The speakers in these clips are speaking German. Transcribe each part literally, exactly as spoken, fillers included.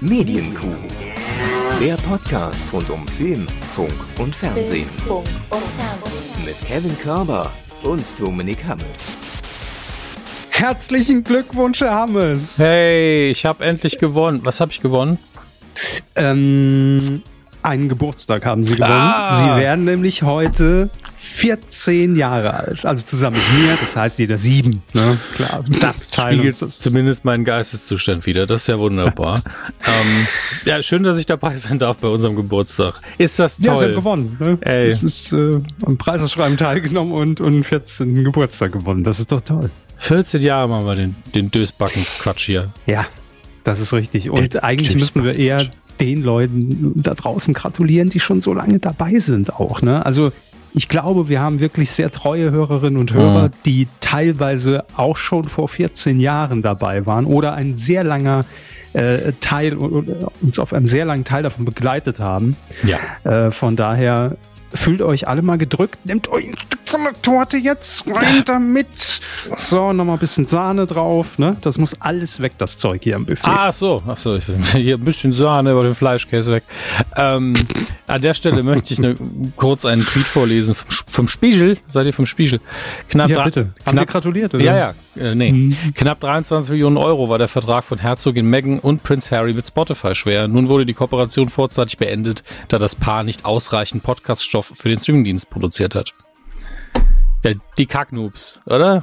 Medienkuh. Der Podcast rund um Film, Funk und Fernsehen. Mit Kevin Körber und Dominik Hammes. Herzlichen Glückwunsch, Herr Hammes. Hey, ich habe endlich gewonnen. Was habe ich gewonnen? Ähm, einen Geburtstag haben Sie gewonnen. Ah. Sie werden nämlich heute vierzehn Jahre alt. Also zusammen mit mir, das heißt jeder sieben. Ne? Klar, Das teilen spiegelt uns das. zumindest meinen Geisteszustand wieder. Das ist ja wunderbar. ähm, ja, schön, dass ich dabei sein darf bei unserem Geburtstag. Ist das toll? Ja, Sie haben gewonnen. Ne? Ey. Das ist äh, am Preisausschreiben teilgenommen und, und vierzehnten Geburtstag gewonnen. Das ist doch toll. vierzehn Jahre machen wir den, den Dösbacken-Quatsch hier. Ja, das ist richtig. Und Der eigentlich Typ müssen wir ist eher den Leuten da draußen gratulieren, die schon so lange dabei sind auch. Ne? Also ich glaube, wir haben wirklich sehr treue Hörerinnen und Hörer, Mhm. die teilweise auch schon vor vierzehn Jahren dabei waren oder ein sehr langer äh, Teil, oder uns auf einem sehr langen Teil davon begleitet haben. Ja. Äh, von daher fühlt euch alle mal gedrückt, nehmt euch ein Stück von der Torte jetzt, rein damit. So, nochmal ein bisschen Sahne drauf. Ne? Das muss alles weg, das Zeug hier am Buffet. Ah, ach so, ach so, ich will hier ein bisschen Sahne über den Fleischkäse weg. Ähm, an der Stelle möchte ich ne, kurz einen Tweet vorlesen vom, vom Spiegel. Seid ihr vom Spiegel? Knapp Ja, drei- bitte. Haben wir Knapp, gratuliert, oder? ja, ja, äh, nee. Mhm. Knapp dreiundzwanzig Millionen Euro war der Vertrag von Herzogin Meghan und Prince Harry mit Spotify schwer. Nun wurde die Kooperation vorzeitig beendet, da das Paar nicht ausreichend Podcaststoff für den Streamingdienst produziert hat. Ja, die Kacknoobs, oder?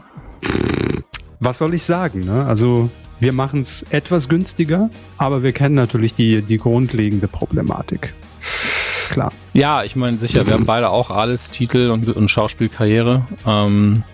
Was soll ich sagen? Ne? Also wir machen es etwas günstiger, aber wir kennen natürlich die, die grundlegende Problematik. Klar. Ja, ich meine, sicher, wir haben beide auch Adelstitel und, und Schauspielkarriere. Ähm,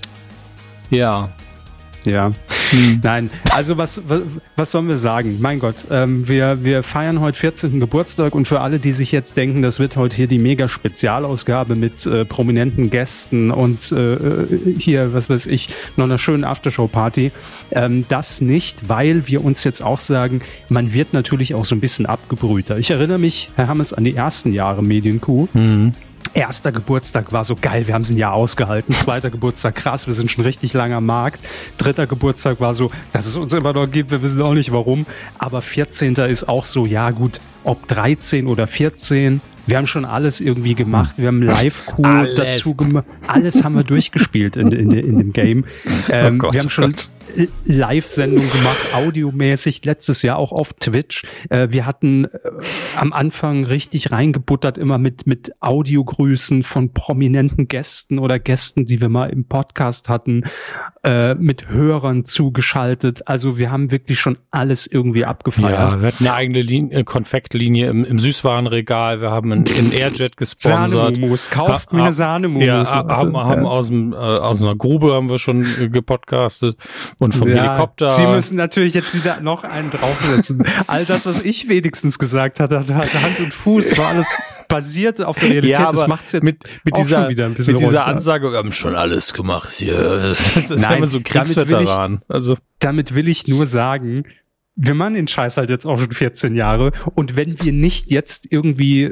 ja. Ja. Hm. Nein, also was, was, was sollen wir sagen? Mein Gott, ähm, wir, wir feiern heute vierzehnten Geburtstag und für alle, die sich jetzt denken, das wird heute hier die Mega-Spezialausgabe mit äh, prominenten Gästen und äh, hier, was weiß ich, noch einer schönen Aftershow-Party. Ähm, das nicht, weil wir uns jetzt auch sagen, man wird natürlich auch so ein bisschen abgebrühter. Ich erinnere mich, Herr Hammes, an die ersten Jahre Medienkuh. Mhm. Erster Geburtstag war so geil, wir haben es ein Jahr ausgehalten. Zweiter Geburtstag, krass, wir sind schon richtig lange am Markt. Dritter Geburtstag war so, dass es uns immer noch gibt, wir wissen auch nicht warum. Aber vierzehnter ist auch so, ja gut, ob dreizehn oder vierzehn, wir haben schon alles irgendwie gemacht. Wir haben Live-Q dazu gemacht. Alles haben wir durchgespielt in, in, in dem Game. Ähm, Oh Gott, wir haben schon Gott. Live-Sendung gemacht, audiomäßig, letztes Jahr auch auf Twitch. Äh, wir hatten äh, am Anfang richtig reingebuttert, immer mit, mit Audiogrüßen von prominenten Gästen oder Gästen, die wir mal im Podcast hatten, äh, mit Hörern zugeschaltet. Also wir haben wirklich schon alles irgendwie abgefeiert. Ja, wir hatten eine eigene Linie, Konfektlinie im, im Süßwarenregal. Wir haben einen, einen Airjet gesponsert. Sahnemumos, kauft mir Ha- eine Sahnemumos. Ja, Leute. haben, haben Ja. aus, dem, äh, aus einer Grube haben wir schon äh, gepodcastet und vom Ja, Helikopter. Sie müssen natürlich jetzt wieder noch einen draufsetzen. All das, was ich wenigstens gesagt hatte, hatte Hand und Fuß, war alles basiert auf der Realität. Ja, das aber macht's jetzt mit, mit auch dieser, schon wieder ein bisschen mit dieser runter. Ansage, wir haben schon alles gemacht hier. Das ist Nein, immer so damit will Kriegsveteran. Also, Damit will ich nur sagen, wir machen den Scheiß halt jetzt auch schon vierzehn Jahre und wenn wir nicht jetzt irgendwie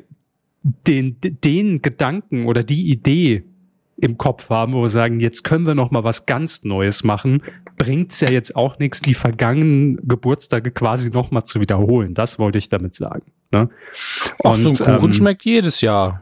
den, den Gedanken oder die Idee im Kopf haben, wo wir sagen, jetzt können wir noch mal was ganz Neues machen, bringt's ja jetzt auch nichts, die vergangenen Geburtstage quasi noch mal zu wiederholen. Das wollte ich damit sagen. Ne? auch so ein Kuchen ähm, schmeckt jedes Jahr.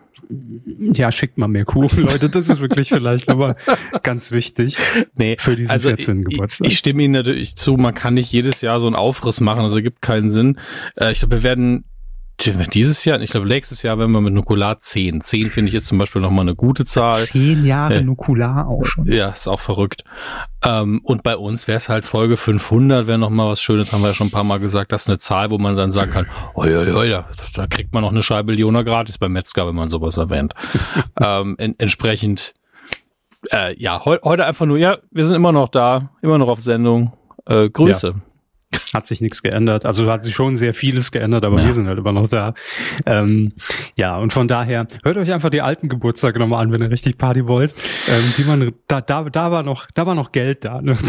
ja, schickt mal mehr Kuchen, Leute. Das ist wirklich vielleicht nochmal ganz wichtig Nee, für diesen also vierzehnten ich, Geburtstag. ich stimme Ihnen natürlich zu, man kann nicht jedes Jahr so einen Aufriss machen, also gibt keinen Sinn. Äh, ich glaube, wir werden dieses Jahr, ich glaube, nächstes Jahr werden wir mit Nukular zehn. zehn finde ich ist zum Beispiel nochmal eine gute Zahl. Zehn Jahre Äh, Nukular auch schon. Ja, ist auch verrückt. Ähm, und bei uns wäre es halt Folge fünfhundert, wäre nochmal was Schönes, haben wir ja schon ein paar Mal gesagt. Das ist eine Zahl, wo man dann sagen kann, oi, oi, oi, da, da kriegt man noch eine Scheibe Leona gratis beim Metzger, wenn man sowas erwähnt. ähm, en, entsprechend, äh, ja, heu, heute einfach nur, ja, wir sind immer noch da, immer noch auf Sendung. Äh, Grüße. Hat sich nichts geändert. Also hat sich schon sehr vieles geändert, aber Ja. wir sind halt immer noch da. Ähm, ja, und von daher, hört euch einfach die alten Geburtstage nochmal an, wenn ihr richtig Party wollt. Ähm, die man, da, da, da war noch, da war noch Geld da. Ne?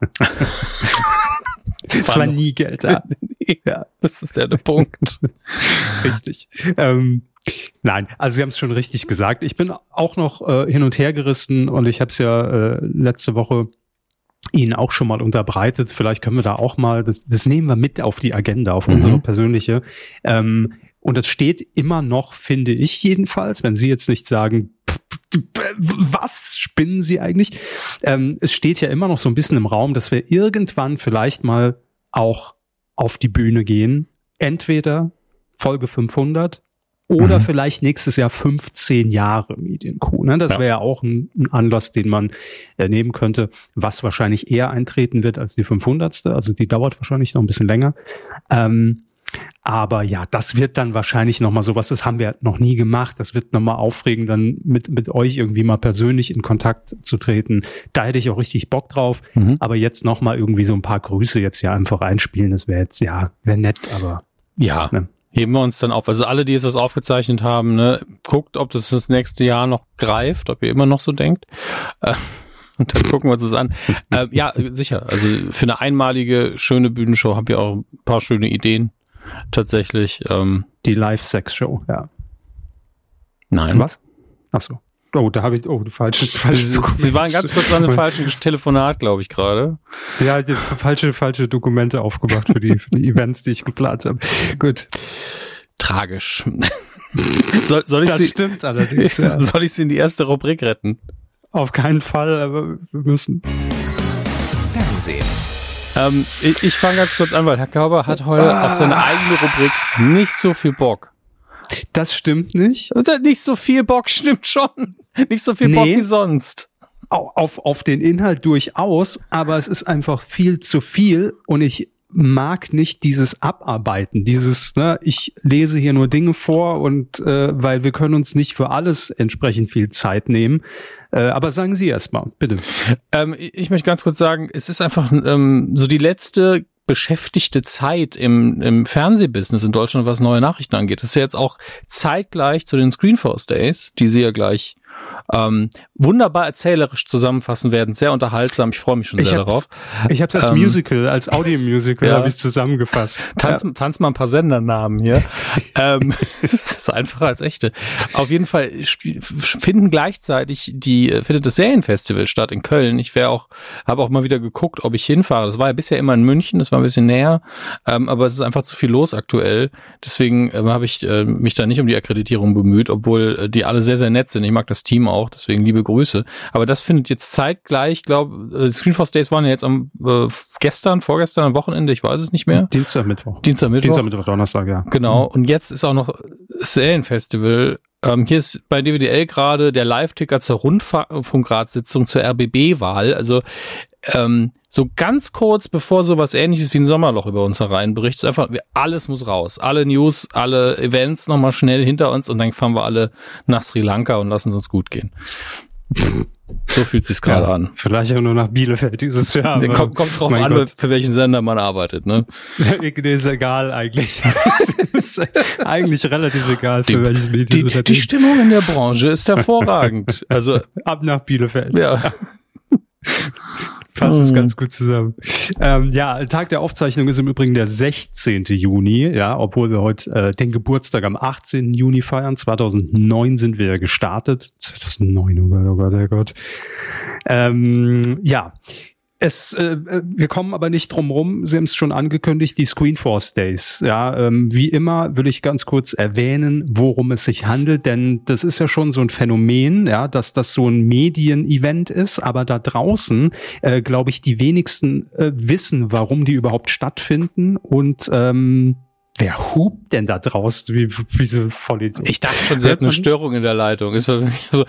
Es war nie Geld da. Ja, Das ist ja der Punkt. richtig. Ähm, nein, also Sie haben es schon richtig gesagt. Ich bin auch noch äh, hin und her gerissen und ich habe es ja äh, letzte Woche Ihnen auch schon mal unterbreitet. Vielleicht können wir da auch mal, das, das nehmen wir mit auf die Agenda, auf mhm. unsere persönliche. Ähm, und das steht immer noch, finde ich jedenfalls, wenn Sie jetzt nicht sagen, was spinnen Sie eigentlich? Ähm, es steht ja immer noch so ein bisschen im Raum, dass wir irgendwann vielleicht mal auch auf die Bühne gehen. Entweder Folge fünfhundert oder mhm. vielleicht nächstes Jahr fünfzehn Jahre Medienkuh. Ne? Das ja. wäre ja auch ein, ein Anlass, den man äh, nehmen könnte, was wahrscheinlich eher eintreten wird als die fünfhundertste. Also die dauert wahrscheinlich noch ein bisschen länger. Ähm, aber ja, das wird dann wahrscheinlich nochmal sowas, das haben wir noch nie gemacht. Das wird nochmal aufregend, dann mit, mit euch irgendwie mal persönlich in Kontakt zu treten. Da hätte ich auch richtig Bock drauf. Mhm. Aber jetzt nochmal irgendwie so ein paar Grüße jetzt ja einfach einspielen, das wäre jetzt, ja, wäre nett, aber ja. Ne? Heben wir uns dann auf. Also alle, die jetzt das aufgezeichnet haben, ne, guckt, ob das das nächste Jahr noch greift, ob ihr immer noch so denkt. Äh, und dann gucken wir uns das an. Äh, ja, sicher. Also für eine einmalige, schöne Bühnenshow habt ihr auch ein paar schöne Ideen. Tatsächlich. Ähm, die Live-Sex-Show, ja. Nein. Was? Ach so. Oh, da habe ich, oh, falsches, falsches Dokument. Sie waren ganz kurz an einem falschen Telefonat, glaube ich, gerade. Ja, die falsche, falsche Dokumente aufgemacht für die, für die Events, die ich geplant habe. Gut. Tragisch. soll, soll ich das sie, stimmt allerdings. Ja. Soll ich sie in die erste Rubrik retten? Auf keinen Fall, aber wir müssen. Fernsehen. Ähm, ich ich fange ganz kurz an, weil Herr Körber hat heute ah. auf seine eigene Rubrik nicht so viel Bock. Das stimmt nicht. Nicht so viel Bock stimmt schon. Nicht so viel nee. Bock wie sonst. Auf, auf den Inhalt durchaus, aber es ist einfach viel zu viel und ich mag nicht dieses Abarbeiten, dieses, ne, ich lese hier nur Dinge vor und äh, weil wir können uns nicht für alles entsprechend viel Zeit nehmen. Äh, aber sagen Sie erst mal, bitte. Ähm, ich möchte ganz kurz sagen, es ist einfach ähm, so die letzte beschäftigte Zeit im, im Fernsehbusiness in Deutschland, was neue Nachrichten angeht. Das ist ja jetzt auch zeitgleich zu den Screenforce Days, die Sie ja gleich ähm, wunderbar erzählerisch zusammenfassen werden. Sehr unterhaltsam. Ich freue mich schon sehr darauf. Ich habe es als ähm, Musical, als Audiomusical ja. habe ich es zusammengefasst. Tanz, ja. tanz mal ein paar Sendernamen hier. ähm, das ist einfacher als echte. Auf jeden Fall finden gleichzeitig die findet das Serienfestival statt in Köln. Ich wäre auch, habe auch mal wieder geguckt, ob ich hinfahre. Das war ja bisher immer in München. Das war ein bisschen näher, ähm, aber es ist einfach zu viel los aktuell. Deswegen ähm, habe ich äh, mich da nicht um die Akkreditierung bemüht, obwohl äh, die alle sehr, sehr nett sind. Ich mag das Team auch, deswegen liebe Grüße. Aber das findet jetzt zeitgleich, ich glaube, die Screenforce Days waren ja jetzt am äh, gestern, vorgestern, am Wochenende, ich weiß es nicht mehr. Dienstag, Mittwoch. Dienstag, Mittwoch. Dienstag, Mittwoch, Donnerstag, ja. Genau, und jetzt ist auch noch das Serienfestival. Ähm, hier ist bei D W D L gerade der Live-Ticker zur Rundfunkratssitzung zur R B B-Wahl. Also ähm, so ganz kurz bevor sowas Ähnliches wie ein Sommerloch über uns hereinbricht, ist einfach, alles muss raus. Alle News, alle Events nochmal schnell hinter uns und dann fahren wir alle nach Sri Lanka und lassen es uns gut gehen. So fühlt es sich gerade ja, an. Vielleicht auch nur nach Bielefeld dieses Jahr. Kommt, kommt drauf an, Gott. Für welchen Sender man arbeitet, ne? Ist egal eigentlich. Ist eigentlich relativ egal, für die, welches Medium. Die, die Stimmung in der Branche ist hervorragend. Also ab nach Bielefeld. Ja. Passt es ganz gut zusammen. Ähm, ja, Tag der Aufzeichnung ist im Übrigen der sechzehnten Juni, ja, obwohl wir heute äh, den Geburtstag am achtzehnten Juni feiern. zweitausendneun sind wir gestartet. zweitausendneun, oh Gott, oh Gott, oh Gott. Ähm, ja, es, äh, wir kommen aber nicht drum rum. Sie haben es schon angekündigt, die Screenforce Days. Ja, ähm, wie immer will ich ganz kurz erwähnen, worum es sich handelt, denn das ist ja schon so ein Phänomen, ja, dass das so ein Medien-Event ist, aber da draußen, äh, glaube ich, die wenigsten äh, wissen, warum die überhaupt stattfinden und ähm, wer hupt denn da draußen? Wie, wie so voll Ich dachte schon, sie hat eine Störung in der Leitung. Es war so.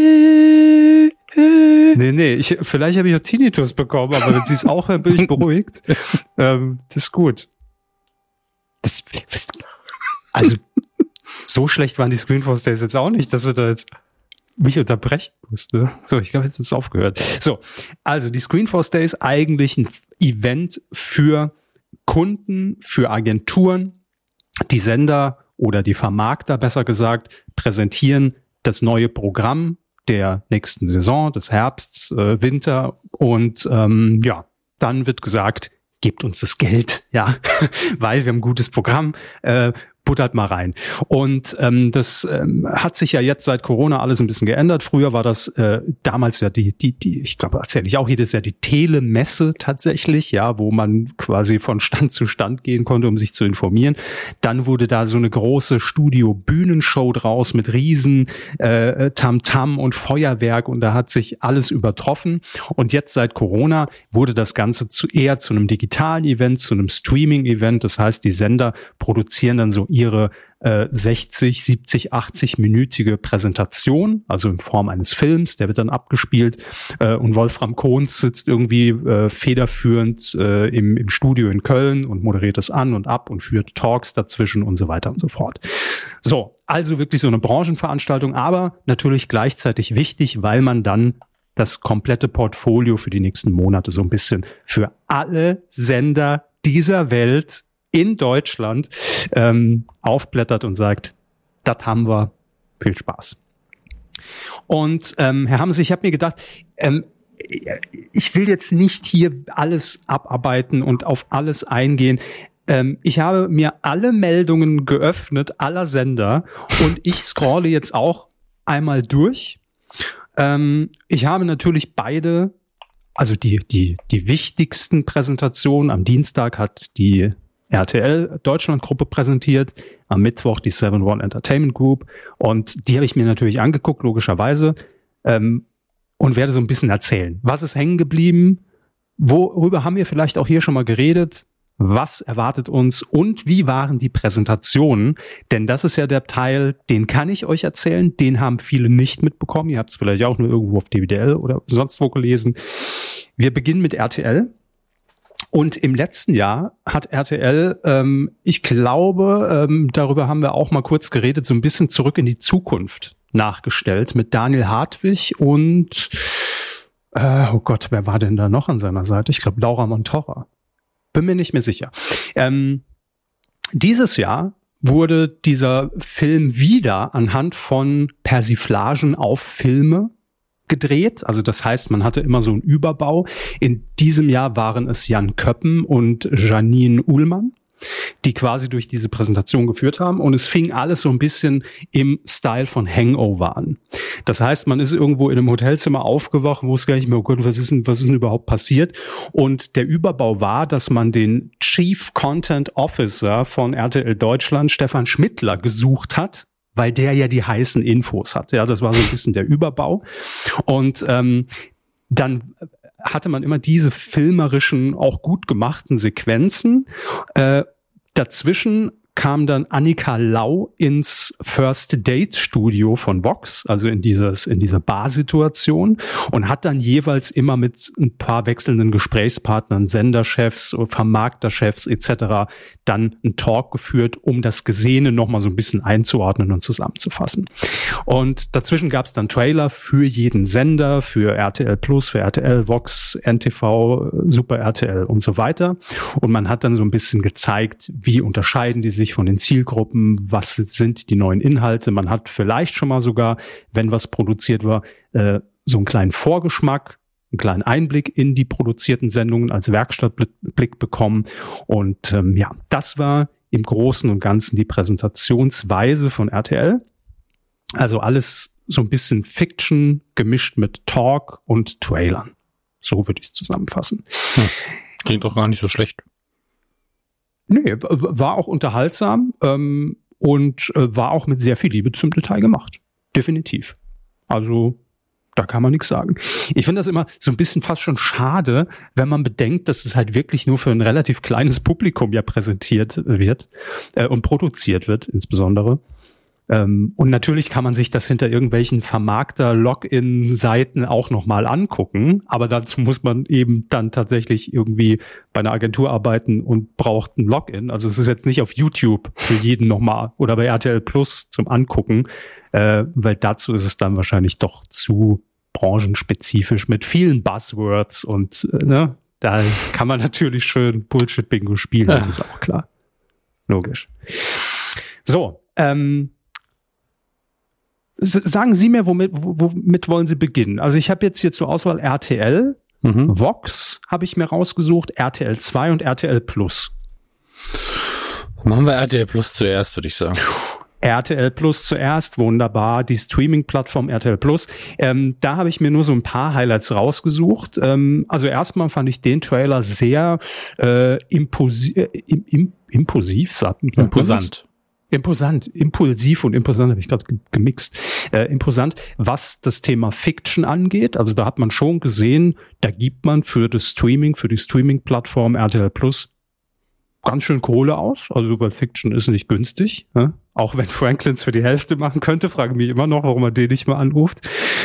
Nee, nee, ich, vielleicht habe ich auch Tinnitus bekommen, aber wenn sie es auch hören, bin ich beruhigt. ähm, das ist gut. Das, was, also, so schlecht waren die Screenforce Days jetzt auch nicht, dass wir da jetzt mich unterbrechen mussten. So, ich glaube, jetzt ist es aufgehört. So, also die Screenforce Days eigentlich ein Event für Kunden, für Agenturen. Die Sender oder die Vermarkter, besser gesagt, präsentieren das neue Programm der nächsten Saison, des Herbsts, äh, Winter und ähm, ja, dann wird gesagt, gebt uns das Geld, ja, weil wir haben ein gutes Programm äh, buttert mal rein. Und ähm, das ähm, hat sich ja jetzt seit Corona alles ein bisschen geändert. Früher war das äh, damals ja die, die, die, ich glaube, erzähle ich auch jedes Jahr, die Telemesse tatsächlich, ja, wo man quasi von Stand zu Stand gehen konnte, um sich zu informieren. Dann wurde da so eine große Studio-Bühnenshow draus mit riesen äh, Tamtam und Feuerwerk und da hat sich alles übertroffen. Und jetzt seit Corona wurde das Ganze zu, eher zu einem digitalen Event, zu einem Streaming-Event. Das heißt, die Sender produzieren dann so ihre äh, sechzig, siebzig, achtzig-minütige Präsentation, also in Form eines Films, der wird dann abgespielt äh, und Wolfram Kons sitzt irgendwie äh, federführend äh, im, im Studio in Köln und moderiert das an und ab und führt Talks dazwischen und so weiter und so fort. So, also wirklich so eine Branchenveranstaltung, aber natürlich gleichzeitig wichtig, weil man dann das komplette Portfolio für die nächsten Monate so ein bisschen für alle Sender dieser Welt in Deutschland ähm, aufblättert und sagt, das haben wir, viel Spaß. Und ähm, Herr Hammes, ich habe mir gedacht, ähm, ich will jetzt nicht hier alles abarbeiten und auf alles eingehen. Ähm, ich habe mir alle Meldungen geöffnet, aller Sender, und ich scrolle jetzt auch einmal durch. Ähm, ich habe natürlich beide, also die, die, die wichtigsten Präsentationen. Am Dienstag hat die R T L Deutschland-Gruppe präsentiert, am Mittwoch die Seven One Entertainment Group, und die habe ich mir natürlich angeguckt, logischerweise, ähm, und werde so ein bisschen erzählen. Was ist hängen geblieben? Worüber haben wir vielleicht auch hier schon mal geredet? Was erwartet uns und wie waren die Präsentationen? Denn das ist ja der Teil, den kann ich euch erzählen, den haben viele nicht mitbekommen. Ihr habt es vielleicht auch nur irgendwo auf D V D L oder sonst wo gelesen. Wir beginnen mit R T L. Und im letzten Jahr hat R T L, ähm, ich glaube, ähm, darüber haben wir auch mal kurz geredet, so ein bisschen zurück in die Zukunft nachgestellt mit Daniel Hartwig und, äh, oh Gott, wer war denn da noch an seiner Seite? Ich glaube, Laura Montorra. Bin mir nicht mehr sicher. Ähm, dieses Jahr wurde dieser Film wieder anhand von Persiflagen auf Filme gedreht. Also das heißt, man hatte immer so einen Überbau. In diesem Jahr waren es Jan Köppen und Janine Uhlmann, die quasi durch diese Präsentation geführt haben. Und es fing alles so ein bisschen im Style von Hangover an. Das heißt, man ist irgendwo in einem Hotelzimmer aufgewacht, wo es gar nicht mehr, oh Gott, was ist denn, was ist denn überhaupt passiert? Und der Überbau war, dass man den Chief Content Officer von R T L Deutschland, Stefan Schmittler, gesucht hat, weil der ja die heißen Infos hat. Ja, das war so ein bisschen der Überbau. Und ähm, dann hatte man immer diese filmerischen, auch gut gemachten Sequenzen. Äh, dazwischen kam dann Annika Lau ins First Date Studio von Vox, also in dieses, in dieser Barsituation, und hat dann jeweils immer mit ein paar wechselnden Gesprächspartnern, Senderchefs, Vermarkterchefs et cetera dann einen Talk geführt, um das Gesehene nochmal so ein bisschen einzuordnen und zusammenzufassen. Und dazwischen gab es dann Trailer für jeden Sender, für R T L Plus, für R T L, Vox, N T V, Super R T L und so weiter. Und man hat dann so ein bisschen gezeigt, wie unterscheiden die sich von den Zielgruppen, was sind die neuen Inhalte. Man hat vielleicht schon mal sogar, wenn was produziert war, äh, so einen kleinen Vorgeschmack, einen kleinen Einblick in die produzierten Sendungen als Werkstattblick bekommen. Und ähm, ja, das war im Großen und Ganzen die Präsentationsweise von R T L. Also alles so ein bisschen Fiction gemischt mit Talk und Trailern. So würde ich es zusammenfassen. Hm. Klingt doch gar nicht so schlecht. Nee, war auch unterhaltsam ähm, und äh, war auch mit sehr viel Liebe zum Detail gemacht. Definitiv. Also da kann man nichts sagen. Ich finde das immer so ein bisschen fast schon schade, wenn man bedenkt, dass es halt wirklich nur für ein relativ kleines Publikum ja präsentiert wird äh, und produziert wird insbesondere. Ähm, und natürlich kann man sich das hinter irgendwelchen Vermarkter-Login-Seiten auch nochmal angucken, aber dazu muss man eben dann tatsächlich irgendwie bei einer Agentur arbeiten und braucht ein Login. Also es ist jetzt nicht auf YouTube für jeden nochmal oder bei R T L Plus zum Angucken, äh, weil dazu ist es dann wahrscheinlich doch zu branchenspezifisch mit vielen Buzzwords und äh, ne, da kann man natürlich schön Bullshit-Bingo spielen, das ist auch klar. Logisch. So, ähm, sagen Sie mir, womit, womit wollen Sie beginnen? Also ich habe jetzt hier zur Auswahl R T L, mhm. Vox habe ich mir rausgesucht, R T L zwei und R T L Plus. Machen wir R T L Plus zuerst, würde ich sagen. R T L Plus zuerst, wunderbar, die Streaming-Plattform R T L Plus. Ähm, da habe ich mir nur so ein paar Highlights rausgesucht. Ähm, also erstmal fand ich den Trailer sehr äh, imposi- äh, im, im, impulsiv, sagt man. Imposant. Imposant, impulsiv und imposant, habe ich gerade gemixt. Äh, imposant, was das Thema Fiction angeht. Also da hat man schon gesehen, da gibt man für das Streaming, für die Streaming-Plattform R T L Plus ganz schön Kohle aus. Also weil Fiction ist nicht günstig. Ne? Auch wenn Franklins für die Hälfte machen könnte, frage mich immer noch, warum er den nicht mal anruft.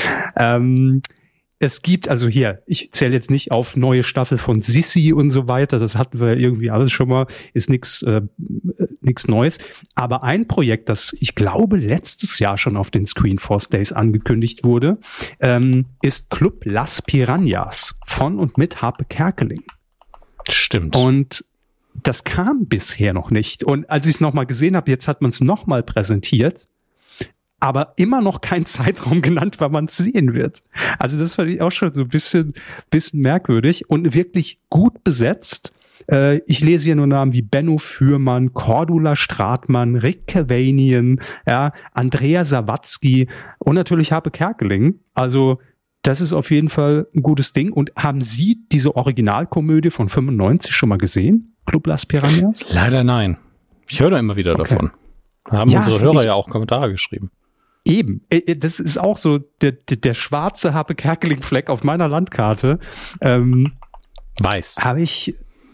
Ähm, es gibt, also hier, ich zähle jetzt nicht auf neue Staffel von Sissi und so weiter, das hatten wir irgendwie alles schon mal, ist nichts äh, nichts Neues. Aber ein Projekt, das ich glaube letztes Jahr schon auf den Screenforce Days angekündigt wurde, ähm, ist Club Las Piranhas von und mit Harpe Kerkeling. Stimmt. Und das kam bisher noch nicht. Und als ich es nochmal gesehen habe, jetzt hat man es nochmal präsentiert, aber immer noch kein Zeitraum genannt, wann man es sehen wird. Also das fand ich auch schon so ein bisschen, bisschen merkwürdig und wirklich gut besetzt. Äh, ich lese hier nur Namen wie Benno Fürmann, Cordula Stratmann, Rick Cavanian, ja, Andrea Sawatzki und natürlich Harpe Kerkeling. Also das ist auf jeden Fall ein gutes Ding. Und haben Sie diese Originalkomödie von fünfundneunzig schon mal gesehen? Club Las Piranhas? Leider nein. Ich höre da immer wieder okay. davon. Da haben ja, unsere Hörer ich, ja auch Kommentare geschrieben. Eben. Das ist auch so der, der, der schwarze Harpe Kerkeling-Fleck auf meiner Landkarte. Ähm, Weiß. Habe ich...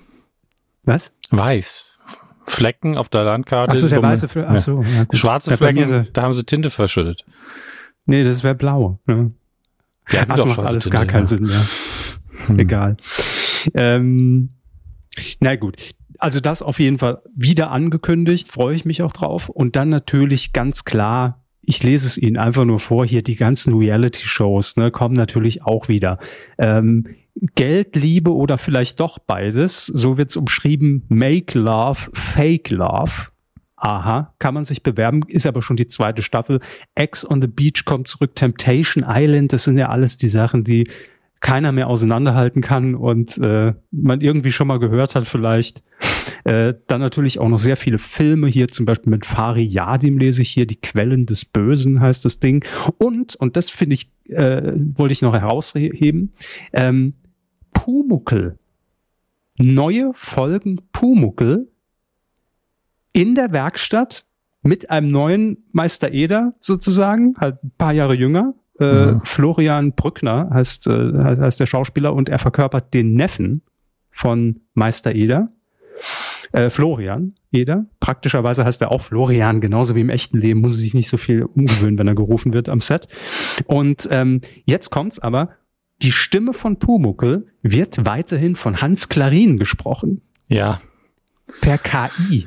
Was? Weiß. Flecken auf der Landkarte. Achso, der weiße Fleck. Achso, ja. Ja, schwarze Flecken, da haben sie Tinte verschüttet. Nee, das wäre blau. Ja. Ja, das macht alles Tinte, gar keinen ja. Sinn mehr. Hm. Egal. Ähm, na gut. Also das auf jeden Fall wieder angekündigt, freue ich mich auch drauf. Und dann natürlich ganz klar, ich lese es Ihnen einfach nur vor, hier die ganzen Reality-Shows, ne, kommen natürlich auch wieder. Ähm, Geld, Liebe oder vielleicht doch beides, so wird's umschrieben, Make Love, Fake Love. Aha, kann man sich bewerben, ist aber schon die zweite Staffel. Ex on the Beach kommt zurück, Temptation Island, das sind ja alles die Sachen, die keiner mehr auseinanderhalten kann und äh, man irgendwie schon mal gehört hat vielleicht. Äh, dann natürlich auch noch sehr viele Filme hier, zum Beispiel mit Fari Yadim lese ich hier, Die Quellen des Bösen heißt das Ding. Und, und das finde ich, äh, wollte ich noch herausheben, ähm, Pumuckl. Neue Folgen Pumuckl in der Werkstatt mit einem neuen Meister Eder sozusagen, halt ein paar Jahre jünger. Äh, mhm. Florian Brückner heißt, äh, heißt der Schauspieler und er verkörpert den Neffen von Meister Eder. Äh, Florian Eder. Praktischerweise heißt er auch Florian, genauso wie im echten Leben, muss er sich nicht so viel umgewöhnen, wenn er gerufen wird am Set. Und ähm, jetzt kommt's aber, die Stimme von Pumuckl wird weiterhin von Hans Klarin gesprochen. Ja. Per K I.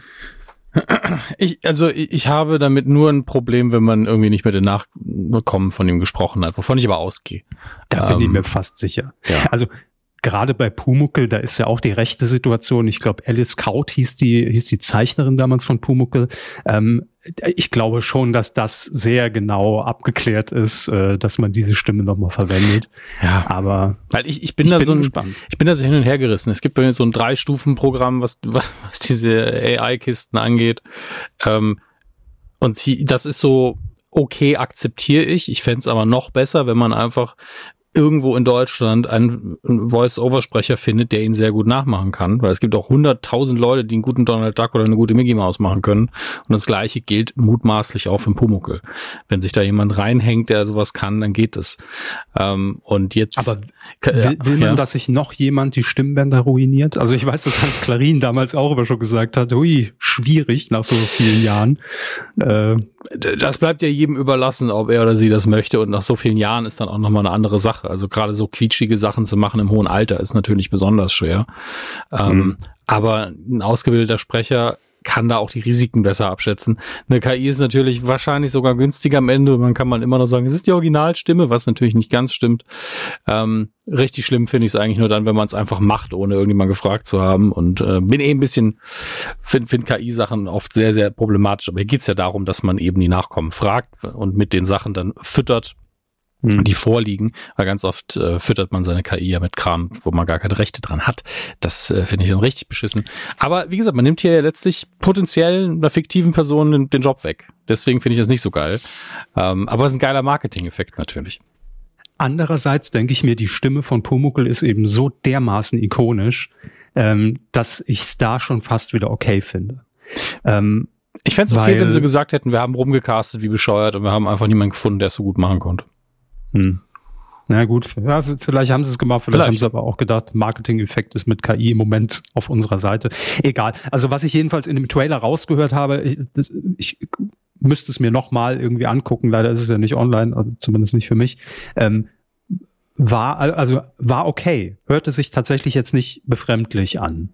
Ich, also ich habe damit nur ein Problem, wenn man irgendwie nicht mehr den Nachkommen von ihm gesprochen hat, wovon ich aber ausgehe. Da bin ähm, ich mir fast sicher. Ja. Also gerade bei Pumuckl, da ist ja auch die rechte Situation. Ich glaube, Alice Kaut hieß die, hieß die Zeichnerin damals von Pumuckl. Ähm, ich glaube schon, dass das sehr genau abgeklärt ist, äh, dass man diese Stimme nochmal verwendet. Ja, aber weil ich, ich bin ich da bin so ein, gespannt. Ich bin da so hin und her gerissen. Es gibt bei mir so ein Drei-Stufen-Programm, was, was diese A I-Kisten angeht. Ähm, und das ist so, okay, akzeptiere ich. Ich fände es aber noch besser, wenn man einfach irgendwo in Deutschland einen Voice-Over-Sprecher findet, der ihn sehr gut nachmachen kann, weil es gibt auch hunderttausend Leute, die einen guten Donald Duck oder eine gute Mickey Mouse machen können und das Gleiche gilt mutmaßlich auch für Pumuckl. Wenn sich da jemand reinhängt, der sowas kann, dann geht es. Ähm, und jetzt... Aber will, will man, ja? dass sich noch jemand die Stimmbänder ruiniert? Also ich weiß, dass Hans Klarin damals auch immer schon gesagt hat, hui, schwierig nach so vielen Jahren. Äh, das bleibt ja jedem überlassen, ob er oder sie das möchte und nach so vielen Jahren ist dann auch nochmal eine andere Sache. Also gerade so quietschige Sachen zu machen im hohen Alter ist natürlich besonders schwer. Mhm. Ähm, aber ein ausgebildeter Sprecher kann da auch die Risiken besser abschätzen. Eine K I ist natürlich wahrscheinlich sogar günstiger am Ende und man kann man immer noch sagen, es ist die Originalstimme, was natürlich nicht ganz stimmt. Ähm, richtig schlimm finde ich es eigentlich nur dann, wenn man es einfach macht, ohne irgendjemand gefragt zu haben und äh, bin eh ein bisschen, finde find K I-Sachen oft sehr, sehr problematisch, aber hier geht es ja darum, dass man eben die Nachkommen fragt und mit den Sachen dann füttert. die vorliegen, weil ganz oft äh, füttert man seine K I ja mit Kram, wo man gar keine Rechte dran hat. Das äh, finde ich dann richtig beschissen. Aber wie gesagt, man nimmt hier ja letztlich potenziell einer fiktiven Person den, den Job weg. Deswegen finde ich das nicht so geil. Ähm, aber es ist ein geiler Marketing-Effekt natürlich. Andererseits denke ich mir, die Stimme von Pumuckl ist eben so dermaßen ikonisch, ähm, dass ich es da schon fast wieder okay finde. Ähm, ich fände es okay, weil, wenn sie gesagt hätten, wir haben rumgecastet wie bescheuert und wir haben einfach niemanden gefunden, der es so gut machen konnte. Hm. Na gut, ja, vielleicht haben sie es gemacht, vielleicht, vielleicht haben sie aber auch gedacht, Marketing-Effekt ist mit K I im Moment auf unserer Seite. Egal. Also was ich jedenfalls in dem Trailer rausgehört habe, ich, das, ich müsste es mir nochmal irgendwie angucken, leider ist es ja nicht online, also zumindest nicht für mich, ähm, war, also war okay. Hörte sich tatsächlich jetzt nicht befremdlich an.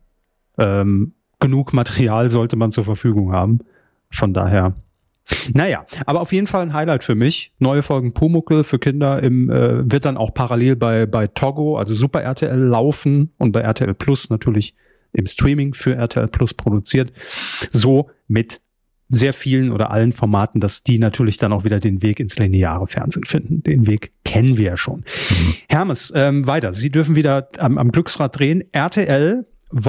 Ähm, genug Material sollte man zur Verfügung haben. Von daher... Naja, aber auf jeden Fall ein Highlight für mich. Neue Folgen Pumuckl für Kinder im, äh, wird dann auch parallel bei bei Togo, also Super R T L laufen und bei R T L Plus natürlich im Streaming für R T L Plus produziert. So mit sehr vielen oder allen Formaten, dass die natürlich dann auch wieder den Weg ins lineare Fernsehen finden. Den Weg kennen wir ja schon. Mhm. Hermes, ähm, weiter. Sie dürfen wieder am, am Glücksrad drehen. R T L,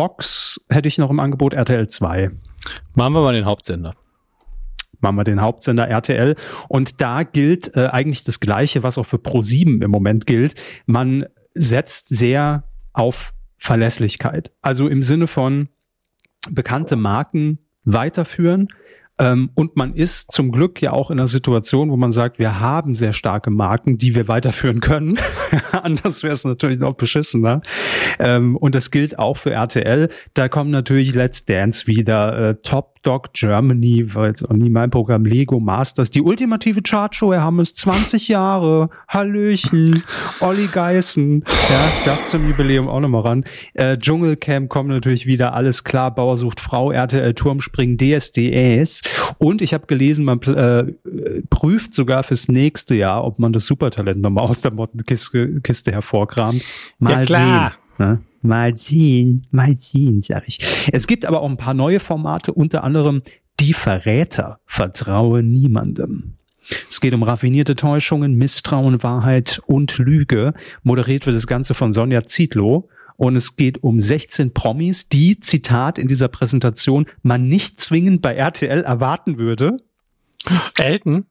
Vox hätte ich noch im Angebot, R T L zwei. Machen wir mal den Hauptsender. Machen wir den Hauptsender R T L. Und da gilt äh, eigentlich das Gleiche, was auch für ProSieben im Moment gilt. Man setzt sehr auf Verlässlichkeit. Also im Sinne von bekannte Marken weiterführen. Ähm, und man ist zum Glück ja auch in einer Situation, wo man sagt, wir haben sehr starke Marken, die wir weiterführen können. Anders wäre es natürlich noch beschissener. Ähm, und das gilt auch für R T L. Da kommen natürlich Let's Dance wieder, äh, Top Dog Germany, war jetzt auch nie mein Programm, Lego Masters, die ultimative Chartshow, wir haben es zwanzig Jahre, Hallöchen, Olli Geißen, ja, darf zum Jubiläum auch nochmal ran. Äh, Dschungelcamp kommt natürlich wieder, alles klar, Bauer sucht Frau, R T L Turmspringen, D S D S und ich habe gelesen, man äh, prüft sogar fürs nächste Jahr, ob man das Supertalent nochmal aus der Mottenkiste Kiste hervorkramt. Mal ja, klar. sehen. Ne? Mal sehen, mal sehen, sag ich. Es gibt aber auch ein paar neue Formate, unter anderem Die Verräter, vertraue niemandem. Es geht um raffinierte Täuschungen, Misstrauen, Wahrheit und Lüge. Moderiert wird das Ganze von Sonja Zietlow. Und es geht um sechzehn Promis, die, Zitat in dieser Präsentation, man nicht zwingend bei R T L erwarten würde. Elton?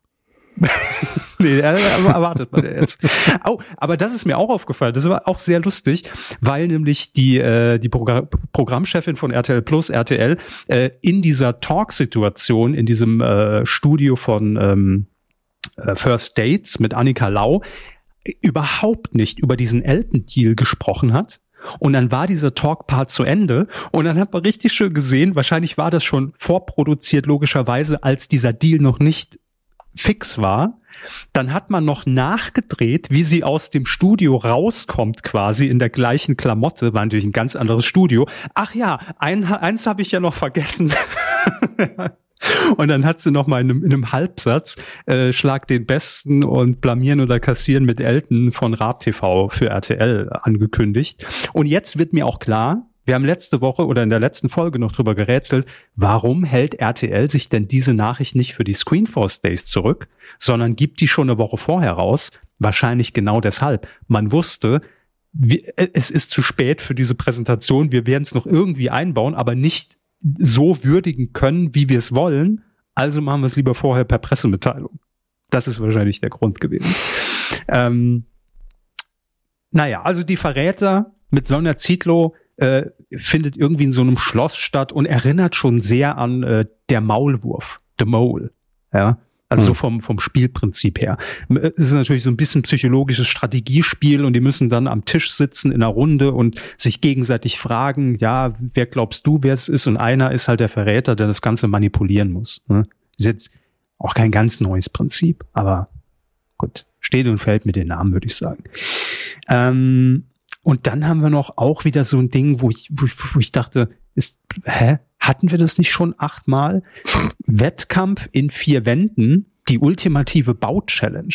Nee, erwartet man ja jetzt. Oh, aber das ist mir auch aufgefallen. Das war auch sehr lustig, weil nämlich die äh, die Progr- Programmchefin von R T L Plus, R T L, äh, in dieser Talk-Situation, in diesem äh, Studio von ähm, äh, First Dates mit Annika Lau, überhaupt nicht über diesen Elton-Deal gesprochen hat. Und dann war dieser Talk-Part zu Ende und dann hat man richtig schön gesehen, wahrscheinlich war das schon vorproduziert, logischerweise, als dieser Deal noch nicht fix war. Dann hat man noch nachgedreht, wie sie aus dem Studio rauskommt, quasi in der gleichen Klamotte. War natürlich ein ganz anderes Studio. Ach ja, ein, eins habe ich ja noch vergessen. Und dann hat sie noch mal in einem, in einem Halbsatz äh, Schlag den Besten und Blamieren oder Kassieren mit Elton von Raab T V für R T L angekündigt. Und jetzt wird mir auch klar, wir haben letzte Woche oder in der letzten Folge noch drüber gerätselt, warum hält R T L sich denn diese Nachricht nicht für die Screenforce Days zurück, sondern gibt die schon eine Woche vorher raus? Wahrscheinlich genau deshalb. Man wusste, wir, es ist zu spät für diese Präsentation, wir werden es noch irgendwie einbauen, aber nicht so würdigen können, wie wir es wollen. Also machen wir es lieber vorher per Pressemitteilung. Das ist wahrscheinlich der Grund gewesen. Ähm, naja, also die Verräter mit Sonja Zietlow äh, findet irgendwie in so einem Schloss statt und erinnert schon sehr an äh, der Maulwurf, The Mole. Ja, also hm. so vom vom Spielprinzip her. Es ist natürlich so ein bisschen psychologisches Strategiespiel und die müssen dann am Tisch sitzen in einer Runde und sich gegenseitig fragen, ja, wer glaubst du, wer es ist? Und einer ist halt der Verräter, der das Ganze manipulieren muss. Ne? Ist jetzt auch kein ganz neues Prinzip, aber gut, steht und fällt mit den Namen, würde ich sagen. Ähm, und dann haben wir noch auch wieder so ein Ding, wo ich, wo ich, wo ich dachte, ist, hä? Hatten wir das nicht schon achtmal? Wettkampf in vier Wänden, die ultimative Bau-Challenge.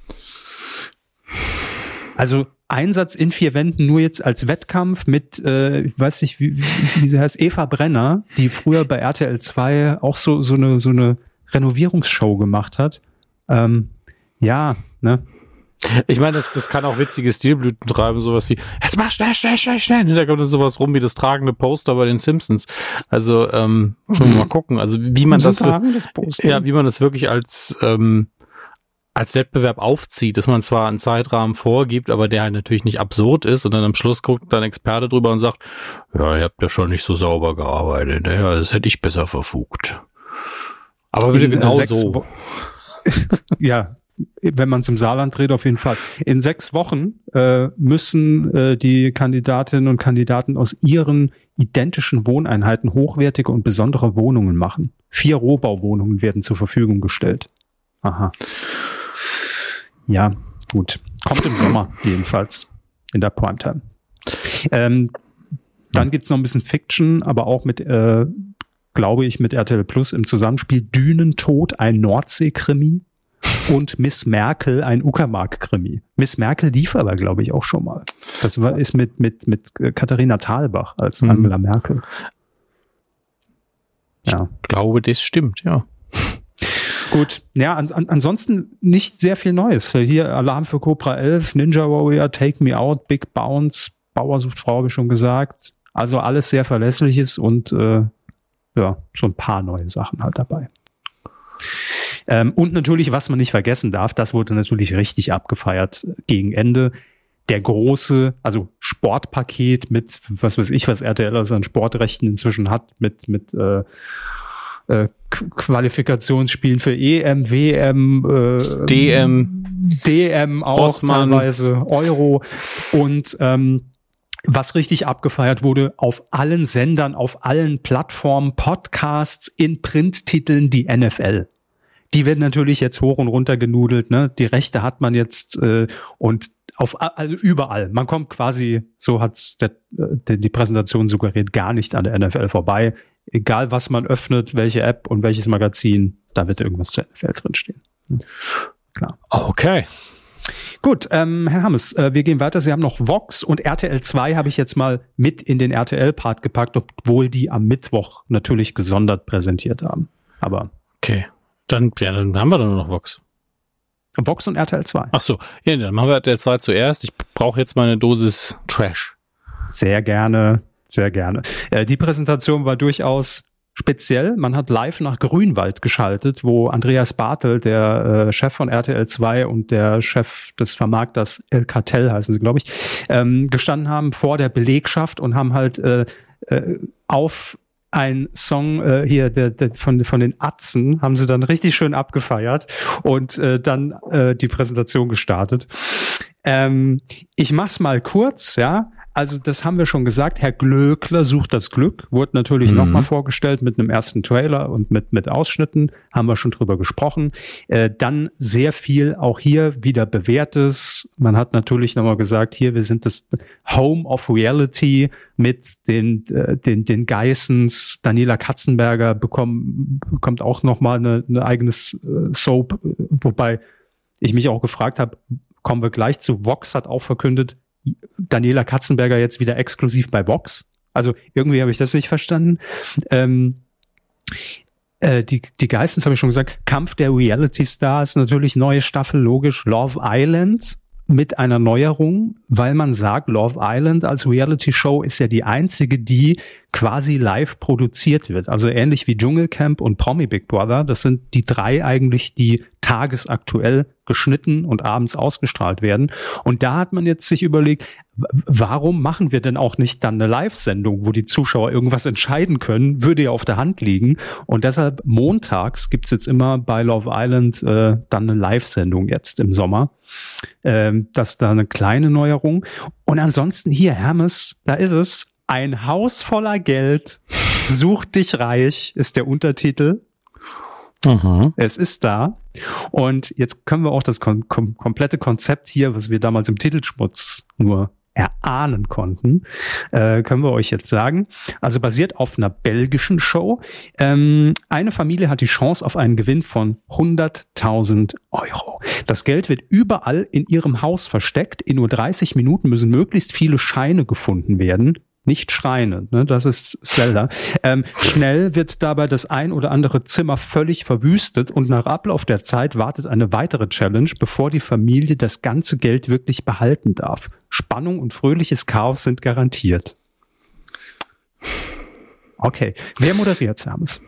Also Einsatz in vier Wänden nur jetzt als Wettkampf mit, äh, ich weiß nicht, wie, wie, wie sie heißt, Eva Brenner, die früher bei R T L zwei auch so, so eine, so eine Renovierungsshow gemacht hat. Ähm, ja, ne? Ich meine, das, das kann auch witzige Stilblüten treiben, sowas wie, jetzt mach schnell, schnell, schnell, schnell. Da kommt dann sowas rum wie das tragende Poster bei den Simpsons. Also, ähm, mhm. mal gucken. Also, wie man das, das ja, wie man das wirklich als, ähm, als Wettbewerb aufzieht, dass man zwar einen Zeitrahmen vorgibt, aber der halt natürlich nicht absurd ist und dann am Schluss guckt dann Experte drüber und sagt, ja, ihr habt ja schon nicht so sauber gearbeitet, ne? Das hätte ich besser verfugt. Aber bitte genau so. Wo- ja. Wenn man es im Saarland dreht, auf jeden Fall. In sechs Wochen äh, müssen äh, die Kandidatinnen und Kandidaten aus ihren identischen Wohneinheiten hochwertige und besondere Wohnungen machen. Vier Rohbauwohnungen werden zur Verfügung gestellt. Aha. Ja, gut. Kommt im Sommer jedenfalls in der Primetime. Ähm, dann gibt's noch ein bisschen Fiction, aber auch mit, äh, glaube ich, mit R T L Plus im Zusammenspiel. Dünentod, ein Nordsee-Krimi. Und Miss Merkel, ein Uckermark-Krimi. Miss Merkel lief aber, glaube ich, auch schon mal. Das war, ist mit, mit, mit Katharina Thalbach als mhm. Angela Merkel. Ja. Ich glaube, das stimmt, ja. Gut, ja, an, an, ansonsten nicht sehr viel Neues. Hier Alarm für Cobra elf, Ninja Warrior, Take Me Out, Big Bounce, Bauer sucht Frau, habe ich schon gesagt. Also alles sehr Verlässliches und äh, ja, so ein paar neue Sachen halt dabei. Ähm, und natürlich, was man nicht vergessen darf, das wurde natürlich richtig abgefeiert gegen Ende. Der große, also Sportpaket mit, was weiß ich, was R T L also an Sportrechten inzwischen hat, mit, mit äh, äh, Qualifikationsspielen für E M, W M, äh, D M, D M auch Osman. Teilweise, Euro und ähm, was richtig abgefeiert wurde, auf allen Sendern, auf allen Plattformen, Podcasts, in Printtiteln, die N F L. Die werden natürlich jetzt hoch und runter genudelt, ne? Die Rechte hat man jetzt äh, und auf also überall. Man kommt quasi, so hat's der, der, die Präsentation suggeriert, gar nicht an der N F L vorbei. Egal was man öffnet, welche App und welches Magazin, da wird irgendwas zur N F L drinstehen. Hm. Klar. Okay. Gut, ähm, Herr Hammes, äh, wir gehen weiter. Sie haben noch Vox und R T L zwei habe ich jetzt mal mit in den R T L-Part gepackt, obwohl die am Mittwoch natürlich gesondert präsentiert haben. Aber okay. Dann, ja, dann haben wir dann nur noch Vox. Vox und R T L zwei. Ach so, ja, dann machen wir R T L zwei zuerst. Ich brauche jetzt mal eine Dosis Trash. Sehr gerne, sehr gerne. Äh, die Präsentation war durchaus speziell. Man hat live nach Grünwald geschaltet, wo Andreas Bartel, der äh, Chef von R T L zwei und der Chef des Vermarkters El Cartel, heißen sie, glaube ich, ähm, gestanden haben vor der Belegschaft und haben halt äh, äh, auf ein Song äh, hier der, der von von den Atzen haben sie dann richtig schön abgefeiert und äh, dann äh, die Präsentation gestartet. Ähm, ich mach's mal kurz, ja. Also das haben wir schon gesagt. Herr Glöckler sucht das Glück, wurde natürlich mhm. nochmal vorgestellt mit einem ersten Trailer und mit mit Ausschnitten, haben wir schon drüber gesprochen. Äh, dann sehr viel auch hier wieder Bewährtes. Man hat natürlich nochmal gesagt, hier, wir sind das Home of Reality mit den äh, den den Geissens. Daniela Katzenberger bekommen, bekommt auch nochmal eine, eine eigenes äh, Soap, wobei ich mich auch gefragt habe, kommen wir gleich zu. Vox hat auch verkündet, Daniela Katzenberger jetzt wieder exklusiv bei Vox. Also irgendwie habe ich das nicht verstanden. Ähm, äh, die, die Geistens habe ich schon gesagt. Kampf der Reality Stars, natürlich neue Staffel, logisch. Love Island mit einer Neuerung, weil man sagt, Love Island als Reality-Show ist ja die einzige, die quasi live produziert wird. Also ähnlich wie Dschungelcamp und Promi Big Brother. Das sind die drei eigentlich, die tagesaktuell geschnitten und abends ausgestrahlt werden. Und da hat man jetzt sich überlegt, w- warum machen wir denn auch nicht dann eine Live-Sendung, wo die Zuschauer irgendwas entscheiden können? Würde ja auf der Hand liegen. Und deshalb montags gibt's jetzt immer bei Love Island äh, dann eine Live-Sendung jetzt im Sommer. Ähm, das ist da eine kleine Neuerung. Und ansonsten hier, Hermes, da ist es. Ein Haus voller Geld, sucht dich reich, ist der Untertitel. Mhm. Es ist da. Und jetzt können wir auch das kom- kom- komplette Konzept hier, was wir damals im Titelschmutz nur erahnen konnten, äh, können wir euch jetzt sagen. Also basiert auf einer belgischen Show. Ähm, eine Familie hat die Chance auf einen Gewinn von hunderttausend Euro. Das Geld wird überall in ihrem Haus versteckt. In nur dreißig Minuten müssen möglichst viele Scheine gefunden werden. Nicht Schreine, ne? Das ist Zelda. Ähm, schnell wird dabei das ein oder andere Zimmer völlig verwüstet und nach Ablauf der Zeit wartet eine weitere Challenge, bevor die Familie das ganze Geld wirklich behalten darf. Spannung und fröhliches Chaos sind garantiert. Okay, wer moderiert, Hermes?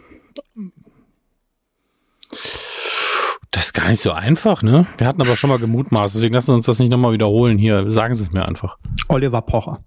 Das ist gar nicht so einfach, ne? Wir hatten aber schon mal gemutmaßt, deswegen lassen wir uns das nicht nochmal wiederholen hier. Sagen Sie es mir einfach. Oliver Pocher.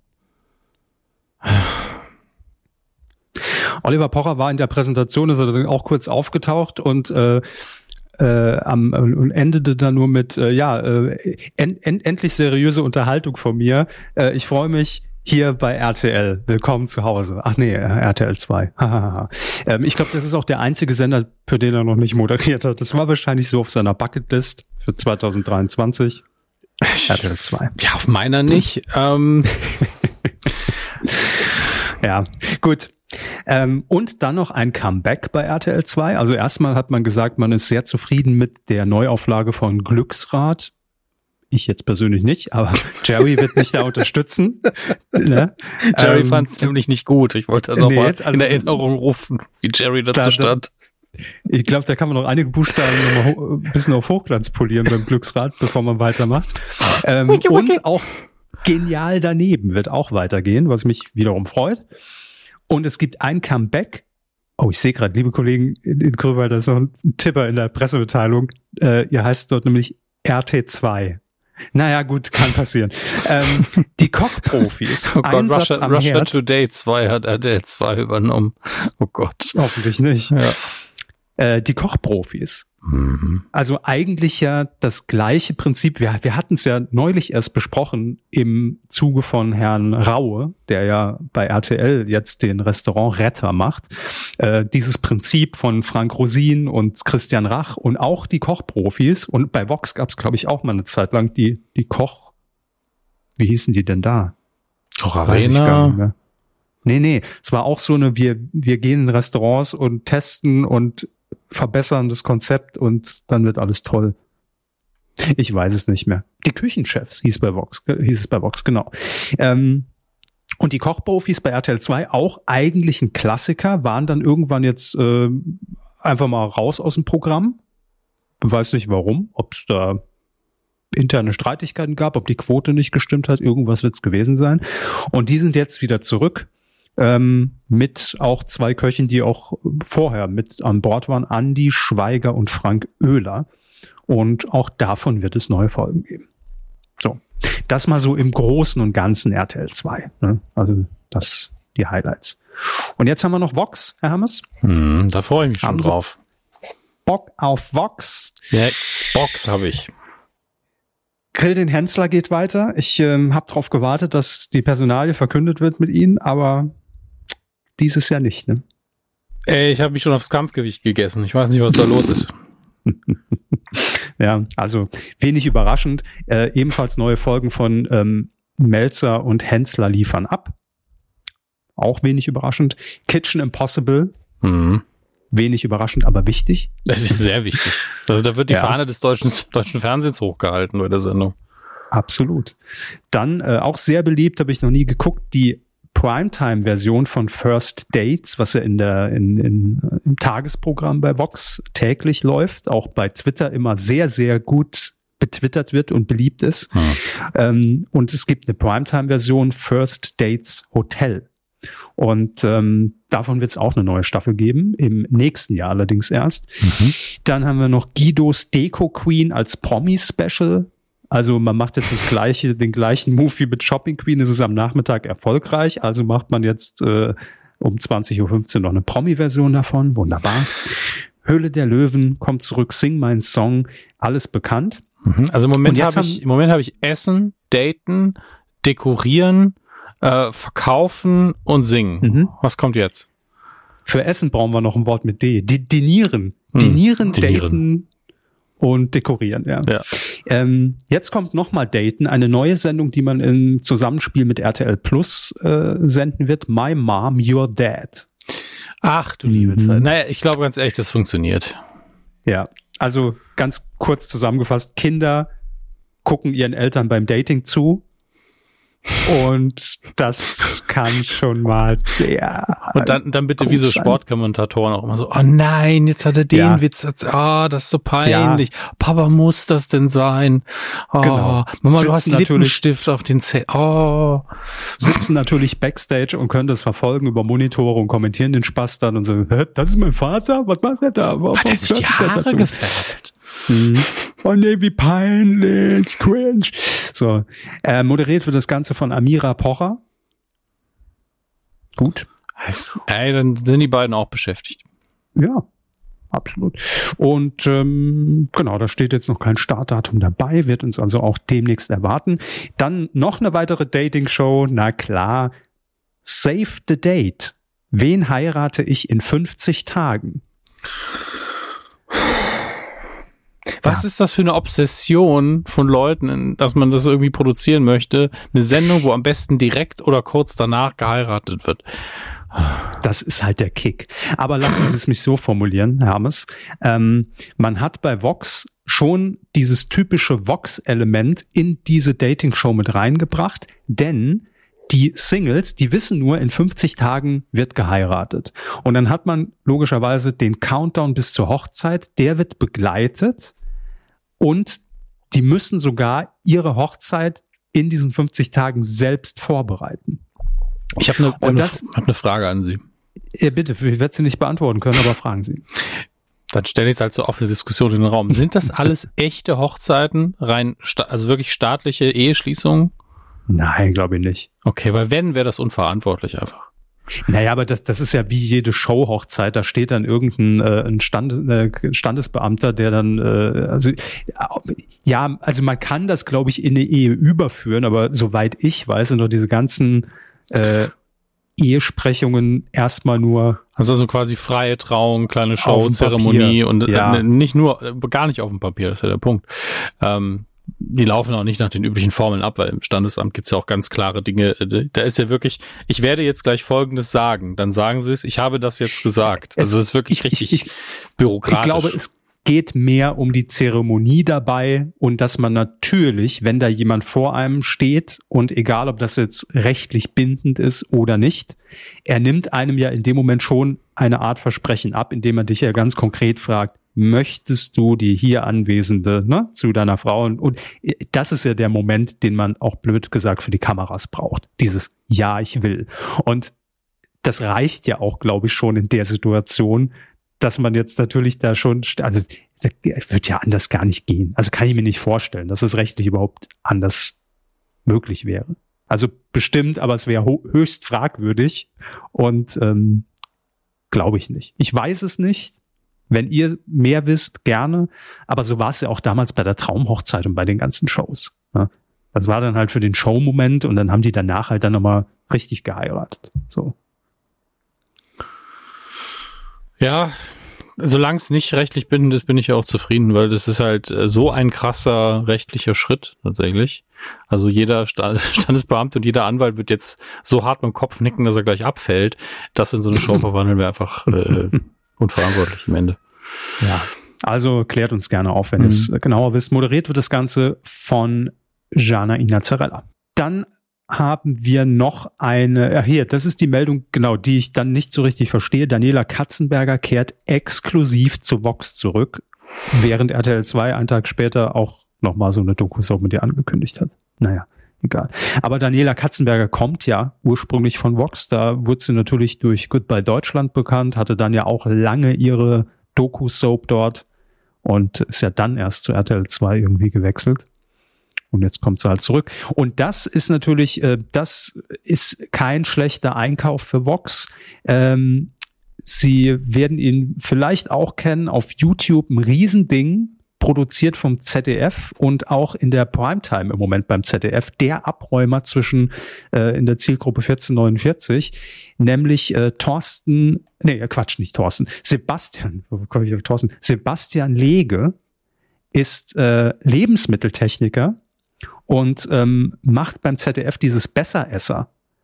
Oliver Pocher war in der Präsentation, ist er dann auch kurz aufgetaucht und äh, äh, am und endete dann nur mit äh, ja äh, en, en, endlich seriöse Unterhaltung von mir. Äh, ich freue mich hier bei R T L. Willkommen zu Hause. Ach nee, R T L zwei. ähm, ich glaube, das ist auch der einzige Sender, für den er noch nicht moderiert hat. Das war wahrscheinlich so auf seiner Bucketlist für zwanzig dreiundzwanzig. R T L zwei. Ja, auf meiner nicht. ähm Ja, gut. Ähm, und dann noch ein Comeback bei R T L zwei. Also erstmal hat man gesagt, man ist sehr zufrieden mit der Neuauflage von Glücksrad. Ich jetzt persönlich nicht, aber Jerry wird mich da unterstützen. Ne? Jerry ähm, fand es nämlich nicht gut. Ich wollte das nochmal nee, also, in Erinnerung rufen, wie Jerry dazu da, stand. Da, ich glaube, da kann man noch einige Buchstaben noch mal ho- ein bisschen auf Hochglanz polieren beim Glücksrad, bevor man weitermacht. Ähm, okay, okay. Und auch Genial daneben wird auch weitergehen, was mich wiederum freut. Und es gibt ein Comeback. Oh, ich sehe gerade, liebe Kollegen in, in Grünwald, da ist noch ein Tipper in der Pressemitteilung. Äh, ihr heißt dort nämlich R T zwei. Naja, gut, kann passieren. ähm, die Kochprofis. Oh Gott, Einsatz Russia, am Russia Herd. Today zwei hat R T L zwei übernommen. Oh Gott. Hoffentlich nicht. Ja. Äh, die Kochprofis. Mhm. Also eigentlich ja das gleiche Prinzip. Wir, wir hatten es ja neulich erst besprochen im Zuge von Herrn Raue, der ja bei R T L jetzt den Restaurant Retter macht. Äh, dieses Prinzip von Frank Rosin und Christian Rach und auch die Kochprofis. Und bei Vox gab es, glaube ich, auch mal eine Zeit lang die, die Koch... Wie hießen die denn da? Koch Weiß ich gar nicht Arena? mehr. Nee, nee. Es war auch so eine, wir, wir gehen in Restaurants und testen und verbessern das Konzept und dann wird alles toll. Ich weiß es nicht mehr. Die Küchenchefs hieß bei Vox, hieß es bei Vox, genau. Ähm, und die Kochprofis bei R T L zwei, auch eigentlich ein Klassiker, waren dann irgendwann jetzt äh, einfach mal raus aus dem Programm. Weiß nicht warum, ob es da interne Streitigkeiten gab, ob die Quote nicht gestimmt hat, irgendwas wird es gewesen sein. Und die sind jetzt wieder zurück. Ähm, mit auch zwei Köchen, die auch vorher mit an Bord waren, Andi Schweiger und Frank Oehler. Und auch davon wird es neue Folgen geben. So, das mal so im Großen und Ganzen R T L zwei. Ne? Also das die Highlights. Und jetzt haben wir noch Vox, Herr Hammes. Hm, da freue ich mich schon Haben Sie drauf. Bock auf Vox. Jetzt Box habe ich. Grill den Hensler geht weiter. Ich ähm, habe darauf gewartet, dass die Personalie verkündet wird mit Ihnen, aber dieses Jahr nicht, ne? Ey, ich habe mich schon aufs Kampfgewicht gegessen. Ich weiß nicht, was da los ist. Ja, also wenig überraschend. Äh, ebenfalls neue Folgen von ähm, Melzer und Hensler liefern ab. Auch wenig überraschend. Kitchen Impossible. Mhm. Wenig überraschend, aber wichtig. Das ist sehr wichtig. Also da wird die Ja. Fahne des deutschen, deutschen Fernsehens hochgehalten bei der Sendung. Absolut. Dann äh, auch sehr beliebt, habe ich noch nie geguckt, die Primetime-Version von First Dates, was ja in der in, in, im Tagesprogramm bei Vox täglich läuft, auch bei Twitter immer sehr, sehr gut betwittert wird und beliebt ist. Hm. Ähm, und es gibt eine Primetime-Version First Dates Hotel. Und ähm, davon wird es auch eine neue Staffel geben, im nächsten Jahr allerdings erst. Mhm. Dann haben wir noch Guidos Deko Queen als Promi-Special. Also man macht jetzt das gleiche, den gleichen Move wie mit Shopping Queen, es ist am Nachmittag erfolgreich, also macht man jetzt äh, um zwanzig Uhr fünfzehn noch eine Promi-Version davon, wunderbar. Höhle der Löwen kommt zurück, Sing mein Song, alles bekannt. Mhm. Also im Moment Und jetzt habe ich, im Moment habe ich Essen, Daten, Dekorieren, äh, Verkaufen und Singen. Mhm. Was kommt jetzt? Für Essen brauchen wir noch ein Wort mit D. Die Dinieren. Hm, Dinieren, dinieren. Daten und Dekorieren, ja. Ja. Ähm, jetzt kommt nochmal Daten, eine neue Sendung, die man im Zusammenspiel mit R T L Plus äh, senden wird. My Mom, Your Dad. Ach du liebe Mhm. Zeit. Naja, ich glaube ganz ehrlich, das funktioniert. Ja, also ganz kurz zusammengefasst, Kinder gucken ihren Eltern beim Dating zu Und das kann schon mal sehr. Und dann, dann bitte wie so Sportkommentatoren auch immer so, oh nein, jetzt hat er den ja. Witz, ah, oh, das ist so peinlich. Ja. Papa, muss das denn sein? Oh, genau. Mama, sitzen du hast Lippenstift auf den Zähnen. Oh. Sitzen natürlich Backstage und können das verfolgen über Monitore und kommentieren den Spaß dann und so, das ist mein Vater? Was macht er da? Was hat er sich die Haare gefärbt? Hm. Oh nee, wie peinlich, cringe. So, äh, moderiert wird das Ganze von Amira Pocher. Gut. Ey, dann sind die beiden auch beschäftigt. Ja, absolut. Und ähm, genau, da steht jetzt noch kein Startdatum dabei, wird uns also auch demnächst erwarten. Dann noch eine weitere Dating-Show, na klar, Save the Date. Wen heirate ich in fünfzig Tagen? Was ja. ist das für eine Obsession von Leuten, dass man das irgendwie produzieren möchte? Eine Sendung, wo am besten direkt oder kurz danach geheiratet wird. Das ist halt der Kick. Aber lassen Sie es mich so formulieren, Hermes. Ähm, man hat bei Vox schon dieses typische Vox-Element in diese Dating-Show mit reingebracht, denn die Singles, die wissen nur, in fünfzig Tagen wird geheiratet. Und dann hat man logischerweise den Countdown bis zur Hochzeit, der wird begleitet und die müssen sogar ihre Hochzeit in diesen fünfzig Tagen selbst vorbereiten. Ich habe eine, eine, hab eine Frage an Sie. Ja, bitte, ich werde sie nicht beantworten können, aber fragen Sie. Dann stelle ich es halt so auf die Diskussion in den Raum. Sind das alles echte Hochzeiten, rein, also wirklich staatliche Eheschließungen? Nein, glaube ich nicht. Okay, weil wenn, wäre das unverantwortlich einfach. Naja, aber das, das ist ja wie jede Show-Hochzeit. Da steht dann irgendein äh, ein Stand, äh, Standesbeamter, der dann, äh, also ja, also man kann das, glaube ich, in eine Ehe überführen, aber soweit ich weiß, sind doch diese ganzen äh, Ehesprechungen erstmal nur. Also, also quasi freie Trauung, kleine Show, Zeremonie und ja. äh, nicht nur, äh, gar nicht auf dem Papier, das ist ja der Punkt. Ähm, Die laufen auch nicht nach den üblichen Formeln ab, weil im Standesamt gibt's ja auch ganz klare Dinge. Da ist ja wirklich, ich werde jetzt gleich Folgendes sagen, dann sagen sie es, ich habe das jetzt gesagt. Also es ist wirklich ich, richtig ich, ich, bürokratisch. Ich glaube, es geht mehr um die Zeremonie dabei und dass man natürlich, wenn da jemand vor einem steht und egal, ob das jetzt rechtlich bindend ist oder nicht, er nimmt einem ja in dem Moment schon eine Art Versprechen ab, indem er dich ja ganz konkret fragt, möchtest du die hier Anwesende ne, zu deiner Frau? Und, und das ist ja der Moment, den man auch blöd gesagt für die Kameras braucht. Dieses Ja, ich will. Und das reicht ja auch, glaube ich, schon in der Situation, dass man jetzt natürlich da schon, also das wird ja anders gar nicht gehen. Also kann ich mir nicht vorstellen, dass es rechtlich überhaupt anders möglich wäre. Also bestimmt, aber es wäre höchst fragwürdig und ähm, glaube ich nicht. Ich weiß es nicht. Wenn ihr mehr wisst, gerne. Aber so war es ja auch damals bei der Traumhochzeit und bei den ganzen Shows. Ne? Das war dann halt für den Showmoment und dann haben die danach halt dann nochmal richtig geheiratet. So. Ja, solange es nicht rechtlich bindend ist, bin ich ja auch zufrieden, weil das ist halt so ein krasser rechtlicher Schritt tatsächlich. Also jeder Standesbeamte und jeder Anwalt wird jetzt so hart mit dem Kopf nicken, dass er gleich abfällt. Das in so eine Show verwandeln wir einfach äh, unverantwortlich am Ende. Ja, also klärt uns gerne auf, wenn mhm. ihr es genauer wisst. Moderiert wird das Ganze von Gianna Inazzarella. Dann haben wir noch eine, ja hier, das ist die Meldung, genau, die ich dann nicht so richtig verstehe. Daniela Katzenberger kehrt exklusiv zu Vox zurück, während R T L zwei einen Tag später auch nochmal so eine Doku-Show mit ihr angekündigt hat. Naja, egal. Aber Daniela Katzenberger kommt ja ursprünglich von Vox. Da wurde sie natürlich durch Goodbye Deutschland bekannt, hatte dann ja auch lange ihre Doku-Soap dort und ist ja dann erst zu R T L zwei irgendwie gewechselt. Und jetzt kommt sie halt zurück. Und das ist natürlich, äh, das ist kein schlechter Einkauf für Vox. Ähm, sie werden ihn vielleicht auch kennen auf YouTube, ein Riesending, produziert vom Z D F und auch in der Primetime im Moment beim Z D F, der Abräumer zwischen äh, in der Zielgruppe vierzehn neunundvierzig, nämlich äh, Thorsten, nee, Quatsch, nicht Thorsten, Sebastian, wo komme ich auf Thorsten? Sebastian Lege ist äh, Lebensmitteltechniker und ähm, macht beim Z D F dieses Besseresser,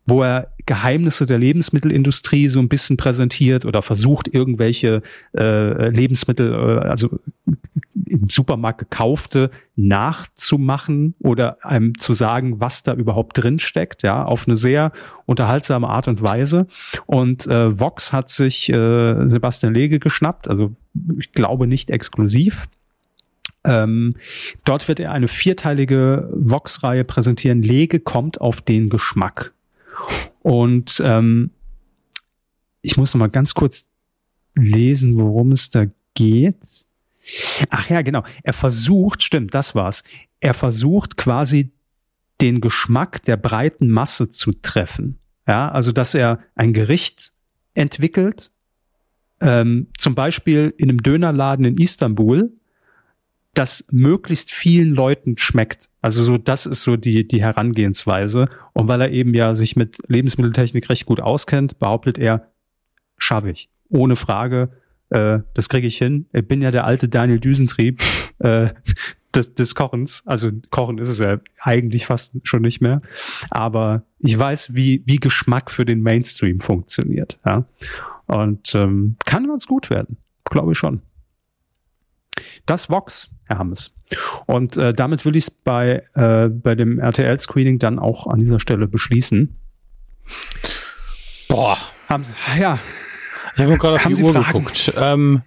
wo er Geheimnisse der Lebensmittelindustrie so ein bisschen präsentiert oder versucht, irgendwelche äh, Lebensmittel, äh, also im Supermarkt gekaufte, nachzumachen oder einem zu sagen, was da überhaupt drin steckt, ja, auf eine sehr unterhaltsame Art und Weise. Und äh, Vox hat sich äh, Sebastian Lege geschnappt, also ich glaube nicht exklusiv. Ähm, dort wird er eine vierteilige Vox-Reihe präsentieren. Lege kommt auf den Geschmack. Und ähm, ich muss noch mal ganz kurz lesen, worum es da geht. Ach ja, genau. Er versucht, stimmt, das war's. Er versucht quasi den Geschmack der breiten Masse zu treffen. Ja, also dass er ein Gericht entwickelt, ähm, zum Beispiel in einem Dönerladen in Istanbul, das möglichst vielen Leuten schmeckt. Also so, das ist so die, die Herangehensweise. Und weil er eben ja sich mit Lebensmitteltechnik recht gut auskennt, behauptet er, schaffe ich. Ohne Frage, äh, das kriege ich hin. Ich bin ja der alte Daniel Düsentrieb äh, des, des Kochens. Also Kochen ist es ja eigentlich fast schon nicht mehr. Aber ich weiß, wie, wie Geschmack für den Mainstream funktioniert. Ja? Und ähm, kann ganz gut werden. Glaube ich schon. Das Vox, Herr Hammes. Und äh, damit will ich es bei, äh, bei dem R T L-Screening dann auch an dieser Stelle beschließen. Boah. Haben Sie, ja. Ich habe gerade auf Haben die Sie Uhr Fragen? geguckt. Ähm,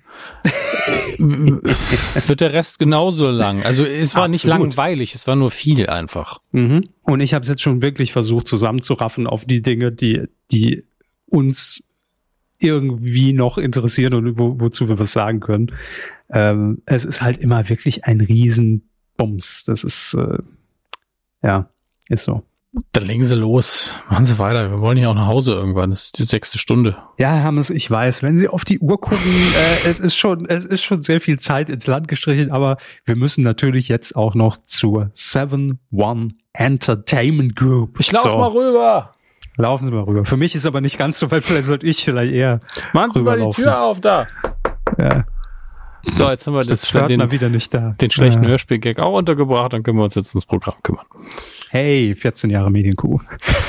wird der Rest genauso lang? Also es war Absolut. nicht langweilig, es war nur viel einfach. Mhm. Und ich habe es jetzt schon wirklich versucht zusammenzuraffen auf die Dinge, die, die uns irgendwie noch interessieren und wo, wozu wir was sagen können. Ähm, es ist halt immer wirklich ein Riesenbums. Das ist, äh, ja, ist so. Dann legen Sie los. Machen Sie weiter. Wir wollen ja auch nach Hause irgendwann. Das ist die sechste Stunde. Ja, Herr Hammes, ich weiß, wenn Sie auf die Uhr gucken, äh, es ist schon, es ist schon sehr viel Zeit ins Land gestrichen, aber wir müssen natürlich jetzt auch noch zur seven one Entertainment Group. Ich laufe so. mal rüber. Laufen Sie mal rüber. Für mich ist aber nicht ganz so weit, vielleicht sollte ich vielleicht eher Machen Sie mal die rüberlaufen. Tür auf da. Ja. So, jetzt haben wir Ist das, das Pförtner den, wieder nicht da. den schlechten Ja. Hörspiel-Gag auch untergebracht. Dann können wir uns jetzt ums Programm kümmern. Hey, vierzehn Jahre Medienkuh.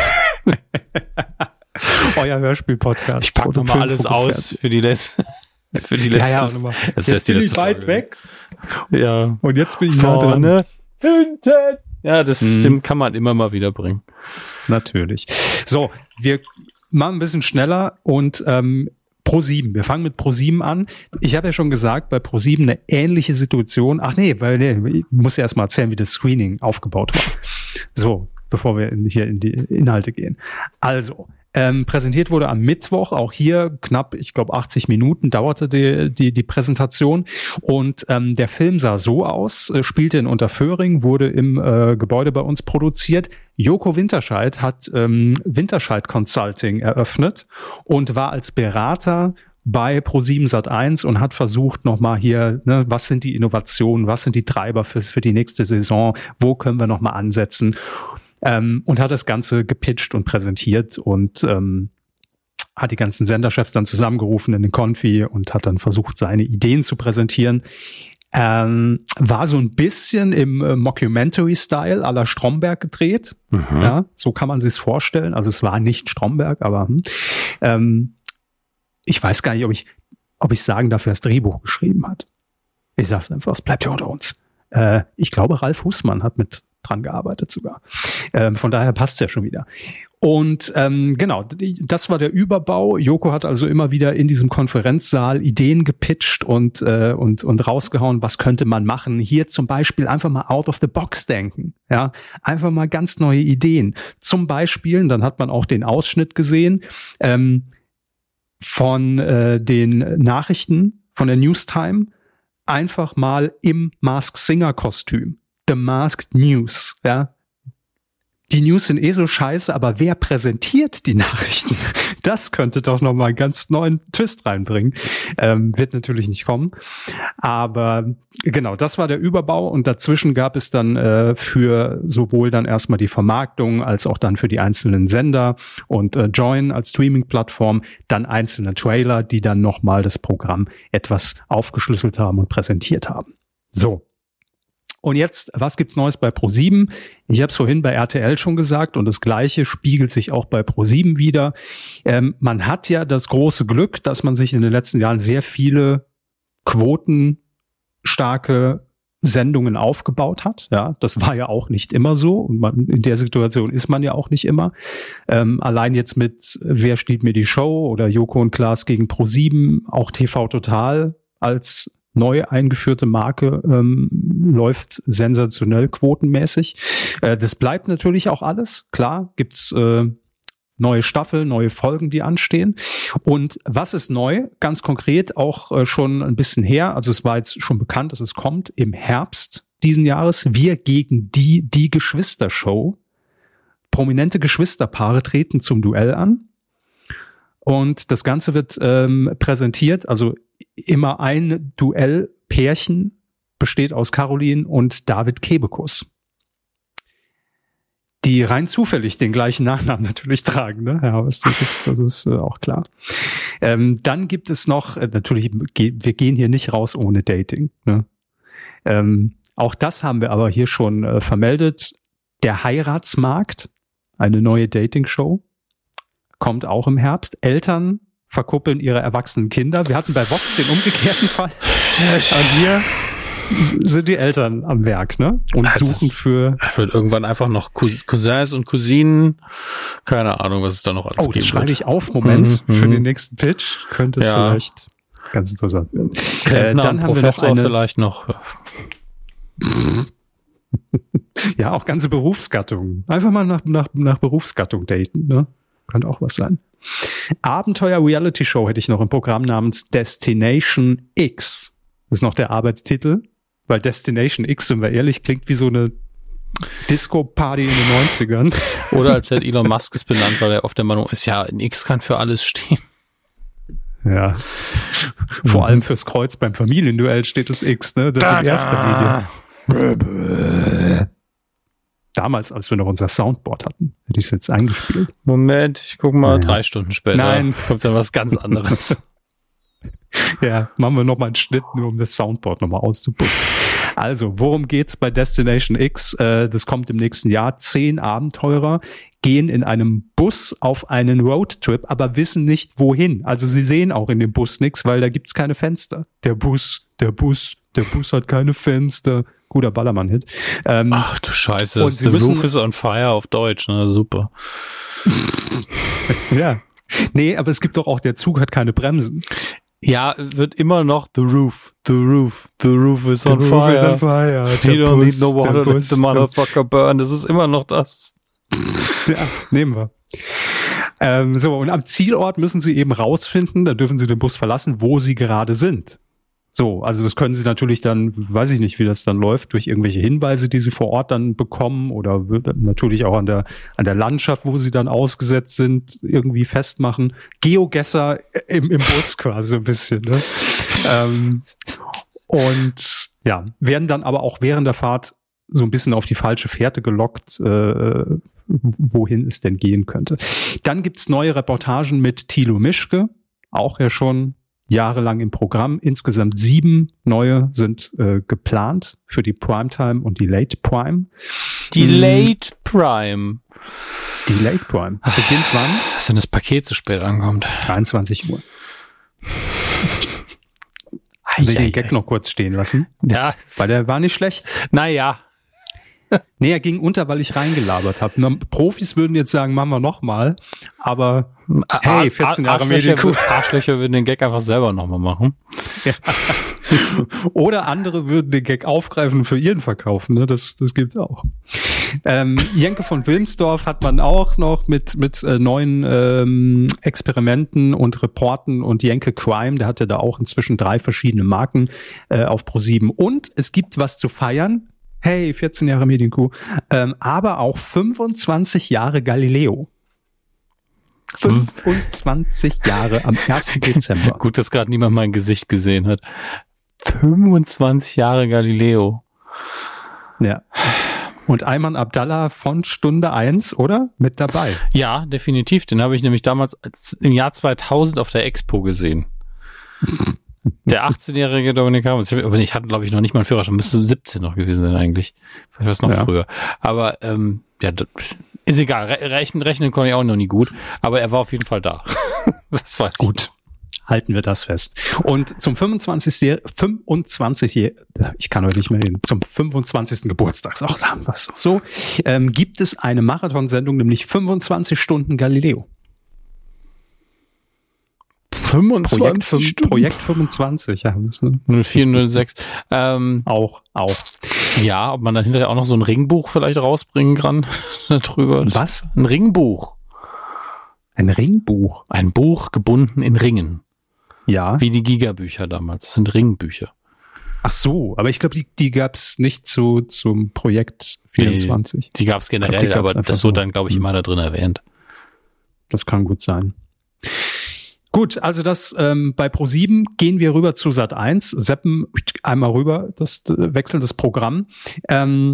Euer Hörspiel-Podcast. Ich packe nochmal alles aus für die letzte. Für die letzte. Ja, ja, nochmal. Das ist Jetzt jetzt die bin letzte ich weit Folge. weg Ja. und jetzt bin ich nah dran. Vorne, hinten. Ja, das Hm. den kann man immer mal wieder bringen. Natürlich. So, wir machen ein bisschen schneller und ähm, ProSieben. Wir fangen mit ProSieben an. Ich habe ja schon gesagt, bei ProSieben eine ähnliche Situation. Ach nee, weil nee, ich muss ja erst mal erzählen, wie das Screening aufgebaut war. So, bevor wir in, hier in die Inhalte gehen. Also, ähm, präsentiert wurde am Mittwoch, auch hier knapp, ich glaube achtzig Minuten dauerte die, die, die Präsentation. Und ähm, der Film sah so aus, äh, spielte in Unterföhring, wurde im äh, Gebäude bei uns produziert. Joko Winterscheid hat ähm, Winterscheid Consulting eröffnet und war als Berater bei ProSieben Sat eins und hat versucht nochmal hier, ne, was sind die Innovationen, was sind die Treiber für, für die nächste Saison, wo können wir nochmal ansetzen. Ähm, und hat das Ganze gepitcht und präsentiert und ähm, hat die ganzen Senderchefs dann zusammengerufen in den Konfi und hat dann versucht, seine Ideen zu präsentieren. Ähm, war so ein bisschen im äh, Mockumentary-Style à la Stromberg gedreht. Mhm. Ja, so kann man sich's vorstellen. Also es war nicht Stromberg, aber hm. ähm, ich weiß gar nicht, ob ich, ob ich sagen darf, wer das Drehbuch geschrieben hat. Ich sag's einfach, es bleibt ja unter uns. Äh, ich glaube, Ralf Husmann hat mit dran gearbeitet sogar. Ähm, von daher passt's ja schon wieder. Und ähm, genau, das war der Überbau. Joko hat also immer wieder in diesem Konferenzsaal Ideen gepitcht und äh, und und rausgehauen, was könnte man machen. Hier zum Beispiel einfach mal out of the box denken. Ja, einfach mal ganz neue Ideen. Zum Beispiel, dann hat man auch den Ausschnitt gesehen ähm, von äh, den Nachrichten von der Newstime, einfach mal im Masked Singer Kostüm. The Masked News, ja. Die News sind eh so scheiße, aber wer präsentiert die Nachrichten? Das könnte doch nochmal einen ganz neuen Twist reinbringen. Ähm, wird natürlich nicht kommen. Aber genau, das war der Überbau und dazwischen gab es dann äh, für sowohl dann erstmal die Vermarktung als auch dann für die einzelnen Sender und äh, Join als Streaming-Plattform dann einzelne Trailer, die dann nochmal das Programm etwas aufgeschlüsselt haben und präsentiert haben. So. Und jetzt, was gibt's Neues bei ProSieben? Ich habe es vorhin bei R T L schon gesagt und das Gleiche spiegelt sich auch bei ProSieben wieder. Ähm, man hat ja das große Glück, dass man sich in den letzten Jahren sehr viele quotenstarke Sendungen aufgebaut hat. Ja, das war ja auch nicht immer so und man, in der Situation ist man ja auch nicht immer. Ähm, allein jetzt mit Wer stiehlt mir die Show oder Joko und Klaas gegen ProSieben, auch T V Total als neu eingeführte Marke ähm, läuft sensationell quotenmäßig. Äh, das bleibt natürlich auch alles. Klar, gibt's äh, neue Staffeln, neue Folgen, die anstehen. Und was ist neu? Ganz konkret auch äh, schon ein bisschen her. Also es war jetzt schon bekannt, dass es kommt im Herbst diesen Jahres. Wir gegen die, die Geschwistershow. Prominente Geschwisterpaare treten zum Duell an. Und das Ganze wird ähm, präsentiert, also immer ein Duellpärchen besteht aus Caroline und David Kebekus, die rein zufällig den gleichen Nachnamen natürlich tragen, ne? Ja, das ist, das ist äh, auch klar. Ähm, dann gibt es noch, äh, natürlich, ge- wir gehen hier nicht raus ohne Dating, ne? Ähm, auch das haben wir aber hier schon äh, vermeldet. Der Heiratsmarkt, eine neue Dating-Show, kommt auch im Herbst. Eltern verkuppeln ihre erwachsenen Kinder. Wir hatten bei Vox den umgekehrten Fall. Und hier sind die Eltern am Werk, ne? Und also suchen für... Es wird irgendwann einfach noch Cousins und Cousinen. Keine Ahnung, was es da noch alles gibt. Oh, das schreibe ich auf. Moment. Mhm, für den nächsten Pitch könnte es ja vielleicht ganz interessant werden. Äh, dann haben Professor wir noch eine... vielleicht noch... Ja, auch ganze Berufsgattungen. Einfach mal nach, nach, nach Berufsgattung daten, ne? Könnte auch was sein. Abenteuer-Reality-Show hätte ich noch im Programm namens Destination X. Das ist noch der Arbeitstitel, weil Destination X, sind wir ehrlich, klingt wie so eine Disco-Party in den neunzigern. Oder als hätte Elon Musk es benannt, weil er oft der Meinung ist, ja, ein X kann für alles stehen. Ja. Vor mhm. allem fürs Kreuz beim Familienduell steht das X, ne? Das da, ist in erster Linie. Damals, als wir noch unser Soundboard hatten, hätte ich es jetzt eingespielt. Moment, ich guck mal, naja. drei Stunden später. Nein. Kommt dann was ganz anderes. Ja, machen wir nochmal einen Schnitt, nur um das Soundboard nochmal auszuputzen. Also, worum geht's bei Destination X? Äh, das kommt im nächsten Jahr. Zehn Abenteurer gehen in einem Bus auf einen Roadtrip, aber wissen nicht, wohin. Also sie sehen auch in dem Bus nichts, weil da gibt's keine Fenster. Der Bus, der Bus, der Bus hat keine Fenster. Guter Ballermann-Hit. Ähm, Ach du Scheiße, The Roof is on Fire auf Deutsch, ne? Super. Ja. Nee, aber es gibt doch auch, der Zug hat keine Bremsen. Ja, wird immer noch The Roof, The Roof, The Roof is on the fire. Roof is on fire. You don't need no water, let the motherfucker burn. Das ist immer noch das. Ja, nehmen wir. Ähm, so, und am Zielort müssen sie eben rausfinden, da dürfen sie den Bus verlassen, wo sie gerade sind. So, also das können sie natürlich dann, weiß ich nicht, wie das dann läuft, durch irgendwelche Hinweise, die sie vor Ort dann bekommen oder natürlich auch an der an der Landschaft, wo sie dann ausgesetzt sind, irgendwie festmachen. Geogesser im, im Bus quasi so ein bisschen. Ne? ähm, und ja, werden dann aber auch während der Fahrt so ein bisschen auf die falsche Fährte gelockt, äh, wohin es denn gehen könnte. Dann gibt's neue Reportagen mit Thilo Mischke, auch ja schon jahrelang im Programm. Insgesamt sieben neue sind äh, geplant für die Primetime und die Late Prime. Die hm. Late Prime. Die Late Prime. Beginnt wann? Dass wenn das Paket zu spät ankommt. dreiundzwanzig Uhr. Ich will den Gag noch kurz stehen lassen. Ja. Weil der war nicht schlecht. Naja. Nee, er ging unter, weil ich reingelabert habe. Profis würden jetzt sagen, machen wir nochmal. Aber hey, vierzehn Jahre Medienkuh. Arschlöcher würden den Gag einfach selber nochmal machen. Ja. Oder andere würden den Gag aufgreifen und für ihren verkaufen. Ne? Das, das gibt's auch. Ähm, Jenke von Wilmsdorf hat man auch noch mit mit äh, neuen ähm, Experimenten und Reporten und Jenke Crime, der hatte da auch inzwischen drei verschiedene Marken äh, auf ProSieben. Und es gibt was zu feiern. Hey, vierzehn Jahre Medienkuh. Ähm, aber auch fünfundzwanzig Jahre Galileo. fünfundzwanzig Jahre am ersten Dezember. Gut, dass gerade niemand mein Gesicht gesehen hat. fünfundzwanzig Jahre Galileo. Ja. Und Ayman Abdallah von Stunde eins, oder? Mit dabei. Ja, definitiv. Den habe ich nämlich damals im Jahr zweitausend auf der Expo gesehen. Der achtzehnjährige Dominik Hammes. Ich hatte, glaube ich, noch nicht mal einen Führerschein. Müsste siebzehn noch gewesen sein eigentlich. Vielleicht war es noch ja. früher. Aber ähm, ja, ist egal. Rechnen, rechnen konnte ich auch noch nie gut. Aber er war auf jeden Fall da. Das weiß ich. Gut. Halten wir das fest. Und zum fünfundzwanzigsten fünfundzwanzig ich kann heute nicht mehr reden, zum fünfundzwanzigsten Geburtstag, auch sagen wir es so, ähm, gibt es eine Marathonsendung, nämlich fünfundzwanzig Stunden Galileo. fünfundzwanzig Projekt, Stunden? Projekt fünfundzwanzig, ja. Ne? null vier null sechs. Ähm, auch, auch. Ja, ob man dann hinterher auch noch so ein Ringbuch vielleicht rausbringen kann darüber. Was? Ein Ringbuch. Ein Ringbuch? Ein Buch gebunden in Ringen. Ja. Wie die Giga-Bücher damals. Das sind Ringbücher. Ach so, aber ich glaube, die, die gab es nicht zu, zum Projekt vierundzwanzig. Nee, die gab es generell, glaub, aber das so. Wurde dann, glaube ich, immer da drin erwähnt. Das kann gut sein. Gut, also das ähm, bei ProSieben gehen wir rüber zu Sat eins, zappen einmal rüber, das äh, wechseln das Programm. Ähm,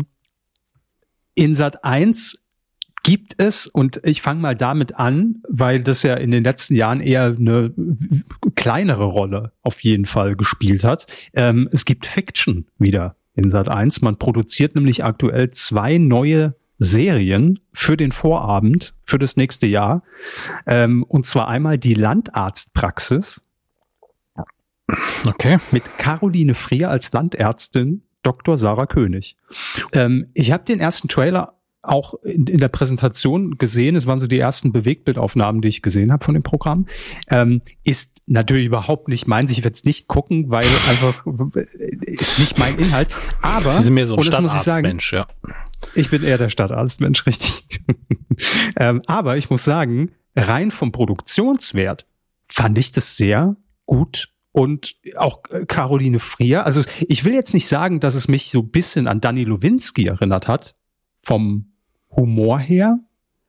in Sat eins gibt es, und ich fange mal damit an, weil das ja in den letzten Jahren eher eine kleinere Rolle auf jeden Fall gespielt hat. Ähm, es gibt Fiction wieder in Sat eins. Man produziert nämlich aktuell zwei neue Serien für den Vorabend, für das nächste Jahr. Ähm, und zwar einmal die Landarztpraxis. Okay. Mit Caroline Frier als Landärztin, Doktor Sarah König. Ähm, ich habe den ersten Trailer auch in, in der Präsentation gesehen. Es waren so die ersten Bewegtbildaufnahmen, die ich gesehen habe von dem Programm. Ähm, ist natürlich überhaupt nicht meins. Ich werde es nicht gucken, weil einfach ist nicht mein Inhalt. Aber Sie sind mehr so ein Stadtarztmensch, ja. Ich bin eher der Stadtarztmensch, richtig. ähm, aber ich muss sagen, rein vom Produktionswert fand ich das sehr gut. Und auch Caroline Frier. Also ich will jetzt nicht sagen, dass es mich so ein bisschen an Danny Lowinski erinnert hat, vom Humor her,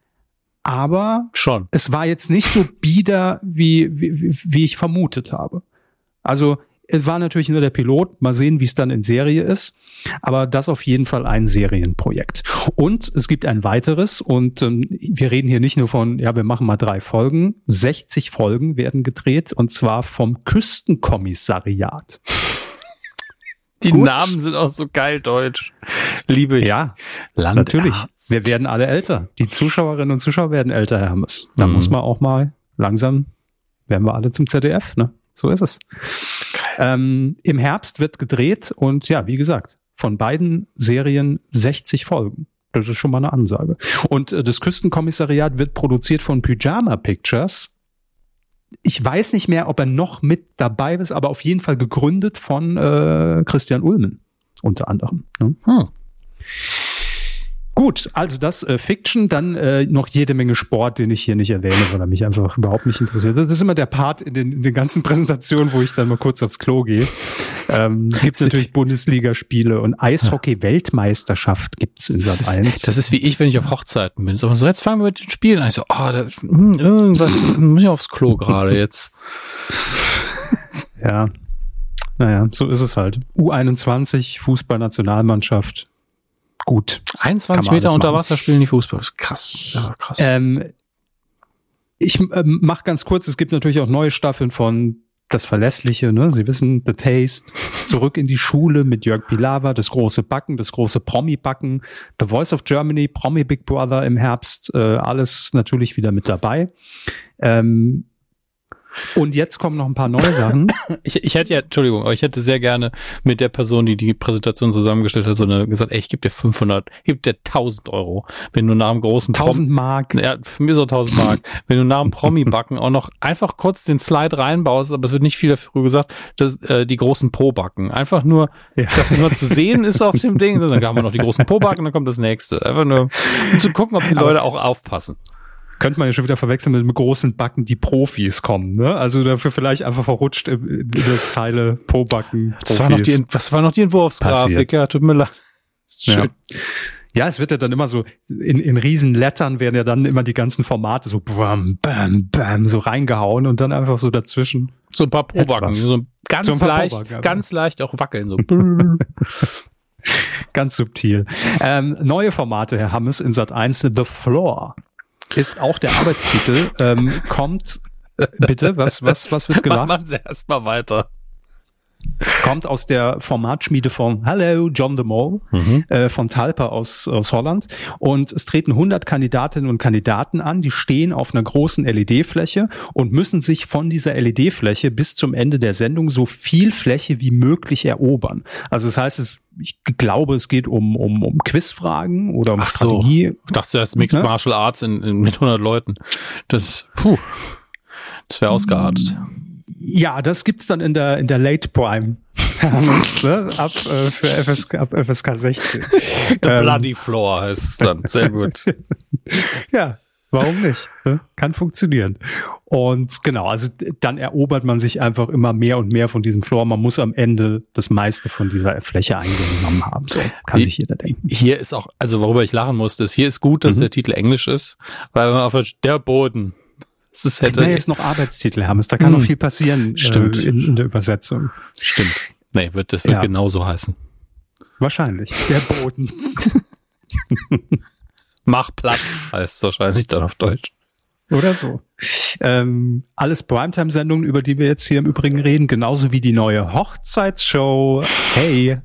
aber schon. Es war jetzt nicht so bieder, wie, wie, wie ich vermutet habe. Also es war natürlich nur der Pilot, mal sehen, wie es dann in Serie ist, aber das auf jeden Fall ein Serienprojekt. Und es gibt ein weiteres, und ähm, wir reden hier nicht nur von, ja, wir machen mal drei Folgen, sechzig Folgen werden gedreht, und zwar vom Küstenkommissariat. Die Gut. Namen sind auch so geil deutsch. Liebe ich. Ja, Landarzt. Natürlich. Wir werden alle älter. Die Zuschauerinnen und Zuschauer werden älter, Herr Hammes. Da mhm. muss man auch mal langsam, werden wir alle zum Z D F, ne? So ist es. Ähm, im Herbst wird gedreht und ja, wie gesagt, von beiden Serien sechzig Folgen. Das ist schon mal eine Ansage. Und äh, das Küstenkommissariat wird produziert von Pyjama Pictures. Ich weiß nicht mehr, ob er noch mit dabei ist, aber auf jeden Fall gegründet von äh, Christian Ulmen, unter anderem. Ne? Hm. Gut, also das äh, Fiction, dann äh, noch jede Menge Sport, den ich hier nicht erwähne, weil er mich einfach überhaupt nicht interessiert. Das ist immer der Part in den, in den ganzen Präsentationen, wo ich dann mal kurz aufs Klo gehe. Ähm, gibt natürlich Bundesligaspiele und Eishockey-Weltmeisterschaft gibt's in Sat eins. Das ist wie ich, wenn ich auf Hochzeiten bin. So, jetzt fangen wir mit den Spielen an. Ich so, oh, das, mh, irgendwas, muss ich aufs Klo gerade jetzt. Ja, naja, so ist es halt. U einundzwanzig, Fußballnationalmannschaft. Gut. einundzwanzig Meter unter Wasser spielen die Fußball. Krass. Ja, krass. Ähm, ich ähm, mach ganz kurz, es gibt natürlich auch neue Staffeln von Das Verlässliche, ne? Sie wissen, The Taste, Zurück in die Schule mit Jörg Pilawa, das große Backen, das große Promi-Backen, The Voice of Germany, Promi Big Brother im Herbst, äh, alles natürlich wieder mit dabei. Ähm, Und jetzt kommen noch ein paar neue Sachen. Ich, ich hätte ja, Entschuldigung, aber ich hätte sehr gerne mit der Person, die die Präsentation zusammengestellt hat, so eine, gesagt, ey, ich gebe dir fünfhundert, ich gebe dir tausend Euro, wenn du nach einem großen tausend Mark. Ja, für mich so tausend Mark. Wenn du nach dem Promi-Backen auch noch einfach kurz den Slide reinbaust, aber es wird nicht viel dafür gesagt, dass äh, die großen Po-Backen. Einfach nur, ja. dass es mal zu sehen ist auf dem Ding. Dann haben wir noch die großen Po-Backen, dann kommt das nächste. Einfach nur, um zu gucken, ob die Leute auch aufpassen. Könnte man ja schon wieder verwechseln mit, mit großen Backen, die Profis kommen, ne? Also dafür vielleicht einfach verrutscht in, in der Zeile Po-Backen. Das war noch die, was war noch die Entwurfsgrafik? Ja, tut mir leid. Schön. Ja. ja, es wird ja dann immer so, in, in riesen Lettern werden ja dann immer die ganzen Formate so bam, bam, bam, so reingehauen und dann einfach so dazwischen. So ein paar Po-Backen, so ganz so leicht, ganz leicht auch wackeln, so. Ganz subtil. Ähm, neue Formate, Herr Hammes, in Sat eins, The Floor. Ist auch der Arbeitstitel, ähm, kommt, bitte, was, was, was wird gemacht? Machen Sie erst mal weiter. Kommt aus der Formatschmiede von Hello, John de Mol, mhm. äh, von Talpa aus, aus Holland. Und es treten hundert Kandidatinnen und Kandidaten an, die stehen auf einer großen L E D-Fläche und müssen sich von dieser L E D-Fläche bis zum Ende der Sendung so viel Fläche wie möglich erobern. Also das heißt, es, ich glaube, es geht um, um, um Quizfragen oder um Ach Strategie. So. Ich dachte zuerst Mixed ne? Martial Arts in, in, mit hundert Leuten. Das, puh, das wäre ausgeartet. Ja, das gibt's dann in der in der Late Prime. ne? Ab äh, für F S K, ab F S K sechzehn. The ähm, Bloody Floor heißt es dann. Sehr gut. Ja, warum nicht? Ne? Kann funktionieren. Und genau, also dann erobert man sich einfach immer mehr und mehr von diesem Floor. Man muss am Ende das meiste von dieser Fläche eingenommen haben. So kann Die, sich jeder denken. Hier ist auch, also worüber ich lachen musste, ist, hier ist gut, dass mhm. der Titel Englisch ist, weil man auf der Boden. Das hätte nee, ist noch Arbeitstitel, Hermes. Da kann hm. noch viel passieren. Stimmt. Äh, in, in der Übersetzung. Stimmt. Nee, wird, das wird ja. genauso heißen. Wahrscheinlich. Der Boden. Mach Platz heißt es wahrscheinlich dann auf Deutsch. Oder so. Ähm, alles Primetime-Sendungen, über die wir jetzt hier im Übrigen reden, genauso wie die neue Hochzeitsshow. Hey.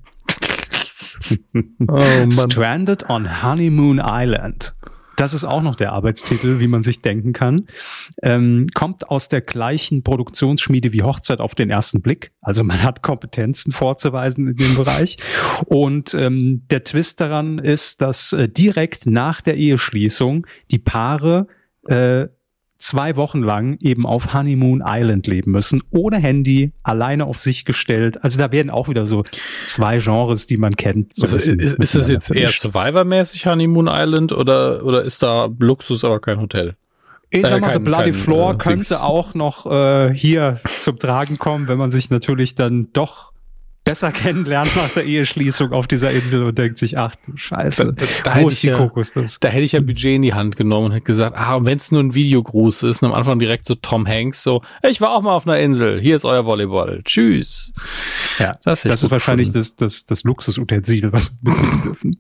oh, Stranded on Honeymoon Island. Das ist auch noch der Arbeitstitel, wie man sich denken kann. Ähm, kommt aus der gleichen Produktionsschmiede wie Hochzeit auf den ersten Blick. Also man hat Kompetenzen vorzuweisen in dem Bereich. Und ähm, der Twist daran ist, dass äh, direkt nach der Eheschließung die Paare äh, zwei Wochen lang eben auf Honeymoon Island leben müssen, ohne Handy, alleine auf sich gestellt. Also da werden auch wieder so zwei Genres, die man kennt. So also ist, ist es jetzt eher Survivor-mäßig Honeymoon Island oder, oder ist da Luxus, aber kein Hotel? Ich sag mal, äh, kein, The Bloody kein, Floor äh, könnte Dings. auch noch äh, hier zum Tragen kommen, wenn man sich natürlich dann doch besser kennenlernt nach der Eheschließung auf dieser Insel und denkt sich, ach du Scheiße, da, da, da wo ist die ja, Kokosnuss? Da hätte ich ja Budget in die Hand genommen und hätte gesagt, ah, und wenn es nur ein Videogruß ist, und am Anfang direkt so Tom Hanks, so, ich war auch mal auf einer Insel, hier ist euer Volleyball, tschüss. Ja, das, das ist wahrscheinlich das, das, das Luxusutensil, was wir mitnehmen dürfen.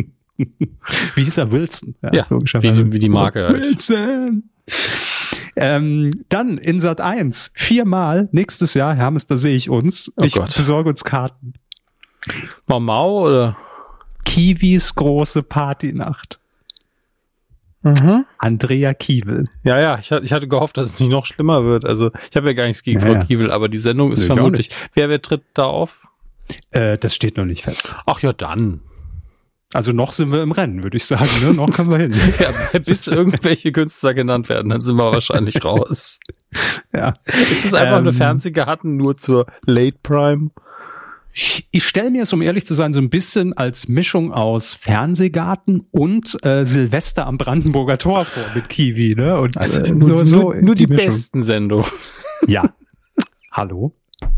Wie hieß er? Wilson. Ja, ja logischerweise. Wie, wie die Marke halt. Wilson! Ähm, dann in Sat eins viermal nächstes Jahr, Hermes, da sehe ich uns. Oh ich Gott. besorge uns Karten. Mau Mau oder? Kiwis große Partynacht. Mhm. Andrea Kiewel. Ja, ja, ich, ich hatte gehofft, dass es nicht noch schlimmer wird. Also ich habe ja gar nichts gegen ja, Frau ja. Kiewel, aber die Sendung ist Nee, vermutlich. Wer, wer tritt da auf? Äh, das steht noch nicht fest. Ach ja, dann. Also noch sind wir im Rennen, würde ich sagen. Ne? Noch können wir hin. Ja, bis irgendwelche Künstler genannt werden, dann sind wir wahrscheinlich raus. Ja. Es ist einfach ähm, eine Fernsehgarten nur zur Late Prime. Ich, ich stelle mir es, um ehrlich zu sein, so ein bisschen als Mischung aus Fernsehgarten und äh, Silvester am Brandenburger Tor vor mit Kiwi, ne? Und also äh, nur, so, so nur, nur die, die Mischung. besten Sendungen. Ja. Hallo?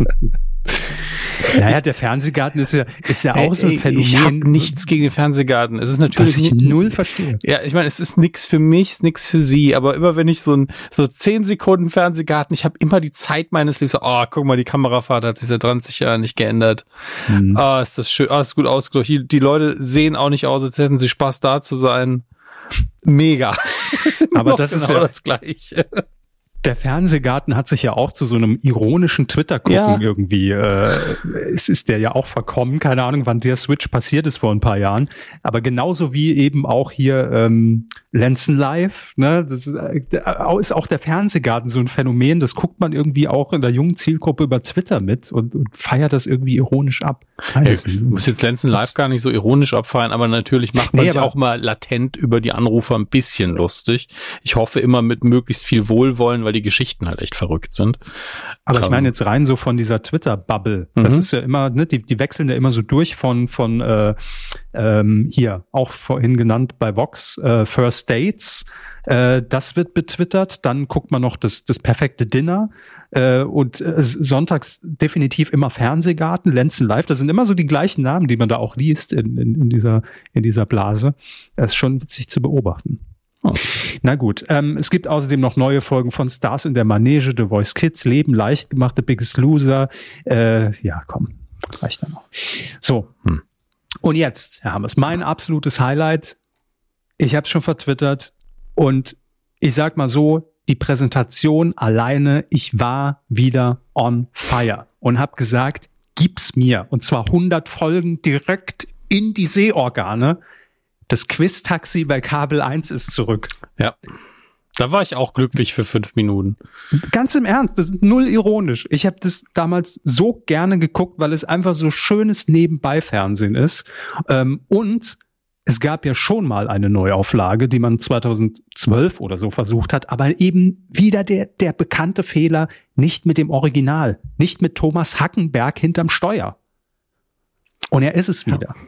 Naja, der Fernsehgarten ist ja, ist ja auch so ein Phänomen. Ich habe nichts gegen den Fernsehgarten. Es ist natürlich was ich null verstehe. Ja, ich meine, es ist nix für mich, ist nix für sie, aber immer wenn ich so ein so zehn Sekunden Fernsehgarten, ich habe immer die Zeit meines Lebens, so, oh, guck mal, die Kamerafahrt hat sich seit dreißig Jahren nicht geändert. Hm. Ah, ist das schön, ah, ist gut ausgedrückt. Die, die Leute sehen auch nicht aus, als hätten sie Spaß da zu sein. Mega. Das ist aber das genau ist ja das Gleiche. Der Fernsehgarten hat sich ja auch zu so einem ironischen Twitter-Gucken Ja. irgendwie, äh, es ist der ja auch verkommen, keine Ahnung, wann der Switch passiert ist vor ein paar Jahren, aber genauso wie eben auch hier ähm, Lenzen Live, ne, das ist, äh, ist auch der Fernsehgarten so ein Phänomen, das guckt man irgendwie auch in der jungen Zielgruppe über Twitter mit und, und feiert das irgendwie ironisch ab. Ich hey, muss jetzt Lenzen Live gar nicht so ironisch abfeiern, aber natürlich macht man nee, sich auch mal latent über die Anrufer ein bisschen lustig. Ich hoffe immer mit möglichst viel Wohlwollen, weil die Geschichten halt echt verrückt sind. Aber ähm, ich meine jetzt rein so von dieser Twitter-Bubble. Mhm. Das ist ja immer, ne, die, die wechseln ja immer so durch von, von äh, ähm, hier, auch vorhin genannt bei Vox, äh, First Dates. Äh, das wird betwittert. Dann guckt man noch das, das perfekte Dinner. Äh, und äh, sonntags definitiv immer Fernsehgarten, Lenzen Live. Das sind immer so die gleichen Namen, die man da auch liest in, in, in, dieser, in dieser Blase. Das ist schon witzig zu beobachten. Oh. Na gut, ähm, es gibt außerdem noch neue Folgen von Stars in der Manege, The Voice Kids, Leben leicht gemacht, The Biggest Loser. Äh, ja, komm, reicht dann noch. So, hm. Und jetzt, Herr Hammers, mein absolutes Highlight. Ich habe es schon vertwittert und ich sag mal so, die Präsentation alleine, ich war wieder on fire und habe gesagt, gib's mir. Und zwar hundert Folgen direkt in die Sehorgane. Das Quiz-Taxi bei Kabel eins ist zurück. Ja, da war ich auch glücklich für fünf Minuten. Ganz im Ernst, das ist null ironisch. Ich habe das damals so gerne geguckt, weil es einfach so schönes Nebenbei-Fernsehen ist. Ähm, und es gab ja schon mal eine Neuauflage, die man zweitausendzwölf oder so versucht hat, aber eben wieder der, der bekannte Fehler, nicht mit dem Original, nicht mit Thomas Hackenberg hinterm Steuer. Und er ist es wieder. Ja.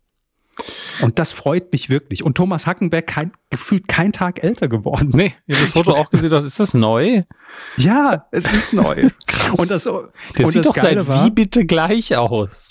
Und das freut mich wirklich. Und Thomas Hackenberg kein, gefühlt kein Tag älter geworden. Nee, ich habe das Foto auch gesehen. Ist das neu? Ja, es ist neu. Krass. Und das, Der und sieht das doch seit Geile war, wie bitte gleich aus.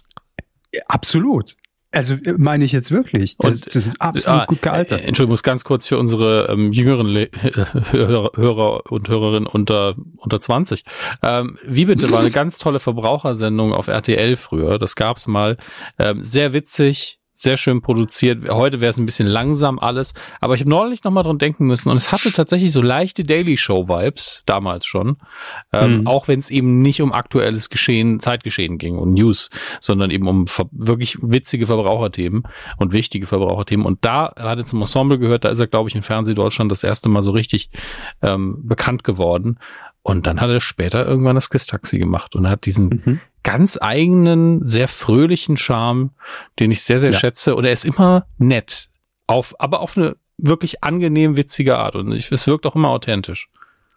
Absolut. Also meine ich jetzt wirklich. Das, Und, das ist absolut ah, gut gealtert. Äh, Entschuldigung, muss ganz kurz für unsere ähm, jüngeren Le- Hörer, Hörer und Hörerinnen unter unter zwanzig. Ähm, Wie bitte war eine ganz tolle Verbrauchersendung auf R T L früher. Das gab's mal. Ähm, sehr witzig. Sehr schön produziert. Heute wäre es ein bisschen langsam alles. Aber ich habe neulich noch mal dran denken müssen. Und es hatte tatsächlich so leichte Daily Show-Vibes, damals schon. Ähm, mhm. Auch wenn es eben nicht um aktuelles Geschehen, Zeitgeschehen ging und News, sondern eben um ver- wirklich witzige Verbraucherthemen und wichtige Verbraucherthemen. Und da hat er zum Ensemble gehört. Da ist er, glaube ich, in Fernsehdeutschland das erste Mal so richtig ähm, bekannt geworden. Und dann hat er später irgendwann das Quiz-Taxi gemacht und hat diesen mhm. ganz eigenen, sehr fröhlichen Charme, den ich sehr, sehr ja. schätze. Und er ist immer nett, auf, aber auf eine wirklich angenehm witzige Art. Und ich, es wirkt auch immer authentisch.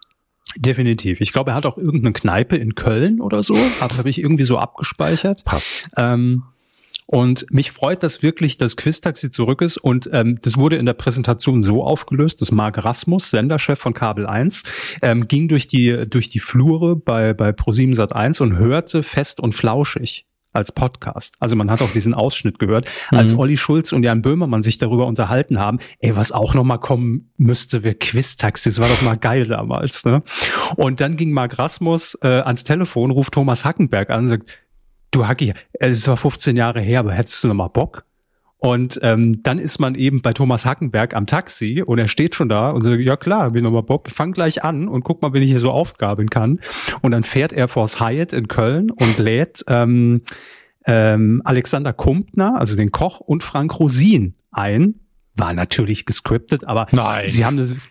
Definitiv. Ich glaube, er hat auch irgendeine Kneipe in Köln oder so. Das habe ich irgendwie so abgespeichert. Passt. Ähm, Und mich freut das wirklich, dass Quiz-Taxi zurück ist. Und ähm, das wurde in der Präsentation so aufgelöst, dass Marc Rasmus, Senderchef von Kabel eins, ähm, ging durch die durch die Flure bei bei ProSieben Sat eins und hörte Fest und Flauschig als Podcast. Also man hat auch diesen Ausschnitt gehört, als mhm. Olli Schulz und Jan Böhmermann sich darüber unterhalten haben, ey, was auch noch mal kommen müsste, wäre Quiz-Taxi. Das war doch mal geil damals, ne? Und dann ging Marc Rasmus äh, ans Telefon, ruft Thomas Hackenberg an und sagt, du Hacki, es war fünfzehn Jahre her, aber hättest du noch mal Bock? Und ähm, dann ist man eben bei Thomas Hackenberg am Taxi und er steht schon da und sagt, ja klar, hab ich noch mal Bock, ich fang gleich an und guck mal, wen ich hier so aufgabeln kann. Und dann fährt er vors Hyatt in Köln und lädt ähm, ähm, Alexander Kumpner, also den Koch, und Frank Rosin ein. War natürlich gescriptet, aber Nein. sie haben das...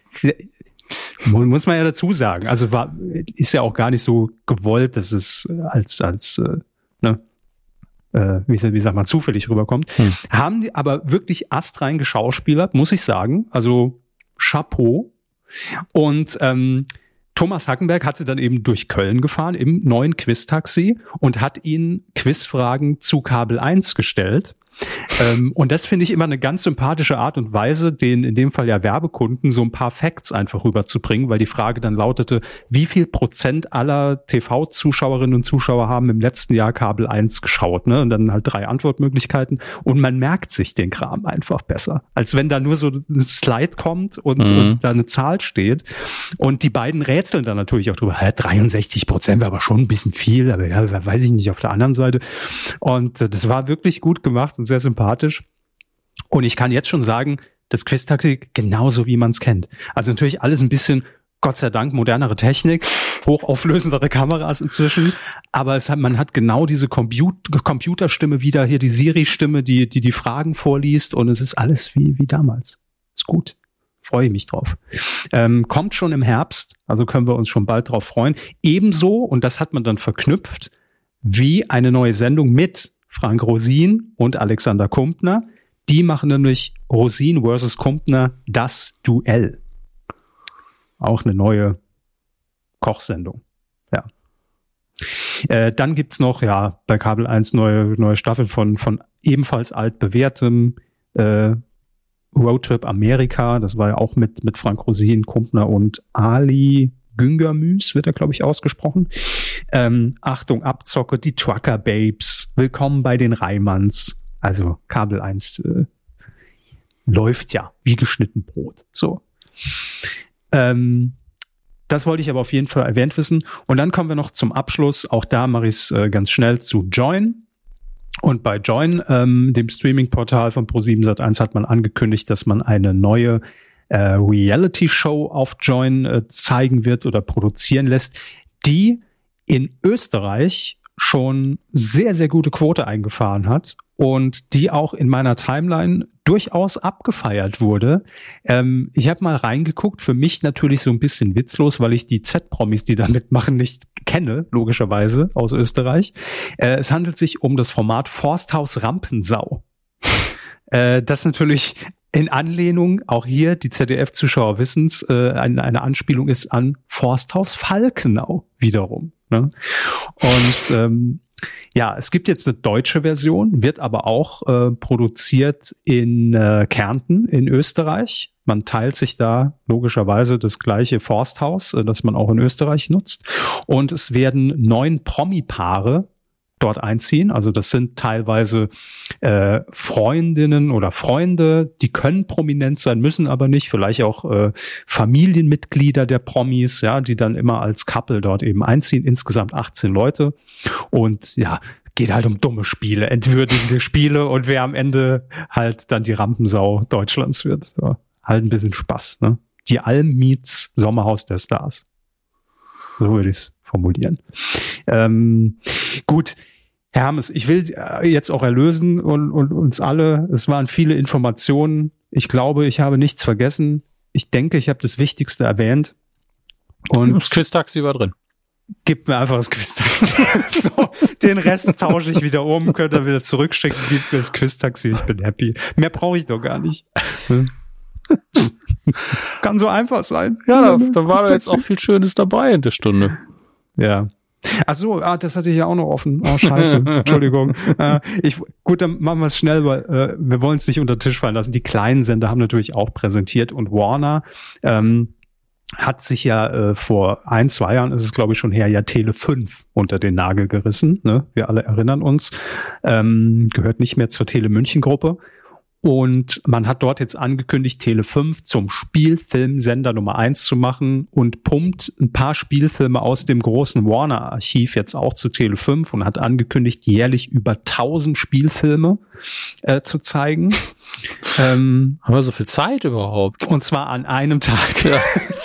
Muss man ja dazu sagen. Also war ist ja auch gar nicht so gewollt, dass es als als äh, ne, äh, wie, wie sagt man, zufällig rüberkommt. Hm. Haben die aber wirklich astrein geschauspielert, muss ich sagen. Also Chapeau. Und ähm, Thomas Hackenberg hat sie dann eben durch Köln gefahren im neuen Quiz-Taxi und hat ihnen Quizfragen zu Kabel eins gestellt. Ähm, und das finde ich immer eine ganz sympathische Art und Weise, den in dem Fall ja Werbekunden so ein paar Facts einfach rüberzubringen, weil die Frage dann lautete, wie viel Prozent aller T V-Zuschauerinnen und Zuschauer haben im letzten Jahr Kabel eins geschaut, ne? Und dann halt drei Antwortmöglichkeiten und man merkt sich den Kram einfach besser, als wenn da nur so ein Slide kommt und, mhm. und da eine Zahl steht und die beiden rätseln dann natürlich auch drüber, ja, dreiundsechzig Prozent wäre aber schon ein bisschen viel, aber ja, weiß ich nicht, auf der anderen Seite und äh, das war wirklich gut gemacht und sehr sympathisch. Und ich kann jetzt schon sagen, das Quiz-Taxi genauso wie man es kennt. Also natürlich alles ein bisschen, Gott sei Dank, modernere Technik, hochauflösendere Kameras inzwischen, aber es hat, man hat genau diese Comput- Computerstimme wieder, hier die Siri-Stimme, die, die die Fragen vorliest und es ist alles wie, wie damals. Ist gut. Freue ich mich drauf. Ähm, kommt schon im Herbst, also können wir uns schon bald drauf freuen. Ebenso, und das hat man dann verknüpft, wie eine neue Sendung mit Frank Rosin und Alexander Kumpner. Die machen nämlich Rosin versus Kumpner das Duell. Auch eine neue Kochsendung. Ja. Äh, dann gibt's noch, ja, bei Kabel eins neue, neue Staffel von, von ebenfalls altbewährtem äh, Roadtrip Amerika. Das war ja auch mit, mit Frank Rosin, Kumpner und Ali Güngermüs, wird er, glaube ich, ausgesprochen. Ähm, Achtung, Abzocke, die Trucker Babes, willkommen bei den Reimanns. Also Kabel eins äh, läuft ja wie geschnitten Brot. So. Ähm, das wollte ich aber auf jeden Fall erwähnt wissen. Und dann kommen wir noch zum Abschluss. Auch da mache ich es äh, ganz schnell zu Join. Und bei Join, ähm, dem Streaming-Portal von ProSieben Sat eins, hat man angekündigt, dass man eine neue äh, Reality-Show auf Join äh, zeigen wird oder produzieren lässt, die in Österreich schon sehr, sehr gute Quote eingefahren hat und die auch in meiner Timeline durchaus abgefeiert wurde. Ähm, ich habe mal reingeguckt, für mich natürlich so ein bisschen witzlos, weil ich die Z-Promis, die da mitmachen, nicht kenne, logischerweise, aus Österreich. Äh, es handelt sich um das Format Forsthaus Rampensau. äh, das natürlich in Anlehnung, auch hier, die Z D F-Zuschauer wissen's, äh, eine, eine Anspielung ist an Forsthaus Falkenau wiederum. Ne? Und ähm, ja, es gibt jetzt eine deutsche Version, wird aber auch äh, produziert in äh, Kärnten in Österreich. Man teilt sich da logischerweise das gleiche Forsthaus, äh, das man auch in Österreich nutzt. Und es werden neun Promi-Paare dort einziehen. Also das sind teilweise äh, Freundinnen oder Freunde, die können prominent sein, müssen aber nicht. Vielleicht auch äh, Familienmitglieder der Promis, ja, die dann immer als Couple dort eben einziehen. Insgesamt achtzehn Leute. Und ja, geht halt um dumme Spiele, entwürdigende Spiele und wer am Ende halt dann die Rampensau Deutschlands wird. Ja, halt ein bisschen Spaß, ne? Die Alm meets Sommerhaus der Stars. So würde ich es formulieren. Ähm, gut, Herr Hammes, ich will jetzt auch erlösen und, und uns alle. Es waren viele Informationen. Ich glaube, ich habe nichts vergessen. Ich denke, ich habe das Wichtigste erwähnt. Und das Quiz-Taxi war drin. Gib mir einfach das Quiz-Taxi. So, den Rest tausche ich wieder um, könnt ihr wieder zurückschicken. Gib mir das Quiz-Taxi, ich bin happy. Mehr brauche ich doch gar nicht. Kann so einfach sein. Ja, da, da war da jetzt auch viel Schönes dabei in der Stunde. Ja. Ach so, ah, das hatte ich ja auch noch offen. Oh, scheiße. Entschuldigung. äh, ich, gut, dann machen wir es schnell, weil äh, wir wollen es nicht unter den Tisch fallen lassen. Die kleinen Sender haben natürlich auch präsentiert und Warner ähm, hat sich ja äh, vor ein, zwei Jahren, ist es glaube ich schon her, ja Tele fünf unter den Nagel gerissen. Ne? Wir alle erinnern uns. Ähm, gehört nicht mehr zur Tele München Gruppe. Und man hat dort jetzt angekündigt, Tele fünf zum Spielfilmsender Nummer eins zu machen und pumpt ein paar Spielfilme aus dem großen Warner-Archiv jetzt auch zu Tele fünf und hat angekündigt, jährlich über tausend Spielfilme äh, zu zeigen. Ähm, Haben wir so viel Zeit überhaupt? Und zwar an einem Tag. Ja.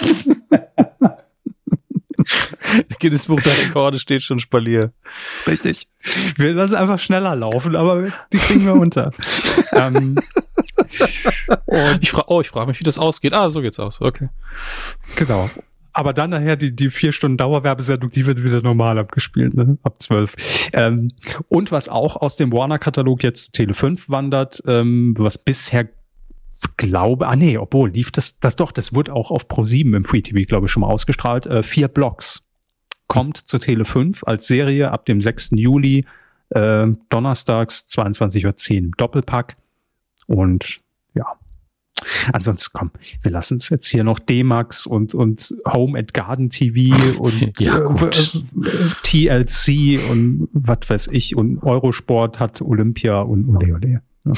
Guinness Buch der Rekorde steht schon Spalier. Das ist richtig. Wir lassen einfach schneller laufen, aber die kriegen wir unter. ähm, und ich frage, oh, ich frage mich, wie das ausgeht. Ah, so geht's aus. Okay. Genau. Aber dann nachher die, die vier Stunden Dauerwerbesendung, die wird wieder normal abgespielt, ne? Ab zwölf. Ähm, und was auch aus dem Warner-Katalog jetzt Tele fünf wandert, ähm, was bisher glaube, ah nee, obwohl, lief das, das doch, das wurde auch auf ProSieben im Free T V, glaube ich, schon mal ausgestrahlt. Äh, vier Blocks kommt zur Tele fünf als Serie ab dem sechsten Juli, äh, donnerstags zweiundzwanzig Uhr zehn im Doppelpack. Und ja, ansonsten komm, wir lassen es jetzt hier noch D-Max und, und Home and Garden T V und ja, äh, äh, T L C und was weiß ich und Eurosport hat Olympia und ole ole. Ja.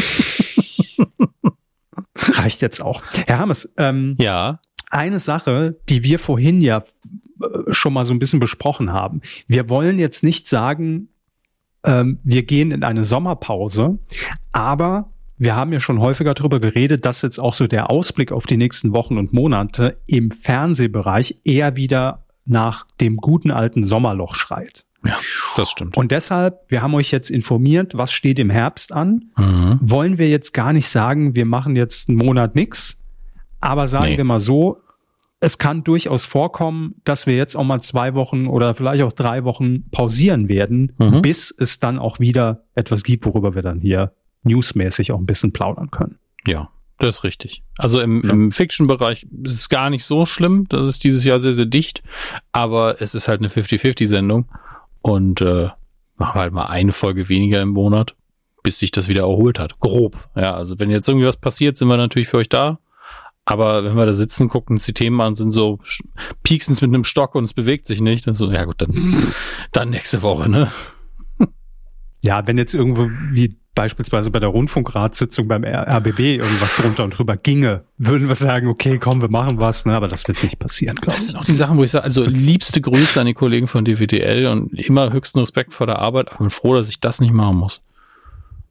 Reicht jetzt auch. Herr Hammes, ähm, ja. Eine Sache, die wir vorhin ja schon mal so ein bisschen besprochen haben. Wir wollen jetzt nicht sagen, ähm, wir gehen in eine Sommerpause, aber wir haben ja schon häufiger darüber geredet, dass jetzt auch so der Ausblick auf die nächsten Wochen und Monate im Fernsehbereich eher wieder nach dem guten alten Sommerloch schreit. Ja, das stimmt. Und deshalb, wir haben euch jetzt informiert, was steht im Herbst an. Mhm. Wollen wir jetzt gar nicht sagen, wir machen jetzt einen Monat nix, aber sagen nee. wir mal so, es kann durchaus vorkommen, dass wir jetzt auch mal zwei Wochen oder vielleicht auch drei Wochen pausieren werden, mhm. bis es dann auch wieder etwas gibt, worüber wir dann hier newsmäßig auch ein bisschen plaudern können. Ja, das ist richtig. Also im, ja. im Fiction-Bereich ist es gar nicht so schlimm. Das ist dieses Jahr sehr, sehr dicht. Aber es ist halt eine fifty fifty Sendung. Und äh, machen wir halt mal eine Folge weniger im Monat, bis sich das wieder erholt hat. Grob. Ja, also wenn jetzt irgendwie was passiert, sind wir natürlich für euch da. Aber wenn wir da sitzen, gucken uns die Themen an, sind so, pieksen es mit einem Stock und es bewegt sich nicht. Dann so, ja gut, dann, dann nächste Woche, ne? Ja, wenn jetzt irgendwo, wie beispielsweise bei der Rundfunkratssitzung beim R B B irgendwas drunter und drüber ginge, würden wir sagen, okay, komm, wir machen was, ne? Aber das wird nicht passieren, glaube ich. Das sind auch die Sachen, wo ich sage, also liebste Grüße an die Kollegen von D W D L und immer höchsten Respekt vor der Arbeit, aber bin froh, dass ich das nicht machen muss.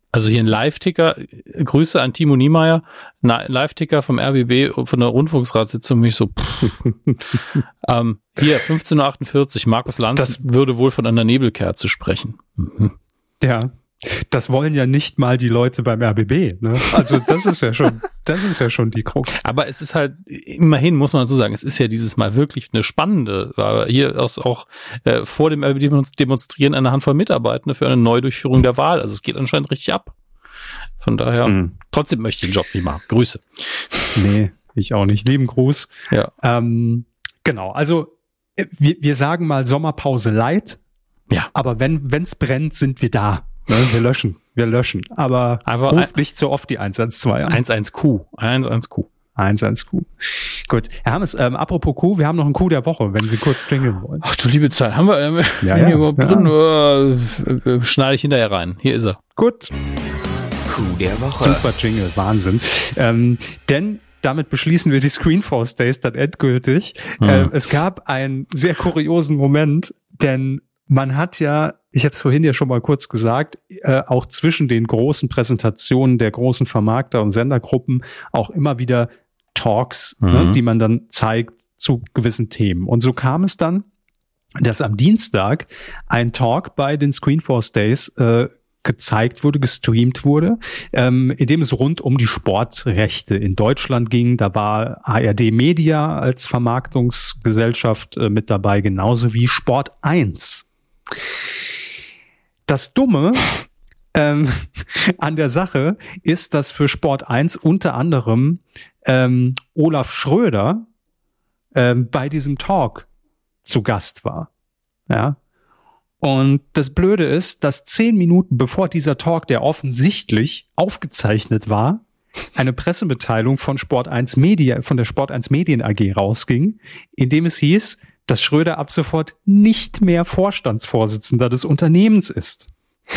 Also hier ein Live-Ticker, Grüße an Timo Niemeyer, Live-Ticker vom R B B von der Rundfunksratssitzung, mich so, ähm, hier, fünfzehn Uhr achtundvierzig, Markus Lanz das würde wohl von einer Nebelkerze sprechen. Mhm. Ja, das wollen ja nicht mal die Leute beim R B B, ne? Also das ist ja schon, das ist ja schon die Krux. Aber es ist halt, immerhin muss man dazu sagen, es ist ja dieses Mal wirklich eine spannende, weil hier aus auch äh, vor dem R B B demonstrieren eine Handvoll Mitarbeitende für eine Neudurchführung der Wahl. Also es geht anscheinend richtig ab. Von daher, mhm. trotzdem möchte ich den Job nicht machen. Grüße. Nee, ich auch nicht. Lieben Gruß. Ja. Ähm, genau, also wir, wir sagen mal Sommerpause light. Ja. Aber wenn wenn's brennt, sind wir da. Ne, wir löschen, wir löschen. Aber einfach ruft nicht so oft die eins eins zwei an. eins eins Q. eins eins Q. eins eins Q. Gut. Herr Hammes, ähm, apropos Q, wir haben noch einen Q der Woche, wenn Sie kurz jingeln wollen. Ach du liebe Zeit, haben wir ähm, ja, ja, hier überhaupt ja. drin? Äh, schneide ich hinterher rein. Hier ist er. Gut. Q der Woche. Super Jingle, Wahnsinn. Ähm, denn damit beschließen wir die Screenforce Days dann endgültig. Mhm. Ähm, es gab einen sehr kuriosen Moment, denn man hat ja, ich habe es vorhin ja schon mal kurz gesagt, äh, auch zwischen den großen Präsentationen der großen Vermarkter und Sendergruppen auch immer wieder Talks, mhm. ne, die man dann zeigt zu gewissen Themen. Und so kam es dann, dass am Dienstag ein Talk bei den Screenforce Days äh, gezeigt wurde, gestreamt wurde, ähm, in dem es rund um die Sportrechte in Deutschland ging. Da war A R D Media als Vermarktungsgesellschaft äh, mit dabei, genauso wie Sport eins. Das Dumme ähm, an der Sache ist, dass für Sport eins unter anderem ähm, Olaf Schröder ähm, bei diesem Talk zu Gast war. Ja. Und das Blöde ist, dass zehn Minuten bevor dieser Talk, der offensichtlich aufgezeichnet war, eine Pressemitteilung von Sport eins Media, von der Sport eins Medien A G rausging, in dem es hieß, dass Schröder ab sofort nicht mehr Vorstandsvorsitzender des Unternehmens ist.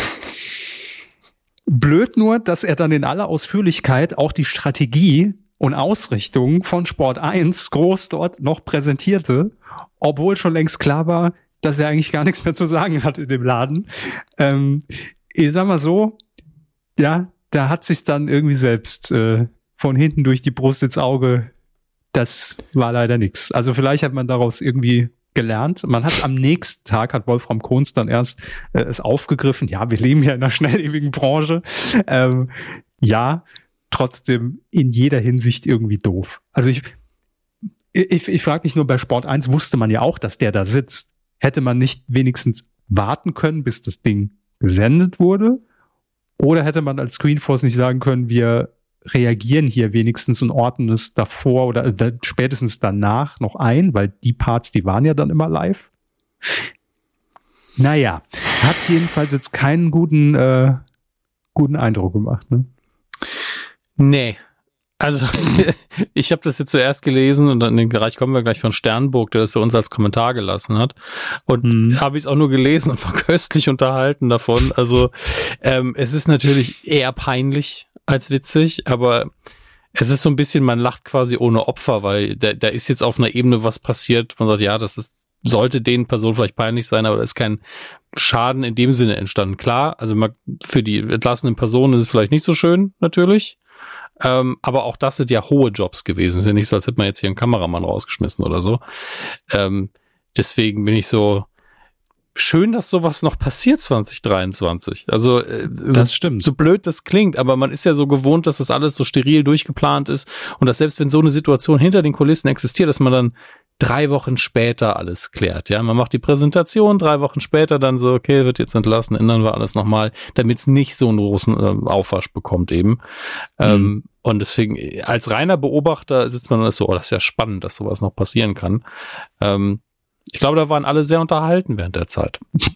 Blöd nur, dass er dann in aller Ausführlichkeit auch die Strategie und Ausrichtung von Sport eins groß dort noch präsentierte, obwohl schon längst klar war, dass er eigentlich gar nichts mehr zu sagen hat in dem Laden. Ähm, ich sag mal so, ja, da hat sich dann irgendwie selbst äh, von hinten durch die Brust ins Auge. Das war leider nix. Also vielleicht hat man daraus irgendwie gelernt. Man hat am nächsten Tag, hat Wolfram Kohns dann erst äh, es aufgegriffen. Ja, wir leben ja in einer schnelllebigen Branche. Ähm, ja, trotzdem in jeder Hinsicht irgendwie doof. Also ich, ich, ich frage mich nur, bei Sport eins wusste man ja auch, dass der da sitzt. Hätte man nicht wenigstens warten können, bis das Ding gesendet wurde? Oder hätte man als Screenforce nicht sagen können, wir reagieren hier wenigstens und ordnen es davor oder äh, spätestens danach noch ein, weil die Parts, die waren ja dann immer live. Naja, hat jedenfalls jetzt keinen guten, äh, guten Eindruck gemacht, ne? Nee. Also, ich habe das jetzt zuerst gelesen und dann in den Bereich kommen wir gleich von Sternburg, der das bei uns als Kommentar gelassen hat. Und hm. habe ich es auch nur gelesen und war köstlich unterhalten davon. Also, ähm, es ist natürlich eher peinlich als witzig, aber es ist so ein bisschen, man lacht quasi ohne Opfer, weil da, da ist jetzt auf einer Ebene was passiert. Man sagt, ja, das ist, sollte den Personen vielleicht peinlich sein, aber da ist kein Schaden in dem Sinne entstanden. Klar, also man, für die entlassenen Personen ist es vielleicht nicht so schön, natürlich. Ähm, aber auch das sind ja hohe Jobs gewesen. Es ist ja nicht so, als hätte man jetzt hier einen Kameramann rausgeschmissen oder so. Ähm, deswegen bin ich so, schön, dass sowas noch passiert zwanzig dreiundzwanzig. Also äh, das so, stimmt. So blöd das klingt, aber man ist ja so gewohnt, dass das alles so steril durchgeplant ist und dass selbst wenn so eine Situation hinter den Kulissen existiert, dass man dann drei Wochen später alles klärt. Ja, man macht die Präsentation, drei Wochen später dann so, okay, wird jetzt entlassen, ändern wir alles nochmal, damit es nicht so einen großen äh, Aufwasch bekommt eben. Mhm. Ähm, und deswegen, als reiner Beobachter sitzt man dann so, oh, das ist ja spannend, dass sowas noch passieren kann. Ähm, Ich glaube, da waren alle sehr unterhalten während der Zeit.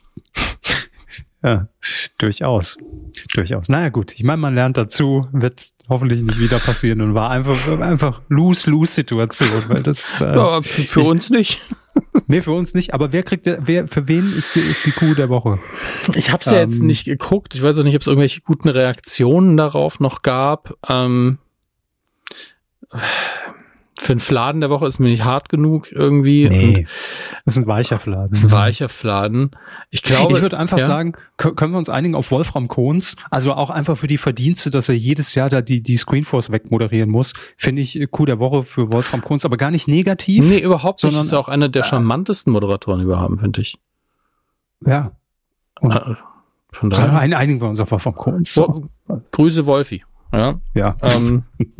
Ja, durchaus. Durchaus. Naja, gut. Ich meine, man lernt dazu, wird hoffentlich nicht wieder passieren und war einfach, einfach Lose-Lose-Situation, weil das, äh, ja, für, für ich, uns nicht. Nee, für uns nicht. Aber wer kriegt der, wer, für wen ist die, ist die Kuh der Woche? Ich habe es ja ähm, jetzt nicht geguckt. Ich weiß auch nicht, ob es irgendwelche guten Reaktionen darauf noch gab. Ähm, für einen Fladen der Woche ist mir nicht hart genug irgendwie. Nee, und das ist ein weicher Fladen. Das ist ein weicher Fladen. Ich glaube, ich würde einfach ja? sagen, können wir uns einigen auf Wolfram Kons? Also auch einfach für die Verdienste, dass er jedes Jahr da die, die Screenforce wegmoderieren muss. Finde ich Coup der Woche für Wolfram Kons, aber gar nicht negativ. Nee, überhaupt nicht. Sondern, ist ja auch einer der charmantesten Moderatoren, die wir haben, finde ich. Ja. Und äh, von daher. Ein, einigen wir uns auf Wolfram Kons. So. Grüße Wolfi. Ja. Ja. Ähm.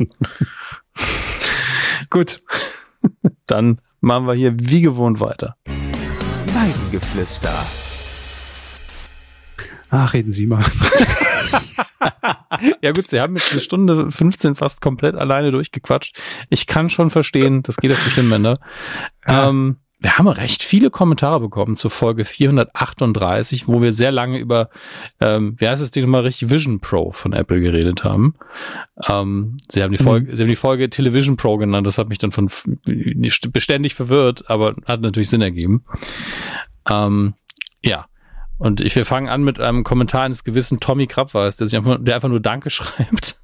Gut. Dann machen wir hier wie gewohnt weiter. Weidengeflüster. Ach, reden Sie mal. Ja gut, Sie haben jetzt eine Stunde fünfzehn fast komplett alleine durchgequatscht. Ich kann schon verstehen, das geht auf die Stimmbänder. Ja. Ähm, wir haben recht viele Kommentare bekommen zur Folge vierhundertachtunddreißig, wo wir sehr lange über, ähm, wie heißt das Ding nochmal richtig, Vision Pro von Apple geredet haben. Ähm, sie haben die Folge, mhm. sie haben die Folge Television Pro genannt, das hat mich dann von beständig verwirrt, aber hat natürlich Sinn ergeben. Ähm, ja. Und ich, wir fangen an mit einem Kommentar eines gewissen Tommy Krabweis, der sich einfach, der einfach nur Danke schreibt.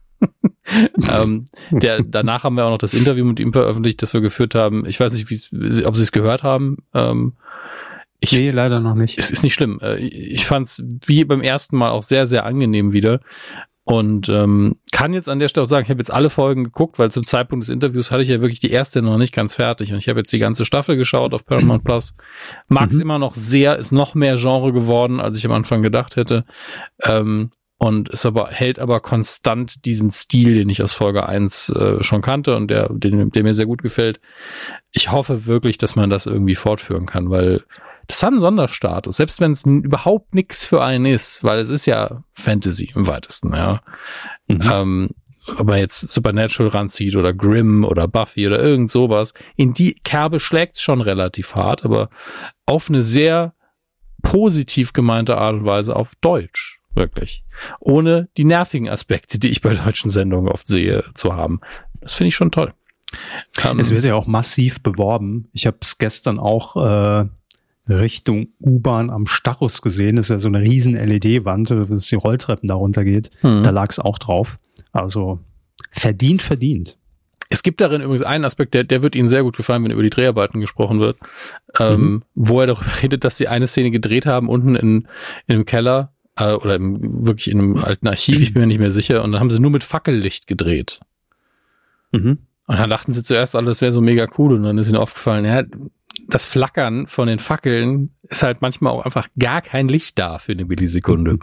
ähm, der, danach haben wir auch noch das Interview mit ihm veröffentlicht, das wir geführt haben. Ich weiß nicht, wie, ob Sie es gehört haben. Ähm, ich, nee, leider noch nicht. Es ist nicht schlimm. Ich fand es wie beim ersten Mal auch sehr, sehr angenehm wieder. Und ähm, kann jetzt an der Stelle auch sagen, ich habe jetzt alle Folgen geguckt, weil zum Zeitpunkt des Interviews hatte ich ja wirklich die erste noch nicht ganz fertig. Und ich habe jetzt die ganze Staffel geschaut auf Paramount Plus. Mag es mhm. immer noch sehr, ist noch mehr Genre geworden, als ich am Anfang gedacht hätte. Ähm, und ist aber, hält aber konstant diesen Stil, den ich aus Folge eins äh, schon kannte und der, den, der mir sehr gut gefällt. Ich hoffe wirklich, dass man das irgendwie fortführen kann, weil das hat einen Sonderstatus, selbst wenn es n- überhaupt nichts für einen ist, weil es ist ja Fantasy im weitesten, ja. Mhm. Ähm, ob man jetzt Supernatural ranzieht oder Grimm oder Buffy oder irgend sowas, in die Kerbe schlägt es schon relativ hart, aber auf eine sehr positiv gemeinte Art und Weise auf Deutsch, wirklich. Ohne die nervigen Aspekte, die ich bei deutschen Sendungen oft sehe, zu haben. Das finde ich schon toll. Ähm, es wird ja auch massiv beworben. Ich habe es gestern auch äh, Richtung U-Bahn am Stachus gesehen. Das ist ja so eine riesen L E D-Wand, dass die Rolltreppen da runtergeht. Hm. Da lag es auch drauf. Also verdient, verdient. Es gibt darin übrigens einen Aspekt, der, der wird Ihnen sehr gut gefallen, wenn über die Dreharbeiten gesprochen wird, ähm, mhm. wo er darüber redet, dass sie eine Szene gedreht haben, unten in, in einem Keller äh, oder im, wirklich in einem alten Archiv, ich bin mir nicht mehr sicher, und dann haben sie nur mit Fackellicht gedreht. Mhm. Und dann dachten sie zuerst alle, das wäre so mega cool, und dann ist ihnen aufgefallen, ja, das Flackern von den Fackeln ist halt manchmal auch einfach gar kein Licht da für eine Millisekunde.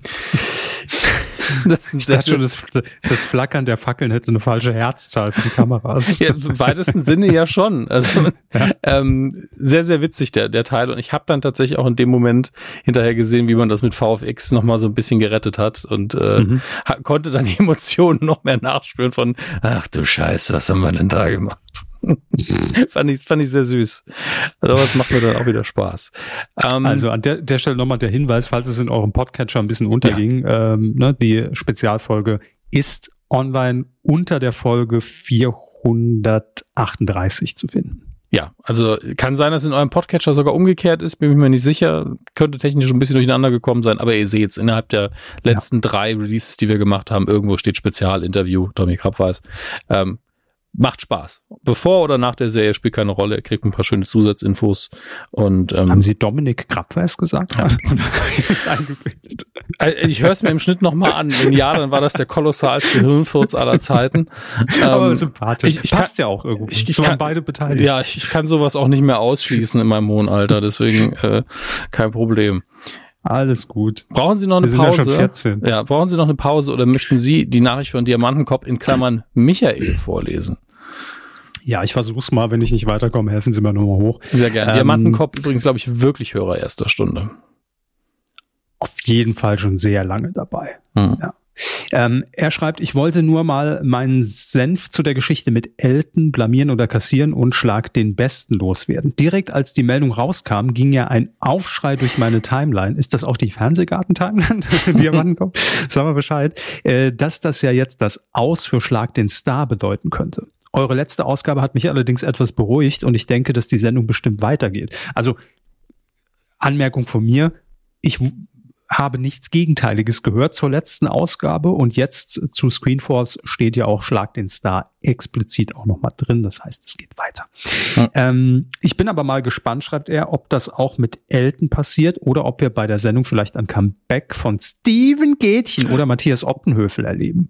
Das ich dachte schon, das, das Flackern der Fackeln hätte eine falsche Herzzahl für die Kameras. Ja, im weitesten Sinne ja schon. Also ja. Ähm, sehr, sehr witzig der, der Teil. Und ich habe dann tatsächlich auch in dem Moment hinterher gesehen, wie man das mit V F X nochmal so ein bisschen gerettet hat und äh, mhm. ha- konnte dann die Emotionen noch mehr nachspüren von, ach du Scheiße, was haben wir denn da gemacht? fand ich, fand ich sehr süß. Aber das macht mir dann auch wieder Spaß. Ähm, also an der, der Stelle nochmal der Hinweis, falls es in eurem Podcatcher ein bisschen unterging, ja. ähm, ne, die Spezialfolge ist online unter der Folge vierhundertachtunddreißig zu finden. Ja, also kann sein, dass in eurem Podcatcher sogar umgekehrt ist, bin ich mir nicht sicher. Könnte technisch ein bisschen durcheinander gekommen sein, aber ihr seht es, innerhalb der letzten ja. drei Releases, die wir gemacht haben, irgendwo steht Spezialinterview, Tommy Krabweis. Ähm, Macht Spaß. Bevor oder nach der Serie spielt keine Rolle. Er kriegt ein paar schöne Zusatzinfos. Und, ähm, haben Sie Dominik Krabweis gesagt? Ja. Ich höre es mir im Schnitt nochmal an. Wenn ja, dann war das der kolossalste Hirnfurz aller Zeiten. Aber ähm, sympathisch. Ich, ich Passt kann, ja auch irgendwo. Ich, ich so kann, beide beteiligt. Ja, ich, ich kann sowas auch nicht mehr ausschließen in meinem hohen Alter. Deswegen äh, kein Problem. Alles gut. Brauchen Sie noch eine Wir Pause? Sind ja, schon vierzehn. Ja, brauchen Sie noch eine Pause oder möchten Sie die Nachricht von Diamantenkopf in Klammern Michael vorlesen? Ja, ich versuch's mal. Wenn ich nicht weiterkomme, helfen Sie mir nochmal hoch. Sehr gerne. Ähm, Diamantenkopf übrigens, glaube ich, wirklich Hörer erster Stunde. Auf jeden Fall schon sehr lange dabei. Hm. Ja. Ähm, er schreibt, ich wollte nur mal meinen Senf zu der Geschichte mit Elton blamieren oder kassieren und Schlag den Besten loswerden. Direkt als die Meldung rauskam, ging ja ein Aufschrei durch meine Timeline. Ist das auch die Fernsehgarten-Timeline? Diamantenkopf? Sag mal Bescheid. Äh, dass das ja jetzt das Aus für Schlag den Star bedeuten könnte. Eure letzte Ausgabe hat mich allerdings etwas beruhigt und ich denke, dass die Sendung bestimmt weitergeht. Also, Anmerkung von mir, ich habe nichts Gegenteiliges gehört zur letzten Ausgabe und jetzt zu Screenforce steht ja auch Schlag den Star explizit auch nochmal drin. Das heißt, es geht weiter. Ja. Ähm, ich bin aber mal gespannt, schreibt er, ob das auch mit Elton passiert oder ob wir bei der Sendung vielleicht ein Comeback von Steven Gätchen oder Matthias Optenhöfel erleben.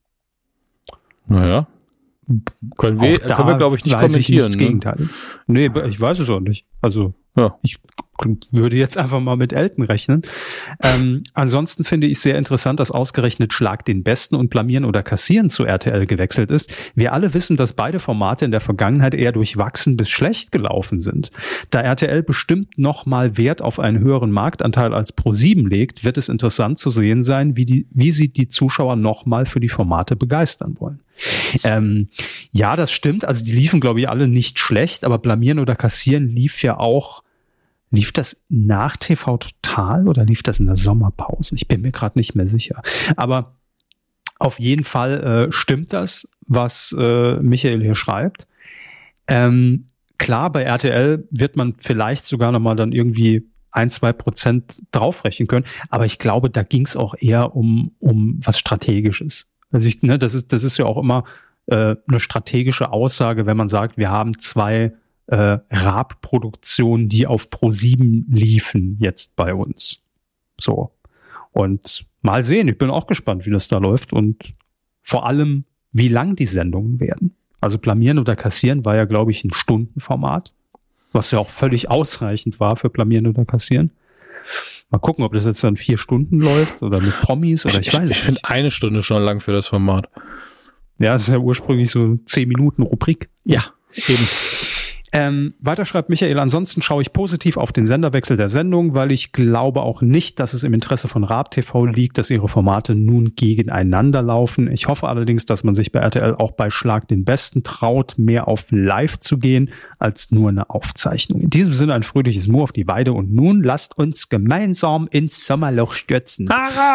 Naja. Können wir, können wir glaube ich, nicht kommentieren. Ich nichts ne? Nee, ich weiß es auch nicht. Also, ja. Ich würde jetzt einfach mal mit Elton rechnen. Ähm, ansonsten finde ich sehr interessant, dass ausgerechnet Schlag den Besten und Blamieren oder Kassieren zu R T L gewechselt ist. Wir alle wissen, dass beide Formate in der Vergangenheit eher durchwachsen bis schlecht gelaufen sind. Da R T L bestimmt noch mal Wert auf einen höheren Marktanteil als ProSieben legt, wird es interessant zu sehen sein, wie die, wie sie die Zuschauer noch mal für die Formate begeistern wollen. Ähm, ja, das stimmt. Also die liefen, glaube ich, alle nicht schlecht, aber Blamieren oder Kassieren lief ja auch. Lief das nach T V Total oder lief das in der Sommerpause? Ich bin mir gerade nicht mehr sicher. Aber auf jeden Fall äh, stimmt das, was äh, Michael hier schreibt. Ähm, klar, bei R T L wird man vielleicht sogar nochmal dann irgendwie ein, zwei Prozent draufrechnen können. Aber ich glaube, da ging es auch eher um, um was Strategisches. Also ich, ne, das ist, das ist ja auch immer äh, eine strategische Aussage, wenn man sagt, wir haben zwei Äh, Raab-Produktionen, die auf ProSieben liefen, jetzt bei uns. So. Und mal sehen, ich bin auch gespannt, wie das da läuft und vor allem, wie lang die Sendungen werden. Also Blamieren oder Kassieren war ja, glaube ich, ein Stundenformat, was ja auch völlig ausreichend war für Blamieren oder Kassieren. Mal gucken, ob das jetzt dann vier Stunden läuft oder mit Promis oder ich, ich weiß ich, nicht. Ich finde eine Stunde schon lang für das Format. Ja, es ist ja ursprünglich so zehn Minuten Rubrik. Ja, eben. Ähm, weiter schreibt Michael, ansonsten schaue ich positiv auf den Senderwechsel der Sendung, weil ich glaube auch nicht, dass es im Interesse von Raab T V liegt, dass ihre Formate nun gegeneinander laufen. Ich hoffe allerdings, dass man sich bei R T L auch bei Schlag den Besten traut, mehr auf Live zu gehen, als nur eine Aufzeichnung. In diesem Sinne ein fröhliches Mu auf die Weide und nun lasst uns gemeinsam ins Sommerloch stürzen.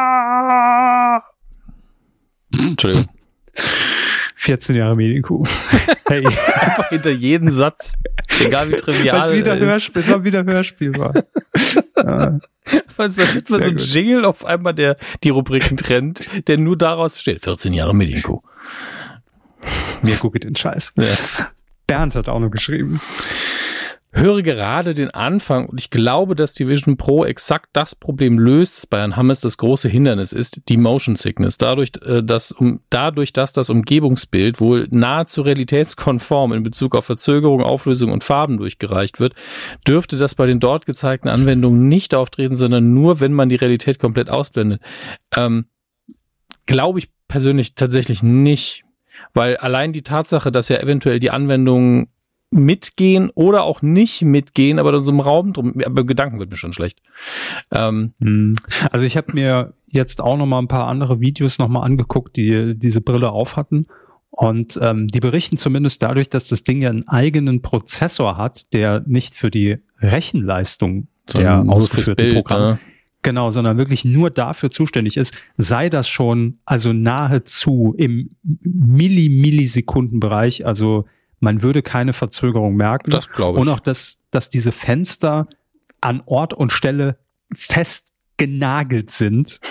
Ah! Entschuldigung. vierzehn Jahre Medienkuh. Hey. Einfach hinter jeden Satz, egal wie trivial es wieder ist. Hörspiel, mal wieder Hörspiel war. Ja. Was ist das so ein Jingle auf einmal, der die Rubriken trennt, der nur daraus besteht. vierzehn Jahre Medienkuh. Mir gucke den Scheiß. Ja. Bernd hat auch noch geschrieben. Höre gerade den Anfang und ich glaube, dass die Vision Pro exakt das Problem löst, das bei Herrn Hammes das große Hindernis ist, die Motion Sickness. Dadurch, dass, um, dadurch, dass das Umgebungsbild wohl nahezu realitätskonform in Bezug auf Verzögerung, Auflösung und Farben durchgereicht wird, dürfte das bei den dort gezeigten Anwendungen nicht auftreten, sondern nur, wenn man die Realität komplett ausblendet. Ähm, glaube ich persönlich tatsächlich nicht, weil allein die Tatsache, dass ja eventuell die Anwendungen mitgehen oder auch nicht mitgehen, aber in so einem Raum drum, aber Gedanken wird mir schon schlecht. Ähm, also ich habe mir jetzt auch noch mal ein paar andere Videos noch mal angeguckt, die diese Brille auf hatten und ähm, die berichten zumindest dadurch, dass das Ding ja einen eigenen Prozessor hat, der nicht für die Rechenleistung so der ausgeführten Programme ja. Genau, sondern wirklich nur dafür zuständig ist, sei das schon also nahezu im Milli-Millisekundenbereich, also man würde keine Verzögerung merken. Das glaube ich. Und auch, dass, dass diese Fenster an Ort und Stelle fest genagelt sind,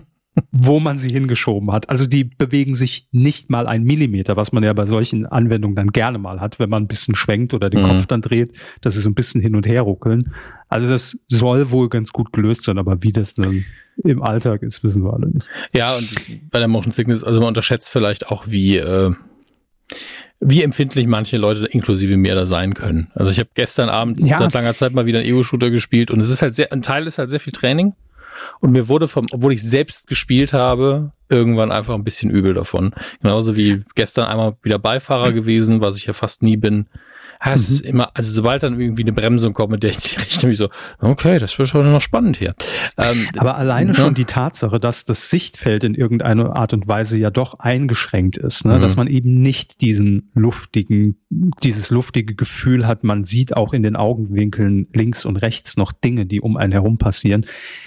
wo man sie hingeschoben hat. Also die bewegen sich nicht mal einen Millimeter, was man ja bei solchen Anwendungen dann gerne mal hat, wenn man ein bisschen schwenkt oder den mhm. Kopf dann dreht, dass sie so ein bisschen hin und her ruckeln. Also das soll wohl ganz gut gelöst sein, aber wie das dann im Alltag ist, wissen wir alle nicht. Ja, und bei der Motion Sickness, also man unterschätzt vielleicht auch, wie äh, wie empfindlich manche Leute inklusive mir da sein können. Also ich habe gestern Abend ja. seit langer Zeit mal wieder einen Ego-Shooter gespielt und es ist halt sehr, ein Teil ist halt sehr viel Training und mir wurde vom, obwohl ich selbst gespielt habe, irgendwann einfach ein bisschen übel davon. Genauso wie gestern einmal wieder Beifahrer mhm. gewesen, was ich ja fast nie bin. Ja, es mhm. ist immer, also sobald dann irgendwie eine Bremsung kommt, mit der ich richte mich so, okay, das wird schon noch spannend hier. Ähm, Aber alleine ja. schon die Tatsache, dass das Sichtfeld in irgendeiner Art und Weise ja doch eingeschränkt ist, ne? Mhm. Dass man eben nicht diesen luftigen, dieses luftige Gefühl hat, man sieht auch in den Augenwinkeln links und rechts noch Dinge, die um einen herum passieren.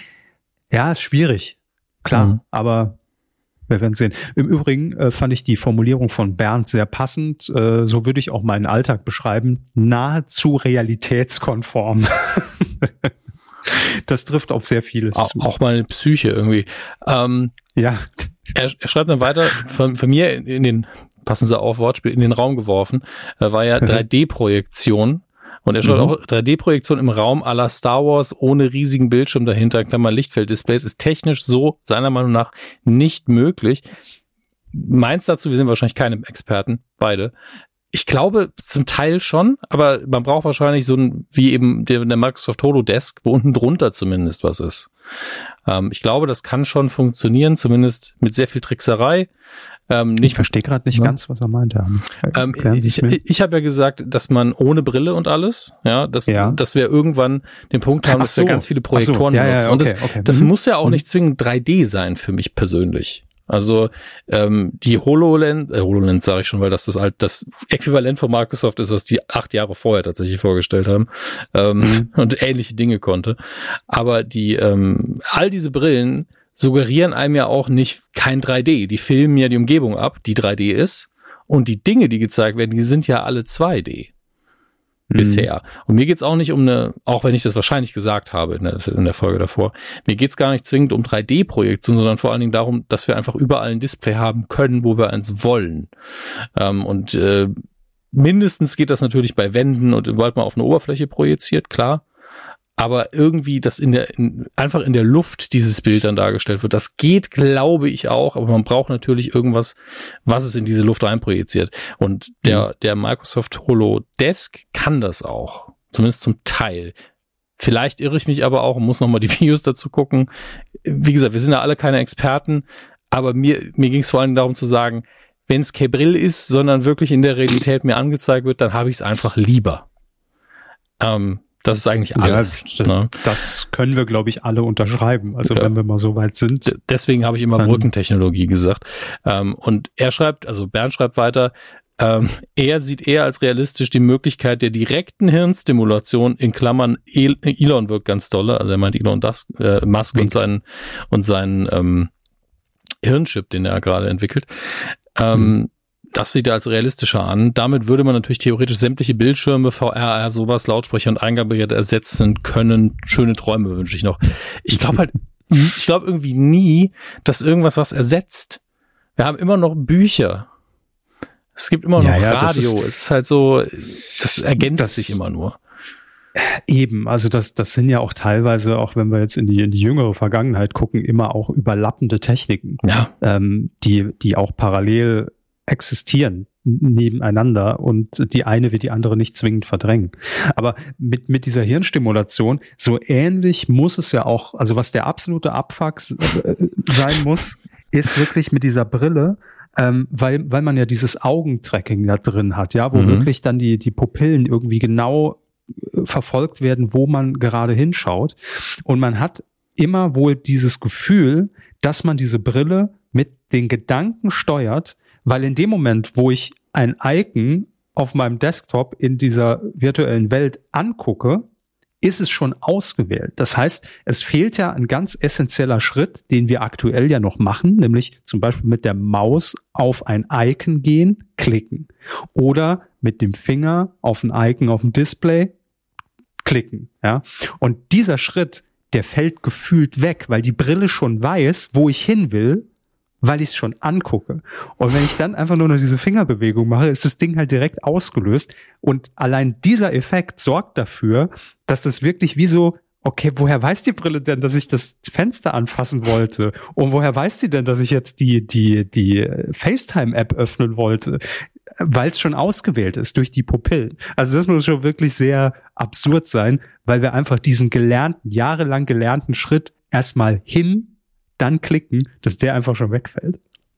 Ja, ist schwierig, klar, mhm. aber wir werden sehen. Im Übrigen äh, fand ich die Formulierung von Bernd sehr passend. Äh, so würde ich auch meinen Alltag beschreiben. Nahezu realitätskonform. Das trifft auf sehr vieles auch, zu. Auch meine Psyche irgendwie. Ähm, ja. Er, er schreibt dann weiter, von, von mir in, in den, passen Sie auf, Wortspiel, in den Raum geworfen, äh, war ja drei D-Projektion. Und er schreibt mhm. auch, drei D-Projektion im Raum à la Star Wars ohne riesigen Bildschirm dahinter, Klammer Lichtfelddisplays, ist technisch so seiner Meinung nach nicht möglich. Meins dazu, wir sind wahrscheinlich keine Experten, beide. Ich glaube zum Teil schon, aber man braucht wahrscheinlich so ein, wie eben der, der Microsoft HoloDesk, wo unten drunter zumindest was ist. Ähm, ich glaube, das kann schon funktionieren, zumindest mit sehr viel Trickserei. Ähm, nicht, ich verstehe gerade nicht ja. ganz, was er meint. Ähm, ich ich, ich habe ja gesagt, dass man ohne Brille und alles, ja, dass, ja. dass wir irgendwann den Punkt haben, dass so. wir ganz viele Projektoren so. ja, benutzen. Ja, okay, und das, okay. das mhm. muss ja auch nicht zwingend drei D sein für mich persönlich. Also ähm, die HoloLens, äh, HoloLens sage ich schon, weil das das, halt das Äquivalent von Microsoft ist, was die acht Jahre vorher tatsächlich vorgestellt haben ähm, mhm. und ähnliche Dinge konnte. Aber die ähm, all diese Brillen suggerieren einem ja auch nicht kein drei D. Die filmen ja die Umgebung ab, die drei D ist. Und die Dinge, die gezeigt werden, die sind ja alle zwei D. Mhm. Bisher. Und mir geht's auch nicht um eine, auch wenn ich das wahrscheinlich gesagt habe in der, in der Folge davor, mir geht's gar nicht zwingend um drei D-Projektion, sondern vor allen Dingen darum, dass wir einfach überall ein Display haben können, wo wir eins wollen. Ähm, und äh, mindestens geht das natürlich bei Wänden und sobald man auf eine Oberfläche projiziert, klar. Aber irgendwie, dass in der, in, einfach in der Luft dieses Bild dann dargestellt wird, das geht, glaube ich auch, aber man braucht natürlich irgendwas, was es in diese Luft reinprojiziert. Und der, mhm. der Microsoft HoloDesk kann das auch. Zumindest zum Teil. Vielleicht irre ich mich aber auch und muss nochmal die Videos dazu gucken. Wie gesagt, wir sind ja alle keine Experten, aber mir, mir ging es vor allem darum zu sagen, wenn es kein Brill ist, sondern wirklich in der Realität mir angezeigt wird, dann habe ich es einfach lieber. Ähm, Das ist eigentlich alles. Ja, ne? Das können wir, glaube ich, alle unterschreiben. Also ja. wenn wir mal so weit sind. D- deswegen habe ich immer Brückentechnologie gesagt. Ähm, und er schreibt, also Bernd schreibt weiter, ähm, er sieht eher als realistisch die Möglichkeit der direkten Hirnstimulation, in Klammern El- Elon wirkt ganz dolle, also er meint Elon das, äh, Musk Winkt. und seinen, und seinen ähm, Hirnchip, den er gerade entwickelt. Ähm, hm. Das sieht er als realistischer an. Damit würde man natürlich theoretisch sämtliche Bildschirme, V R R, sowas, Lautsprecher und Eingabegeräte ersetzen können. Schöne Träume wünsche ich noch. Ich glaube halt, ich glaube irgendwie nie, dass irgendwas was ersetzt. Wir haben immer noch Bücher. Es gibt immer noch ja, ja, Radio. Ist, es ist halt so, das ergänzt das, sich immer nur. Eben, also das, das sind ja auch teilweise, auch wenn wir jetzt in die, in die jüngere Vergangenheit gucken, immer auch überlappende Techniken, ja. ähm, die, die auch parallel existieren nebeneinander und die eine wird die andere nicht zwingend verdrängen. Aber mit, mit dieser Hirnstimulation, so ähnlich muss es ja auch, also was der absolute Abfuck äh, sein muss, ist wirklich mit dieser Brille, ähm, weil, weil man ja dieses Augentracking da drin hat, ja, wo mhm. wirklich dann die, die Pupillen irgendwie genau äh, verfolgt werden, wo man gerade hinschaut. Und man hat immer wohl dieses Gefühl, dass man diese Brille mit den Gedanken steuert, weil in dem Moment, wo ich ein Icon auf meinem Desktop in dieser virtuellen Welt angucke, ist es schon ausgewählt. Das heißt, es fehlt ja ein ganz essentieller Schritt, den wir aktuell ja noch machen, nämlich zum Beispiel mit der Maus auf ein Icon gehen, klicken. Oder mit dem Finger auf ein Icon auf dem Display klicken. Ja? Und dieser Schritt, der fällt gefühlt weg, weil die Brille schon weiß, wo ich hin will, weil ich es schon angucke. Und wenn ich dann einfach nur noch diese Fingerbewegung mache, ist das Ding halt direkt ausgelöst. Und allein dieser Effekt sorgt dafür, dass das wirklich wie so, okay, woher weiß die Brille denn, dass ich das Fenster anfassen wollte? Und woher weiß die denn, dass ich jetzt die, die, die FaceTime-App öffnen wollte? Weil es schon ausgewählt ist durch die Pupillen. Also das muss schon wirklich sehr absurd sein, weil wir einfach diesen gelernten, jahrelang gelernten Schritt erstmal hin dann klicken, dass der einfach schon wegfällt.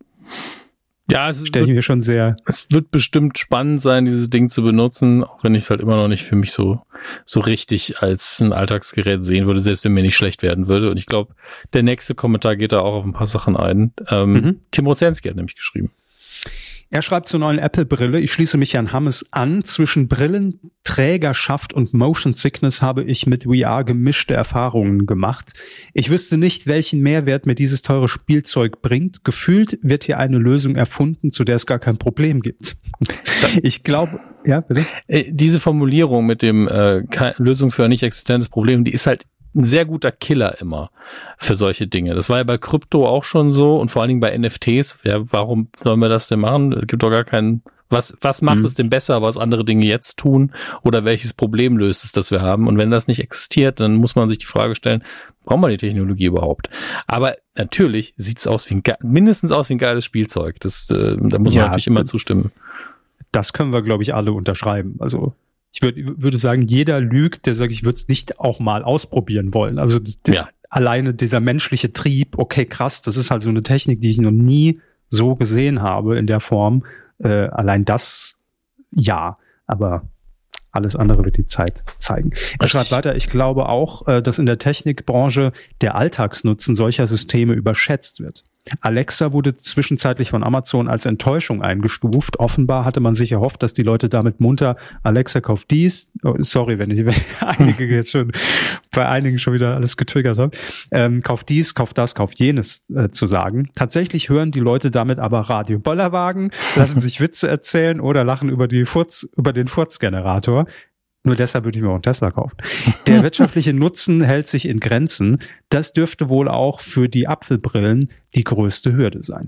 Ja, es stelle ich mir schon sehr. Es wird bestimmt spannend sein, dieses Ding zu benutzen, auch wenn ich es halt immer noch nicht für mich so so richtig als ein Alltagsgerät sehen würde, selbst wenn mir nicht schlecht werden würde. Und ich glaube, der nächste Kommentar geht da auch auf ein paar Sachen ein. Ähm, mhm. Tim Rozenski hat nämlich geschrieben. Er schreibt zur neuen Apple-Brille, ich schließe mich Herrn Hammes an, zwischen Brillenträgerschaft und Motion Sickness habe ich mit V R gemischte Erfahrungen gemacht. Ich wüsste nicht, welchen Mehrwert mir dieses teure Spielzeug bringt. Gefühlt wird hier eine Lösung erfunden, zu der es gar kein Problem gibt. Ich glaube, ja, bitte? Diese Formulierung mit dem äh, Lösung für ein nicht existentes Problem, die ist halt ein sehr guter Killer immer für solche Dinge. Das war ja bei Krypto auch schon so und vor allen Dingen bei N F Ts. Ja, warum sollen wir das denn machen? Es gibt doch gar keinen. Was, was macht mhm. es denn besser, was andere Dinge jetzt tun oder welches Problem löst es, das wir haben? Und wenn das nicht existiert, dann muss man sich die Frage stellen, brauchen wir die Technologie überhaupt? Aber natürlich sieht es aus wie ein, mindestens aus wie ein geiles Spielzeug. Das, äh, da muss ja, man natürlich immer zustimmen. Das können wir, glaube ich, alle unterschreiben. Also ich würd, würde sagen, jeder lügt, der sagt, ich würde es nicht auch mal ausprobieren wollen. Also der, ja. alleine dieser menschliche Trieb, okay, krass, das ist halt so eine Technik, die ich noch nie so gesehen habe in der Form. Äh, allein das, ja, aber alles andere wird die Zeit zeigen. Er schreibt weiter, ich glaube auch, äh, dass in der Technikbranche der Alltagsnutzen solcher Systeme überschätzt wird. Alexa wurde zwischenzeitlich von Amazon als Enttäuschung eingestuft. Offenbar hatte man sich erhofft, dass die Leute damit munter Alexa kauft dies. Oh, sorry, wenn ich wenn einige jetzt schon bei einigen schon wieder alles getriggert habe. Ähm, kauft dies, kauft das, kauft jenes äh, zu sagen. Tatsächlich hören die Leute damit aber Radio Bollerwagen, lassen sich Witze erzählen oder lachen über die Furz, über den Furzgenerator. Nur deshalb würde ich mir auch einen Tesla kaufen. Der wirtschaftliche Nutzen hält sich in Grenzen. Das dürfte wohl auch für die Apfelbrillen die größte Hürde sein.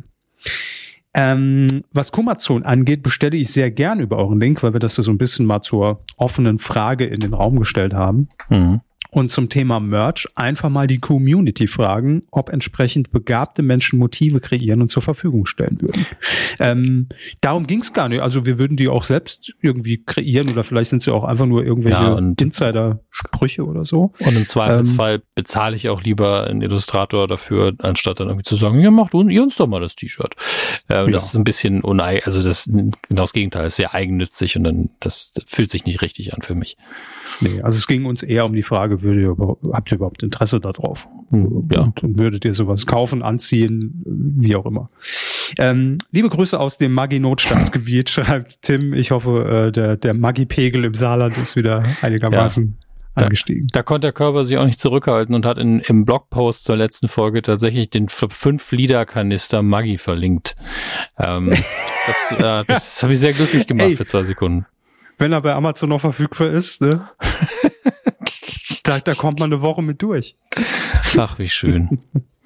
Ähm, was Kumazon angeht, bestelle ich sehr gern über euren Link, weil wir das so ein bisschen mal zur offenen Frage in den Raum gestellt haben. Mhm. Und zum Thema Merch einfach mal die Community fragen, ob entsprechend begabte Menschen Motive kreieren und zur Verfügung stellen würden. Ähm, darum ging es gar nicht. Also wir würden die auch selbst irgendwie kreieren oder vielleicht sind sie auch einfach nur irgendwelche ja, Insider-Sprüche oder so. Und im Zweifelsfall ähm, bezahle ich auch lieber einen Illustrator dafür, anstatt dann irgendwie zu sagen, ja, macht ihr uns doch mal das T-Shirt. Ähm, ja. Das ist ein bisschen uneigennützig, also das genau das Gegenteil, ist sehr eigennützig und dann das fühlt sich nicht richtig an für mich. Nee, also es ging uns eher um die Frage, würdet ihr, habt ihr überhaupt Interesse darauf? Hm, ja. Und, und würdet ihr sowas kaufen, anziehen, wie auch immer? Ähm, liebe Grüße aus dem Maggi-Notstandsgebiet, schreibt Tim. Ich hoffe, äh, der, der Maggi-Pegel im Saarland ist wieder einigermaßen ja. angestiegen. Da, da konnte der Körper sich auch nicht zurückhalten und hat in, im Blogpost zur letzten Folge tatsächlich den fünf Liter Kanister Maggi verlinkt. Ähm, das äh, das, das habe ich sehr glücklich gemacht Ey. für zwei Sekunden. Wenn er bei Amazon noch verfügbar ist, ne? da, da kommt man eine Woche mit durch. Ach, wie schön.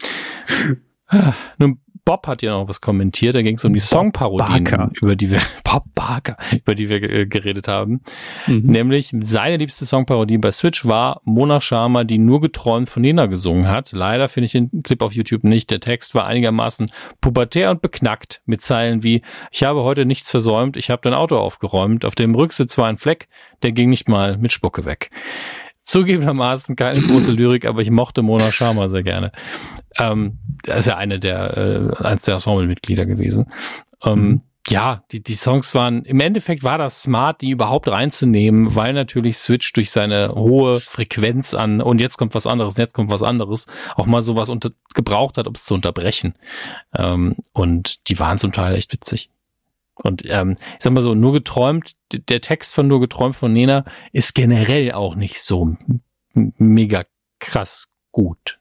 Nun, Bob hat ja noch was kommentiert, da ging es um die Songparodien, über die wir Bob Barker, über die wir äh, geredet haben. Mhm. Nämlich seine liebste Songparodie bei Switch war Mona Sharma, die Nur geträumt von Nena gesungen hat. Leider finde ich den Clip auf YouTube nicht. Der Text war einigermaßen pubertär und beknackt mit Zeilen wie: Ich habe heute nichts versäumt, ich habe dein Auto aufgeräumt, auf dem Rücksitz war ein Fleck, der ging nicht mal mit Spucke weg. Zugegebenermaßen keine große Lyrik, aber ich mochte Mona Sharma sehr gerne. Ähm, er ist ja eine der, äh, eins der Ensemblemitglieder gewesen. Ähm, mhm. Ja, die, die Songs waren, im Endeffekt war das smart, die überhaupt reinzunehmen, weil natürlich Switch durch seine hohe Frequenz an, und jetzt kommt was anderes, jetzt kommt was anderes, auch mal sowas unter, gebraucht hat, um es zu unterbrechen. Ähm, und die waren zum Teil echt witzig. Und ähm, ich sag mal so, Nur geträumt, der Text von Nur geträumt von Nena ist generell auch nicht so m- mega krass gut.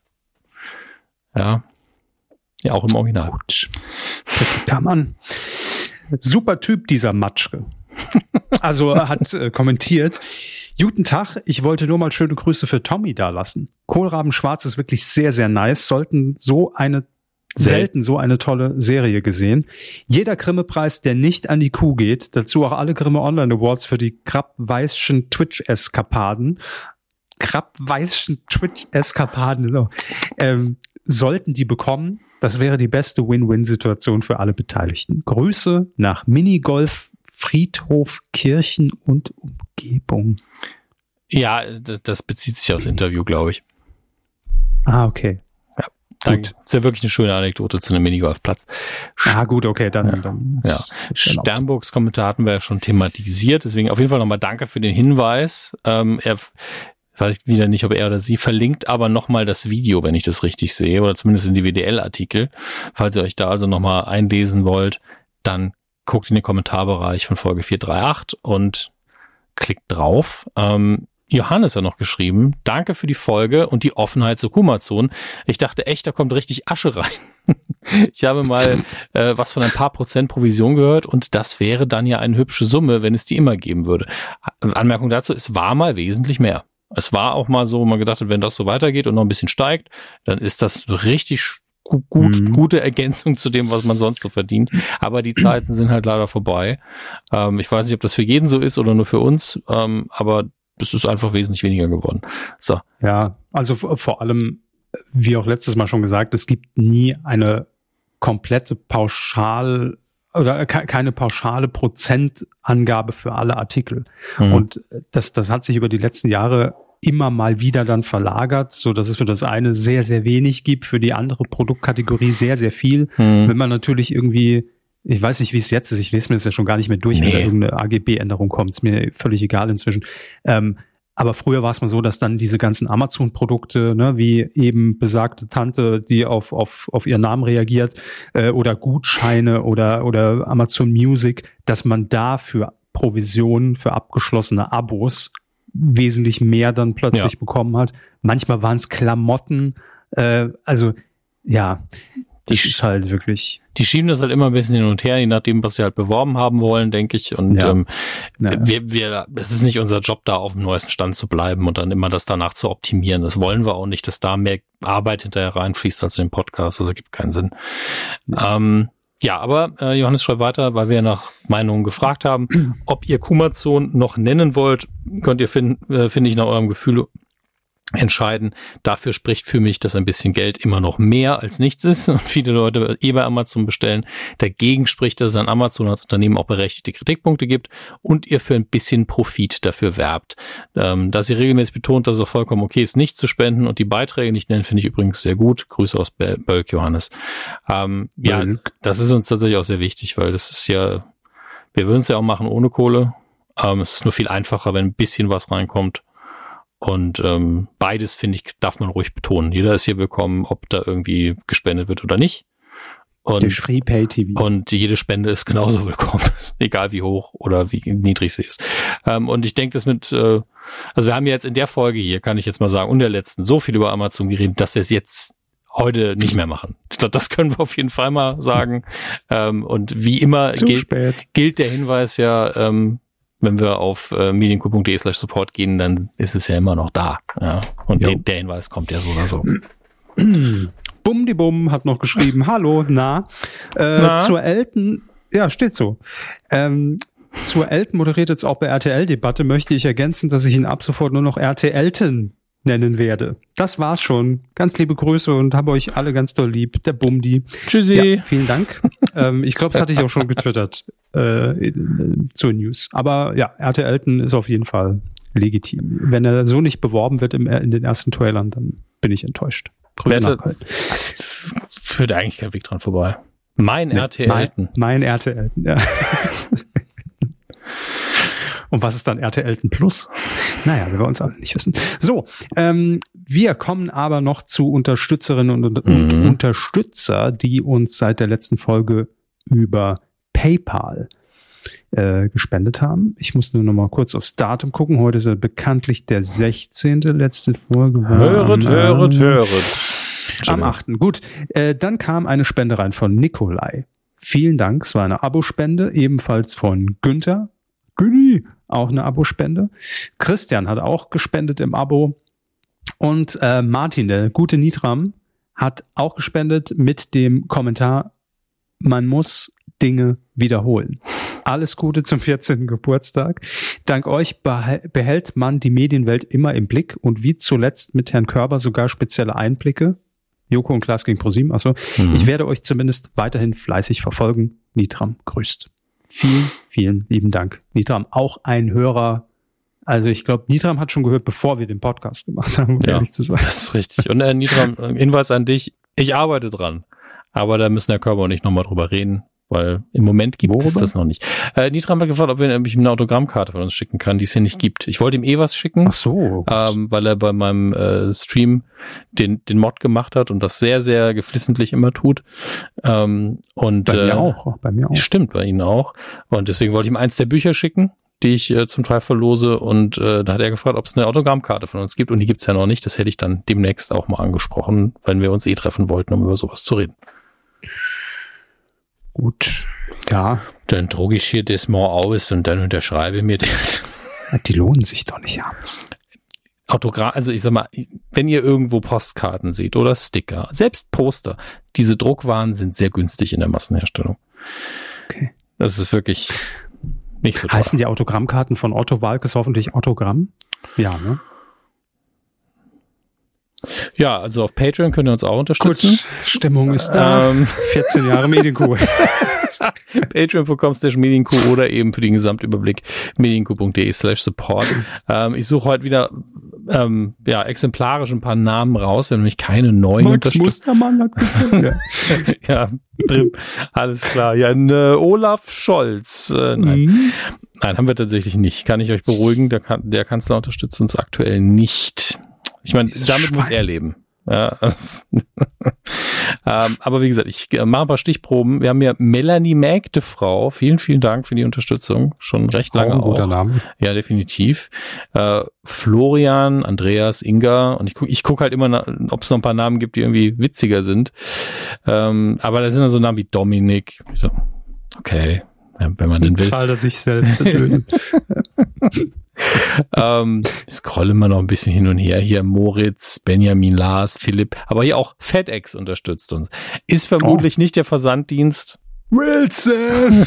Ja. Ja, auch im Original. Gut. Kann man. Super Typ, dieser Matschke. Also er hat äh, kommentiert: Guten Tag, ich wollte nur mal schöne Grüße für Tommy da lassen. Kohlraben Schwarz ist wirklich sehr, sehr nice. Sollten so eine Selten so eine tolle Serie gesehen. Jeder Grimme-Preis, der nicht an die Kuh geht, dazu auch alle Grimme Online Awards für die Krapp-Weißschen Twitch-Eskapaden. Krapp-Weißschen Twitch-Eskapaden, so. Ähm, sollten die bekommen. Das wäre die beste Win-Win-Situation für alle Beteiligten. Grüße nach Minigolf, Friedhof, Kirchen und Umgebung. Ja, das, das bezieht sich aufs Interview, glaube ich. Ah, okay. Gut. Das ist ja wirklich eine schöne Anekdote zu einem Minigolfplatz. Ah, gut, okay, dann. Ja. dann ja. Sternburgs Kommentar hatten wir ja schon thematisiert, deswegen auf jeden Fall nochmal danke für den Hinweis. Ähm, er, weiß ich wieder nicht, ob er oder sie verlinkt, aber nochmal das Video, wenn ich das richtig sehe, oder zumindest in die W D L-Artikel. Falls ihr euch da also nochmal einlesen wollt, dann guckt in den Kommentarbereich von Folge vier drei acht und klickt drauf. Ähm, Johannes hat noch geschrieben: Danke für die Folge und die Offenheit zu Kumazon. Ich dachte echt, da kommt richtig Asche rein. Ich habe mal äh, was von ein paar Prozent Provision gehört und das wäre dann ja eine hübsche Summe, wenn es die immer geben würde. Anmerkung dazu: Es war mal wesentlich mehr. Es war auch mal so, wo man gedacht hat, wenn das so weitergeht und noch ein bisschen steigt, dann ist das richtig gut, mhm. gute Ergänzung zu dem, was man sonst so verdient. Aber die Zeiten sind halt leider vorbei. Ähm, ich weiß nicht, ob das für jeden so ist oder nur für uns, ähm, aber es ist einfach wesentlich weniger geworden. So. Ja, also vor allem, wie auch letztes Mal schon gesagt, es gibt nie eine komplette Pauschal- oder keine pauschale Prozentangabe für alle Artikel. Mhm. Und das, das hat sich über die letzten Jahre immer mal wieder dann verlagert, so dass es für das eine sehr, sehr wenig gibt, für die andere Produktkategorie sehr, sehr viel. Mhm. Wenn man natürlich irgendwie, ich weiß nicht, wie es jetzt ist, ich lese mir das ja schon gar nicht mehr durch, nee. wenn da irgendeine A G B-Änderung kommt, ist mir völlig egal inzwischen. Ähm, aber früher war es mal so, dass dann diese ganzen Amazon-Produkte, ne, wie eben besagte Tante, die auf auf auf ihren Namen reagiert, äh, oder Gutscheine oder oder Amazon Music, dass man da für Provisionen, für abgeschlossene Abos wesentlich mehr dann plötzlich ja. bekommen hat. Manchmal waren es Klamotten, äh, also ja, das die ist halt wirklich... Die schieben das halt immer ein bisschen hin und her, je nachdem, was sie halt beworben haben wollen, denke ich. Und ja. ähm, ja. wir, wir, es ist nicht unser Job, da auf dem neuesten Stand zu bleiben und dann immer das danach zu optimieren. Das wollen wir auch nicht, dass da mehr Arbeit hinterher reinfließt als in den Podcast. Das ergibt keinen Sinn. Ja, ähm, ja aber äh, Johannes schreibt weiter, weil wir nach Meinungen gefragt haben, ob ihr Kumazon noch nennen wollt, könnt ihr, finden, äh, finde ich, nach eurem Gefühl entscheiden. Dafür spricht für mich, dass ein bisschen Geld immer noch mehr als nichts ist und viele Leute eh bei Amazon bestellen. Dagegen spricht, dass es an Amazon als Unternehmen auch berechtigte Kritikpunkte gibt und ihr für ein bisschen Profit dafür werbt. Ähm, dass ihr regelmäßig betont, dass es auch vollkommen okay ist, nicht zu spenden und die Beiträge nicht nennen, finde ich übrigens sehr gut. Grüße aus Bölk, Johannes. Ähm, ja, das ist uns tatsächlich auch sehr wichtig, weil das ist ja, wir würden es ja auch machen ohne Kohle. Ähm, es ist nur viel einfacher, wenn ein bisschen was reinkommt. Und ähm, beides, finde ich, darf man ruhig betonen. Jeder ist hier willkommen, ob da irgendwie gespendet wird oder nicht. Und, der Free-Pay-T V. Und jede Spende ist genauso willkommen, egal wie hoch oder wie niedrig sie ist. Ähm, und ich denke, das mit, äh, also wir haben jetzt in der Folge hier, kann ich jetzt mal sagen, und der letzten so viel über Amazon geredet, dass wir es jetzt heute nicht mehr machen. Ich glaube, das können wir auf jeden Fall mal sagen. Ähm, und wie immer gilt, gilt der Hinweis ja, ähm, wenn wir auf äh, medienku.de slash support gehen, dann ist es ja immer noch da. Ja. Und den, der Hinweis kommt ja so oder so. Bumdibum hat noch geschrieben, hallo, na, äh, na? Zur Elton, ja, steht so. Ähm, zur Elton moderiert jetzt auch bei R T L-Debatte, möchte ich ergänzen, dass ich ihn ab sofort nur noch R T Elton nennen werde. Das war's schon. Ganz liebe Grüße und habe euch alle ganz doll lieb. Der Bumdi. Tschüssi. Ja, vielen Dank. ähm, ich glaube, das hatte ich auch schon getwittert äh, in, äh, zur News. Aber ja, R T Elton ist auf jeden Fall legitim. Wenn er so nicht beworben wird im, in den ersten Trailern, dann bin ich enttäuscht. Grüße nach Köln. Also, führt eigentlich kein Weg dran vorbei. Mein nee, R T Elton. Mein, mein R T Elton, ja. Und was ist dann R T Elton Plus? Naja, wir wollen es alle nicht wissen. So, ähm, wir kommen aber noch zu Unterstützerinnen und, mhm. und Unterstützer, die uns seit der letzten Folge über PayPal äh, gespendet haben. Ich muss nur noch mal kurz aufs Datum gucken. Heute ist ja bekanntlich der sechzehnte Letzte Folge war Höret, am, höret, höret. Am achten Gut, äh, dann kam eine Spende rein von Nikolai. Vielen Dank, es war eine Abospende, ebenfalls von Günther. Günni, auch eine Abospende. Christian hat auch gespendet im Abo. Und äh, Martin, der gute Nitram, hat auch gespendet mit dem Kommentar, man muss Dinge wiederholen. Alles Gute zum vierzehnten Geburtstag. Dank euch behält man die Medienwelt immer im Blick und wie zuletzt mit Herrn Körber sogar spezielle Einblicke. Joko und Klaas gegen ProSieben. Also mhm. ich werde euch zumindest weiterhin fleißig verfolgen. Nitram grüßt. Vielen, vielen lieben Dank, Nitram. Auch ein Hörer, also ich glaube, Nitram hat schon gehört, bevor wir den Podcast gemacht haben, um ja, ehrlich zu sein. Das ist richtig. Und äh, Nitram, Hinweis an dich, ich arbeite dran. Aber da müssen der Körper und ich nochmal drüber reden, weil im Moment gibt Worüber? es das noch nicht. Äh, Nitram hat gefragt, ob, wir, ob ich ihm eine Autogrammkarte von uns schicken kann, die es hier nicht gibt. Ich wollte ihm eh was schicken, Ach so, ähm, weil er bei meinem äh, Stream den, den Mod gemacht hat und das sehr, sehr geflissentlich immer tut. Ähm, und, bei mir äh, auch, bei mir auch. Stimmt, bei Ihnen auch. Und deswegen wollte ich ihm eins der Bücher schicken, die ich äh, zum Teil verlose. Und äh, da hat er gefragt, ob es eine Autogrammkarte von uns gibt. Und die gibt's ja noch nicht. Das hätte ich dann demnächst auch mal angesprochen, wenn wir uns eh treffen wollten, um über sowas zu reden. Gut, ja. Dann drucke ich hier das mal aus und dann unterschreibe mir das. Die lohnen sich doch nicht abends. Autogramm, also ich sag mal, wenn ihr irgendwo Postkarten seht oder Sticker, selbst Poster, diese Druckwaren sind sehr günstig in der Massenherstellung. Okay. Das ist wirklich nicht so teuer. Heißen die Autogrammkarten von Otto Walkes hoffentlich Autogramm? Ja, ne? Ja, also auf Patreon könnt ihr uns auch unterstützen. Gut, Stimmung ist da. Ähm, vierzehn Jahre Medienkuh. Patreon punkt com slash Medienkuh oder eben für den Gesamtüberblick medienkuh punkt de slash support. Ähm, ich suche heute wieder ähm, ja, exemplarisch ein paar Namen raus. Wir haben nämlich keine neuen Max Mustermann hat gefunden. Ja, drin. Alles klar. Ja, ne, Olaf Scholz. Äh, nein. Mhm. Nein, haben wir tatsächlich nicht. Kann ich euch beruhigen. Der, kan- der Kanzler unterstützt uns aktuell nicht. Ich meine, damit Schwein. muss er leben. Ja. ähm, aber wie gesagt, ich äh, mache ein paar Stichproben. Wir haben ja Melanie Mägdefrau. Vielen, vielen Dank für die Unterstützung. Schon recht lange auch. Ein guter auch. Name. Ja, definitiv. Äh, Florian, Andreas, Inga. Und ich gucke ich guck halt immer, ob es noch ein paar Namen gibt, die irgendwie witziger sind. Ähm, aber da sind dann so Namen wie Dominik. Ich so, okay, ja, wenn man den will. Zahlt er sich selbst. ähm, ich scrolle immer noch ein bisschen hin und her. Hier Moritz, Benjamin, Lars, Philipp, aber hier auch FedEx unterstützt uns. Ist vermutlich oh. nicht der Versanddienst. Wilson!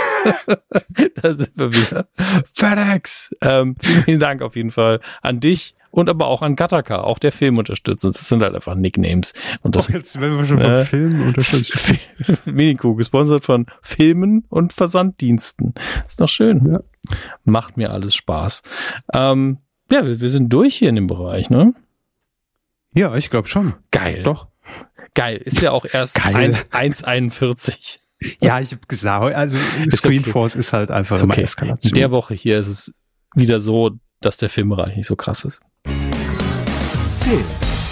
Da sind wir wieder. FedEx! Ähm, vielen Dank auf jeden Fall an dich und aber auch an Gattaca, auch der Film unterstützt uns. Das sind halt einfach Nicknames. Und das, auch jetzt, wenn wir schon von äh, Filmen unterstützen. Medienkuh, gesponsert von Filmen und Versanddiensten. Ist doch schön. Ja. Macht mir alles Spaß. Ähm, ja, wir, wir sind durch hier in dem Bereich, ne? Ja, ich glaube schon. Geil. Doch. Geil. Ist ja auch erst eins einundvierzig. Ja, ich habe gesagt, also Screenforce okay. ist halt einfach ist immer okay. Eskalation. In der Woche hier ist es wieder so, dass der Filmbereich nicht so krass ist. Film.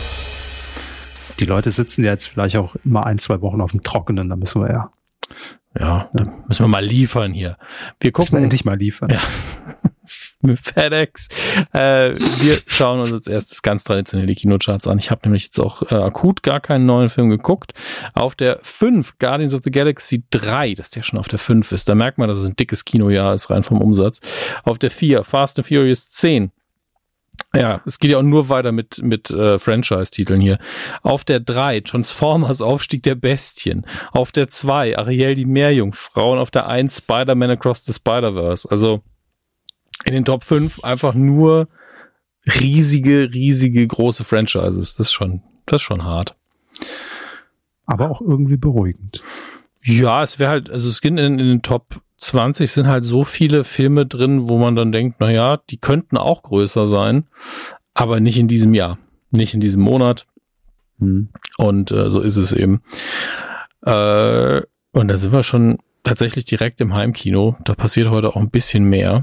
Die Leute sitzen ja jetzt vielleicht auch immer ein, zwei Wochen auf dem Trockenen, da müssen wir ja. Ja, da müssen wir mal liefern hier. Wir gucken. Müssen wir endlich mal liefern. Ja. Mit FedEx. Äh, wir schauen uns als erstes ganz traditionell die Kinocharts an. Ich habe nämlich jetzt auch äh, akut gar keinen neuen Film geguckt. Auf der fünf Guardians of the Galaxy drei, dass der schon auf der fünf ist. Da merkt man, dass es ein dickes Kinojahr ist, rein vom Umsatz. Auf der vier Fast and Furious zehn. Ja, es geht ja auch nur weiter mit mit äh, Franchise-Titeln hier. Auf der drei Transformers Aufstieg der Bestien. Auf der zwei Ariel die Meerjungfrau. Und auf der eins Spider-Man Across the Spider-Verse. Also in den Top fünf einfach nur riesige, riesige, große Franchises. Das ist schon, das ist schon hart. Aber auch irgendwie beruhigend. Ja, es wäre halt, also es gibt in, in den Top zwanzig sind halt so viele Filme drin, wo man dann denkt, na ja, die könnten auch größer sein, aber nicht in diesem Jahr, nicht in diesem Monat. Hm. Und äh, so ist es eben. Äh, und da sind wir schon tatsächlich direkt im Heimkino. Da passiert heute auch ein bisschen mehr.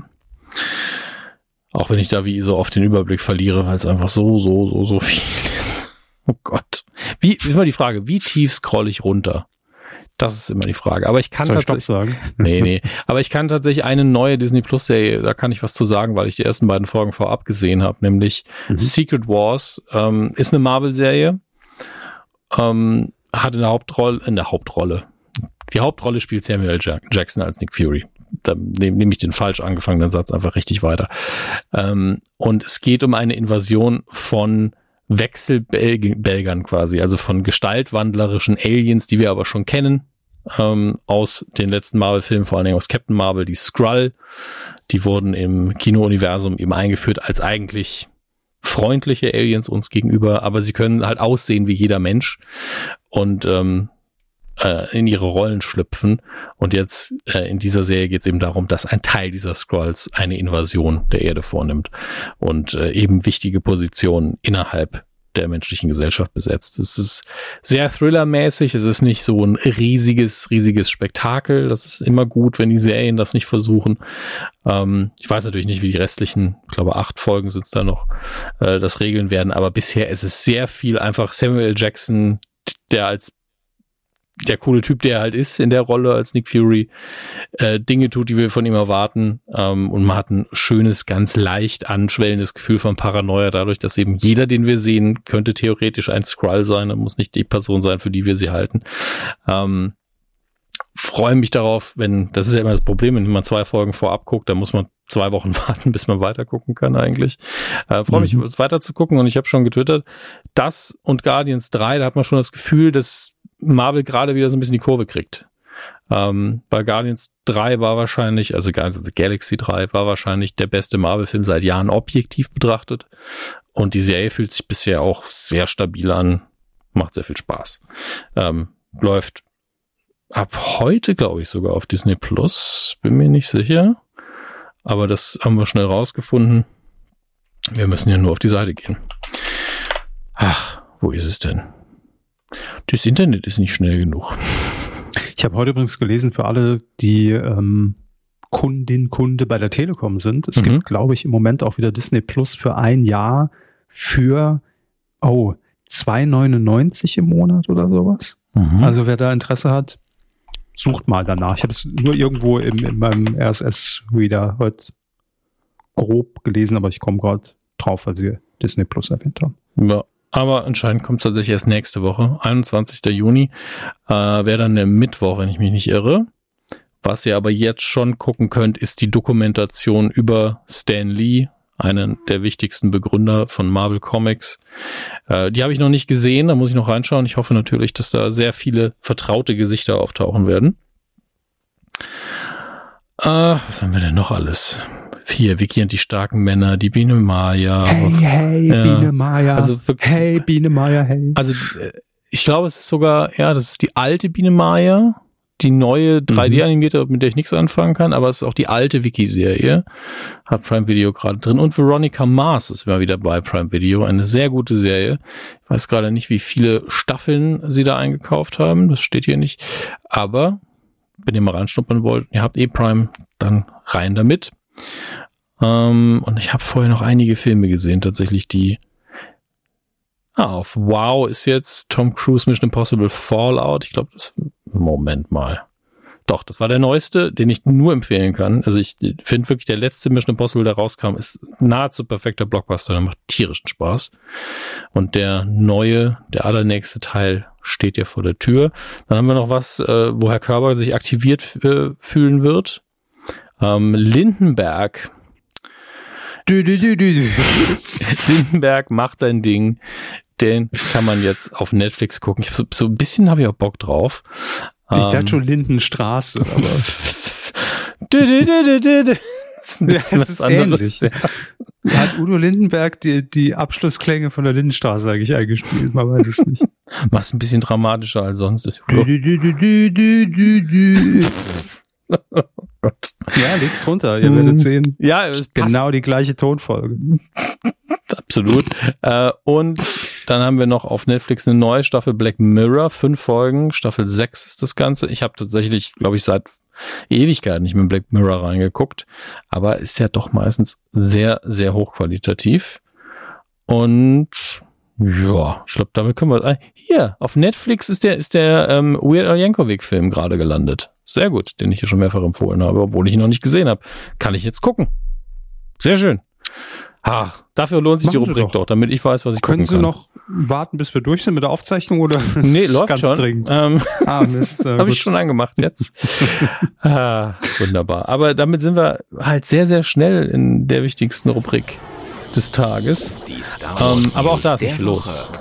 Auch wenn ich da wie so oft den Überblick verliere, weil es einfach so, so, so, so viel ist. Oh Gott. Wie, ist immer die Frage, wie tief scroll ich runter? Das ist immer die Frage. Aber ich kann Soll ich tatsächlich Stopp sagen? Nee, nee. Aber ich kann tatsächlich eine neue Disney Plus Serie, da kann ich was zu sagen, weil ich die ersten beiden Folgen vorab gesehen habe, nämlich mhm. Secret Wars, ähm, ist eine Marvel-Serie, ähm, hat in der Hauptrolle, in der Hauptrolle. Die Hauptrolle spielt Samuel Jackson als Nick Fury. Da nehme nehm ich den falsch angefangenen Satz einfach richtig weiter. Ähm, und es geht um eine Invasion von Wechselbelgern quasi, also von gestaltwandlerischen Aliens, die wir aber schon kennen, ähm, aus den letzten Marvel-Filmen, vor allen Dingen aus Captain Marvel, die Skrull, die wurden im Kino-Universum eben eingeführt als eigentlich freundliche Aliens uns gegenüber, aber sie können halt aussehen wie jeder Mensch und ähm, in ihre Rollen schlüpfen. Und jetzt äh, in dieser Serie geht es eben darum, dass ein Teil dieser Skrulls eine Invasion der Erde vornimmt und äh, eben wichtige Positionen innerhalb der menschlichen Gesellschaft besetzt. Es ist sehr thrillermäßig, es ist nicht so ein riesiges, riesiges Spektakel. Das ist immer gut, wenn die Serien das nicht versuchen. Ähm, ich weiß natürlich nicht, wie die restlichen, ich glaube acht Folgen sind es da noch, äh, das regeln werden, aber bisher ist es sehr viel einfach Samuel Jackson, der als der coole Typ, der er halt ist in der Rolle als Nick Fury, äh, Dinge tut, die wir von ihm erwarten, ähm, und man hat ein schönes, ganz leicht anschwellendes Gefühl von Paranoia dadurch, dass eben jeder, den wir sehen, könnte theoretisch ein Skrull sein, er muss nicht die Person sein, für die wir sie halten. Ähm, freue mich darauf, wenn, das ist ja immer das Problem, wenn man zwei Folgen vorab guckt, dann muss man zwei Wochen warten, bis man weiter gucken kann eigentlich. Äh, freue mich, Mhm. weiter zu gucken und ich habe schon getwittert, das und Guardians drei, da hat man schon das Gefühl, dass Marvel gerade wieder so ein bisschen die Kurve kriegt. Ähm, bei Guardians drei war wahrscheinlich, also Guardians of the Galaxy drei war wahrscheinlich der beste Marvel-Film seit Jahren objektiv betrachtet. Und die Serie fühlt sich bisher auch sehr stabil an, macht sehr viel Spaß. Ähm, läuft ab heute, glaube ich, sogar auf Disney Plus, bin mir nicht sicher. Aber das haben wir schnell rausgefunden. Wir müssen ja nur auf die Seite gehen. Ach, wo ist es denn? Das Internet ist nicht schnell genug. Ich habe heute übrigens gelesen, für alle, die ähm, Kundin, Kunde bei der Telekom sind, es Mhm. gibt, glaube ich, im Moment auch wieder Disney Plus für ein Jahr für, oh, zwei neunundneunzig im Monat oder sowas. Mhm. Also wer da Interesse hat, sucht mal danach. Ich habe es nur irgendwo im, in meinem R S S-Reader heute grob gelesen, aber ich komme gerade drauf, weil sie Disney Plus erwähnt haben. Ja, aber anscheinend kommt es tatsächlich erst nächste Woche, einundzwanzigsten Juni. Äh, Wäre dann der Mittwoch, wenn ich mich nicht irre. Was ihr aber jetzt schon gucken könnt, ist die Dokumentation über Stan Lee, einen der wichtigsten Begründer von Marvel Comics. Äh, die habe ich noch nicht gesehen, da muss ich noch reinschauen. Ich hoffe natürlich, dass da sehr viele vertraute Gesichter auftauchen werden. Äh, was haben wir denn noch alles? Hier, Vicky und die starken Männer, die Biene Maya. Hey, hey, Ja. Biene Maya. Also wirklich- hey, Biene Maya, hey. Also äh, ich glaube, es ist sogar, ja, das ist die alte Biene Maya, die neue drei D-animierte, mit der ich nichts anfangen kann, aber es ist auch die alte Wiki-Serie, hat Prime Video gerade drin. Und Veronica Mars ist mal wieder bei Prime Video, eine sehr gute Serie. Ich weiß gerade nicht, wie viele Staffeln sie da eingekauft haben, das steht hier nicht, aber wenn ihr mal reinschnuppern wollt, ihr habt eh Prime, dann rein damit. Ähm, und ich habe vorher noch einige Filme gesehen, tatsächlich, die Ah, auf Wow ist jetzt Tom Cruise Mission Impossible Fallout. Ich glaube, das... Moment mal. Doch, das war der neueste, den ich nur empfehlen kann. Also ich finde wirklich, der letzte Mission Impossible, der rauskam, ist nahezu perfekter Blockbuster. Der macht tierischen Spaß. Und der neue, der allernächste Teil steht ja vor der Tür. Dann haben wir noch was, äh, wo Herr Körber sich aktiviert äh, fühlen wird. Ähm, Lindenberg. Du, du, du, du, du. Lindenberg macht ein Ding. Den kann man jetzt auf Netflix gucken. Ich hab so, so ein bisschen habe ich auch Bock drauf. Ich Ähm, dachte schon Lindenstraße, aber du, du, du, du, du, du. Das ist ein ja, bisschen es was ist anderes. ähnlich. Hat Udo Lindenberg die, die Abschlussklänge von der Lindenstraße eigentlich eingespielt? Man weiß es nicht. Mach's ein bisschen dramatischer als sonst. Du, du, du, du, du, du, du. Oh Gott. Ja, legt drunter, ihr werdet sehen. Ja, es passt Genau die gleiche Tonfolge. absolut. äh, und dann haben wir noch auf Netflix eine neue Staffel Black Mirror, fünf Folgen, Staffel sechs ist das Ganze. Ich habe tatsächlich, glaube ich, seit Ewigkeit nicht mehr in Black Mirror reingeguckt, aber ist ja doch meistens sehr, sehr hochqualitativ. Und ja, ich glaube, damit können wir... Ah, hier, auf Netflix ist der, ist der ähm, Weird Al Yankovic-Film gerade gelandet. Sehr gut, den ich hier schon mehrfach empfohlen habe, obwohl ich ihn noch nicht gesehen habe. Kann ich jetzt gucken. Sehr schön. Ach, dafür lohnt sich Machen die Sie Rubrik doch. doch, damit ich weiß, was ich Können gucken Sie kann. noch warten, bis wir durch sind mit der Aufzeichnung oder ist Nee, es läuft ganz schon. dringend? Ähm, Ah, Mist. Äh, Habe gut. ich schon angemacht jetzt. ah, wunderbar. Aber damit sind wir halt sehr, sehr schnell in der wichtigsten Rubrik des Tages. Die Star Ähm, Wars aber auch News da ist der nicht viel los. Woche.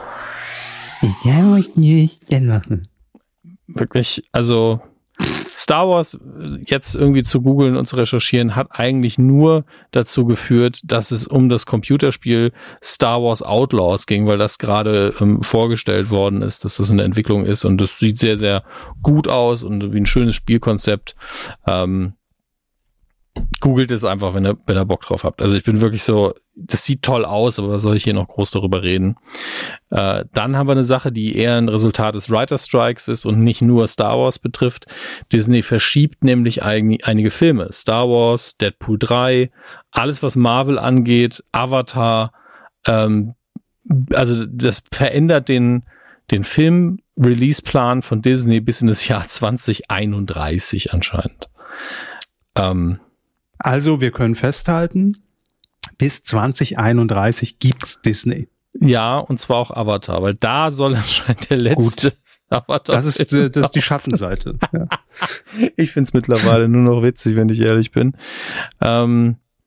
Ja, ich nicht machen. Wirklich, also Star Wars jetzt irgendwie zu googeln und zu recherchieren, hat eigentlich nur dazu geführt, dass es um das Computerspiel Star Wars Outlaws ging, weil das gerade ähm, vorgestellt worden ist, dass das in der Entwicklung ist und das sieht sehr, sehr gut aus und wie ein schönes Spielkonzept. Ähm, googelt es einfach, wenn ihr, wenn ihr Bock drauf habt. Also ich bin wirklich so, das sieht toll aus, aber was soll ich hier noch groß darüber reden? Äh, dann haben wir eine Sache, die eher ein Resultat des Writer Strikes ist und nicht nur Star Wars betrifft. Disney verschiebt nämlich ein, einige Filme. Star Wars, Deadpool drei, alles was Marvel angeht, Avatar, ähm, also das verändert den, den Film-Release-Plan von Disney bis in das Jahr zwanzig einunddreißig anscheinend. Ähm, Also, wir können festhalten, bis zwanzig einunddreißig gibt's Disney. Ja, und zwar auch Avatar, weil da soll anscheinend der letzte Avatar. Das ist, äh, das ist die Schattenseite. Ja. Ich find's mittlerweile nur noch witzig, wenn ich ehrlich bin. Ähm,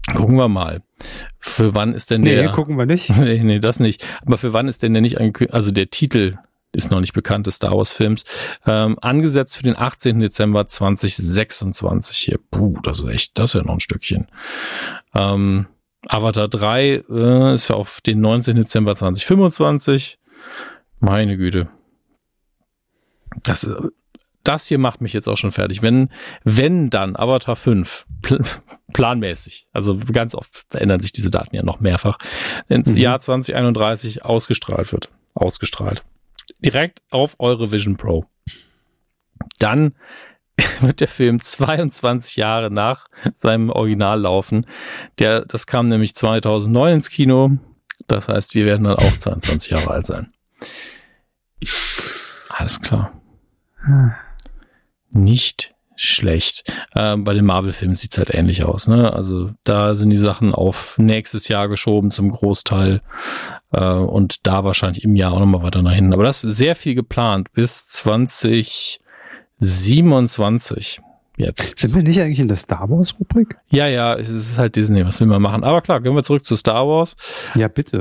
Gucken wir mal. Für wann ist denn nee, der... Nee, gucken wir nicht. nee, nee, das nicht. Aber für wann ist denn der nicht angekündigt? Also der Titel ist noch nicht bekannt des Star Wars Films. Ähm, angesetzt für den achtzehnten Dezember zweitausendsechsundzwanzig hier. Puh, das ist echt, das ist ja noch ein Stückchen. Ähm, Avatar drei äh, ist ja auf den neunzehnten Dezember zweitausendfünfundzwanzig. Meine Güte. Das, das hier macht mich jetzt auch schon fertig. Wenn, wenn dann Avatar fünf pl- planmäßig, also ganz oft verändern sich diese Daten ja noch mehrfach, ins mhm. Jahr zwanzig einunddreißig ausgestrahlt wird. Ausgestrahlt. Direkt auf eure Vision Pro. Dann wird der Film zweiundzwanzig Jahre nach seinem Original laufen. Der, das kam nämlich zweitausendneun ins Kino. Das heißt, wir werden dann auch zweiundzwanzig Jahre alt sein. Alles klar. Nicht schlecht. Ähm, bei den Marvel-Filmen sieht es halt ähnlich aus, ne? Also da sind die Sachen auf nächstes Jahr geschoben zum Großteil äh, und da wahrscheinlich im Jahr auch nochmal weiter nach hinten. Aber das ist sehr viel geplant bis zwanzig siebenundzwanzig jetzt. Sind wir nicht eigentlich in der Star Wars-Rubrik? Ja, ja, es ist halt Disney, was will man machen? Aber klar, gehen wir zurück zu Star Wars. Ja, bitte.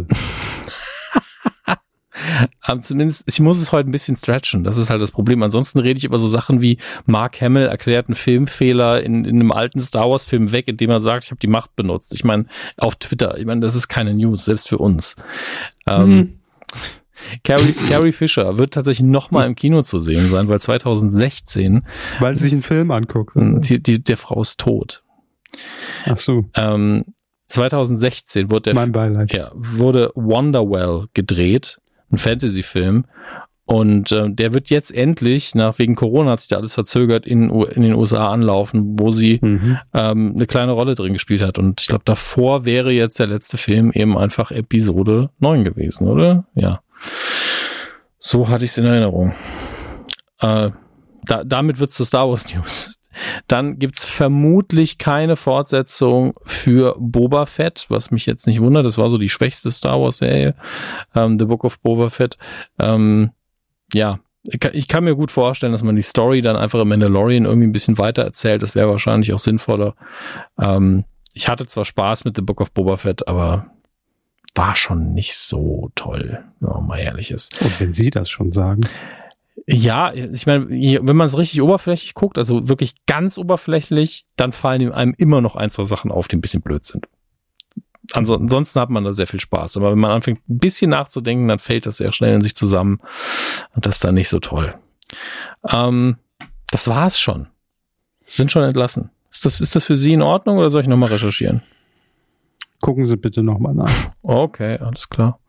Um, zumindest, ich muss es heute ein bisschen stretchen, das ist halt das Problem. Ansonsten rede ich über so Sachen wie Mark Hamill erklärt einen Filmfehler in, in einem alten Star Wars Film weg, indem er sagt, ich habe die Macht benutzt. Ich meine, auf Twitter, ich meine, das ist keine News, selbst für uns. Ähm, mhm. Carrie, Carrie Fisher wird tatsächlich nochmal im Kino zu sehen sein, weil zweitausendsechzehn... Weil sie sich einen Film anguckt. Die, die, der Frau ist tot. Ach so. Ähm, zweitausendsechzehn wurde, der, mein Beileid. Ja, wurde Wonderwell gedreht, ein Fantasy-Film. Und äh, der wird jetzt endlich, nach wegen Corona hat sich da alles verzögert, in, in den U S A anlaufen, wo sie mhm. ähm, eine kleine Rolle drin gespielt hat. Und ich glaube, davor wäre jetzt der letzte Film eben einfach Episode neun gewesen, oder? Ja. So hatte ich es in Erinnerung. Äh, da, damit wird's zu Star Wars News. Dann gibt's vermutlich keine Fortsetzung für Boba Fett, was mich jetzt nicht wundert. Das war so die schwächste Star Wars Serie, ähm, The Book of Boba Fett. Ähm, ja, ich kann mir gut vorstellen, dass man die Story dann einfach im Mandalorian irgendwie ein bisschen weiter erzählt. Das wäre wahrscheinlich auch sinnvoller. Ähm, ich hatte zwar Spaß mit The Book of Boba Fett, aber war schon nicht so toll, wenn man mal ehrlich ist. Und wenn Sie das schon sagen. Ja, ich meine, wenn man es richtig oberflächlich guckt, also wirklich ganz oberflächlich, dann fallen einem immer noch ein, zwei Sachen auf, die ein bisschen blöd sind. Ansonsten hat man da sehr viel Spaß. Aber wenn man anfängt, ein bisschen nachzudenken, dann fällt das sehr schnell in sich zusammen. Und das ist dann nicht so toll. Ähm, das war's schon. Sind schon entlassen. Ist das, ist das für Sie in Ordnung oder soll ich nochmal recherchieren? Gucken Sie bitte nochmal nach. Okay, alles klar.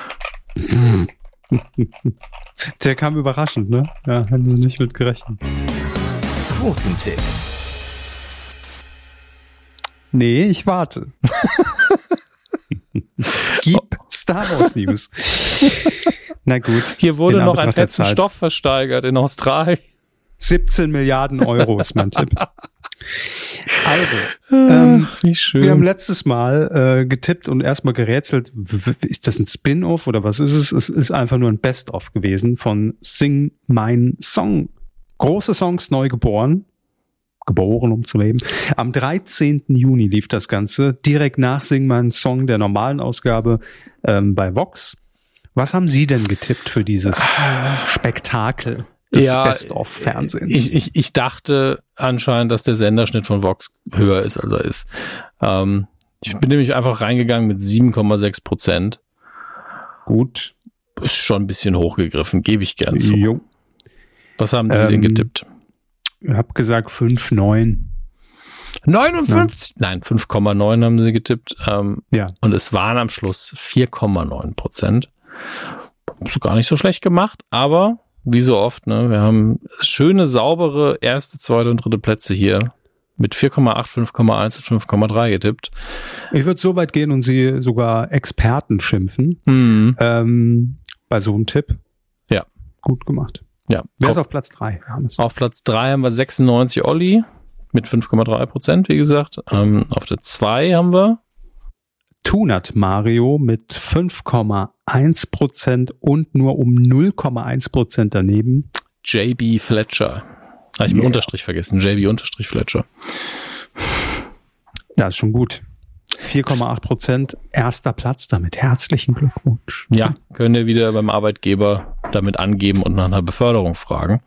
Der kam überraschend, ne? Ja, hätten Sie nicht mit gerechnet. Quotentipp. Nee, ich warte. Gib Star Wars News. Na gut. Hier wurde noch ein fetzen Stoff versteigert in Australien. siebzehn Milliarden Euro ist mein Tipp. Also, ähm, Ach, wie schön. Wir haben letztes Mal äh, getippt und erstmal gerätselt, w- ist das ein Spin-Off oder was ist es? Es ist einfach nur ein Best-of gewesen von Sing Mein Song. Große Songs neu geboren. Geboren, um zu leben. Am dreizehnten Juni lief das Ganze, direkt nach Sing Mein Song der normalen Ausgabe ähm, bei Vox. Was haben Sie denn getippt für dieses Spektakel des ja, Best-of-Fernsehens? Ich, ich, ich dachte anscheinend, dass der Senderschnitt von Vox höher ist, als er ist. Ähm, ich bin nämlich einfach reingegangen mit sieben Komma sechs Prozent. Gut. Ist schon ein bisschen hochgegriffen, gebe ich gern zu. Jo. Was haben Sie ähm, denn getippt? Ich habe gesagt fünf Komma neun. neunundfünfzig? Ja. Nein, fünf Komma neun haben Sie getippt. Ähm, ja. Und es waren am Schluss vier Komma neun Prozent. So gar nicht so schlecht gemacht, aber wie so oft, ne, wir haben schöne, saubere erste, zweite und dritte Plätze hier mit vier Komma acht, fünf Komma eins und fünf Komma drei getippt. Ich würde so weit gehen und Sie sogar Experten schimpfen. Mhm. Ähm, bei so einem Tipp. Ja. Gut gemacht. Ja. Wer ist auf Platz drei? Auf Platz drei haben wir sechsundneunzig Olli mit fünf Komma drei Prozent, wie gesagt. Ähm, auf der zwei haben wir Tunat Mario mit fünf Komma eins Prozent und nur um null Komma eins Prozent daneben. J B Fletcher. Habe ich yeah. einen Unterstrich vergessen. J B Unterstrich Fletcher. Das ist schon gut. vier Komma acht Prozent, erster Platz damit. Herzlichen Glückwunsch. Ja, können wir wieder beim Arbeitgeber damit angeben und nach einer Beförderung fragen.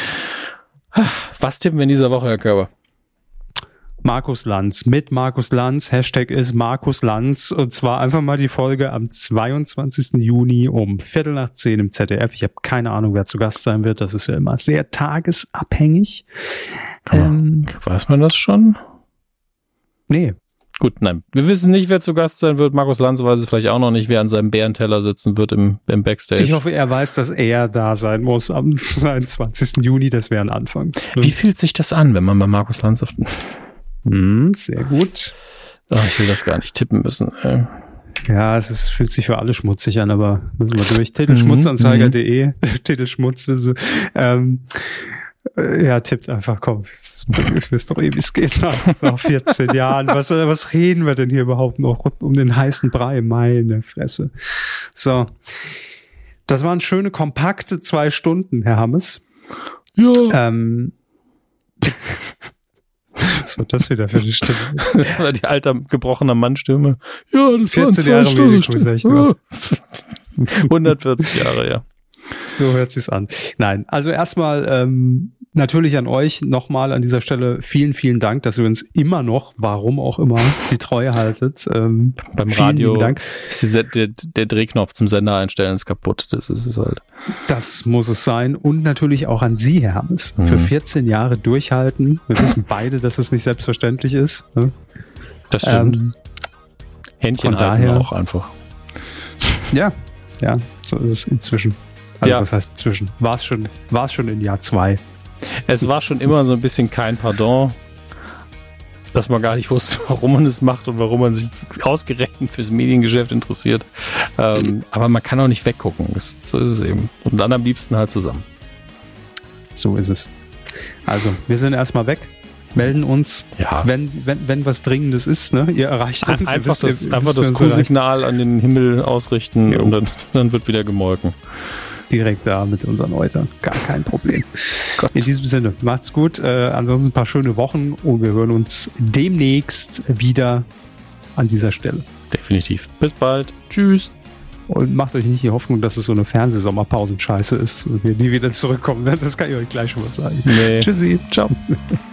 Was tippen wir in dieser Woche, Herr Körber? Markus Lanz, mit Markus Lanz, Hashtag ist Markus Lanz, und zwar einfach mal die Folge am zweiundzwanzigsten Juni um Viertel nach zehn im Z D F. Ich habe keine Ahnung, wer zu Gast sein wird, das ist ja immer sehr tagesabhängig. Ähm, Weiß man das schon? Nee. Gut, nein. Wir wissen nicht, wer zu Gast sein wird. Markus Lanz weiß es vielleicht auch noch nicht, wer an seinem Bärenteller sitzen wird im, im Backstage. Ich hoffe, er weiß, dass er da sein muss am zweiundzwanzigsten Juni. Das wäre ein Anfang. Wie fühlt sich das an, wenn man bei Markus Lanz auf... Hm, sehr gut. Ach, ich will das gar nicht tippen müssen. Ey. Ja, es ist, fühlt sich für alle schmutzig an, aber müssen wir durch. Titelschmutzanzeiger punkt de, Titelschmutz, ähm, ja, tippt einfach, komm, ich weiß doch eh, wie es geht nach, nach vierzehn Jahren. Was, was reden wir denn hier überhaupt noch um den heißen Brei? Meine Fresse. So. Das waren schöne, kompakte zwei Stunden, Herr Hammes. Ja. Ähm, was war das wieder für eine Stimme? Das war die alte, gebrochene Mannstimme. Ja, das waren zwei Jahre Stunden. hundertvierzig Jahre, ja. So hört sich's an. Nein, also erstmal ähm, natürlich an euch nochmal an dieser Stelle vielen, vielen Dank, dass ihr uns immer noch, warum auch immer, die Treue haltet. Ähm, Beim Radio Dank. Ist der, der, der Drehknopf zum Sender einstellen ist kaputt. Das ist es halt. Das muss es sein. Und natürlich auch an Sie, Herr Hammes, mhm. für vierzehn Jahre durchhalten. Wir wissen beide, dass es nicht selbstverständlich ist. Ne? Das stimmt. Ähm, Händchen von daher auch einfach. Ja, ja, so ist es inzwischen. Also ja. Was heißt inzwischen? War es schon, war es schon in Jahr zwei. Es war schon immer so ein bisschen kein Pardon, dass man gar nicht wusste, warum man es macht und warum man sich ausgerechnet fürs Mediengeschäft interessiert. Ähm, aber man kann auch nicht weggucken. Das, so ist es eben. Und dann am liebsten halt zusammen. So ist es. Also, wir sind erstmal weg. Melden uns, ja. wenn, wenn, wenn was Dringendes ist, ne? Ihr erreicht uns. Einfach wisst, das, ihr, einfach das Q-Signal an den Himmel ausrichten jo. und dann, dann wird wieder gemolken. Direkt da mit unseren Eutern. Gar kein Problem. Gott. In diesem Sinne, macht's gut. Äh, ansonsten ein paar schöne Wochen und wir hören uns demnächst wieder an dieser Stelle. Definitiv. Bis bald. Tschüss. Und macht euch nicht die Hoffnung, dass es so eine Fernsehsommerpausen-Scheiße ist und wir nie wieder zurückkommen. Das kann ich euch gleich schon mal sagen. Nee. Tschüssi. Ciao.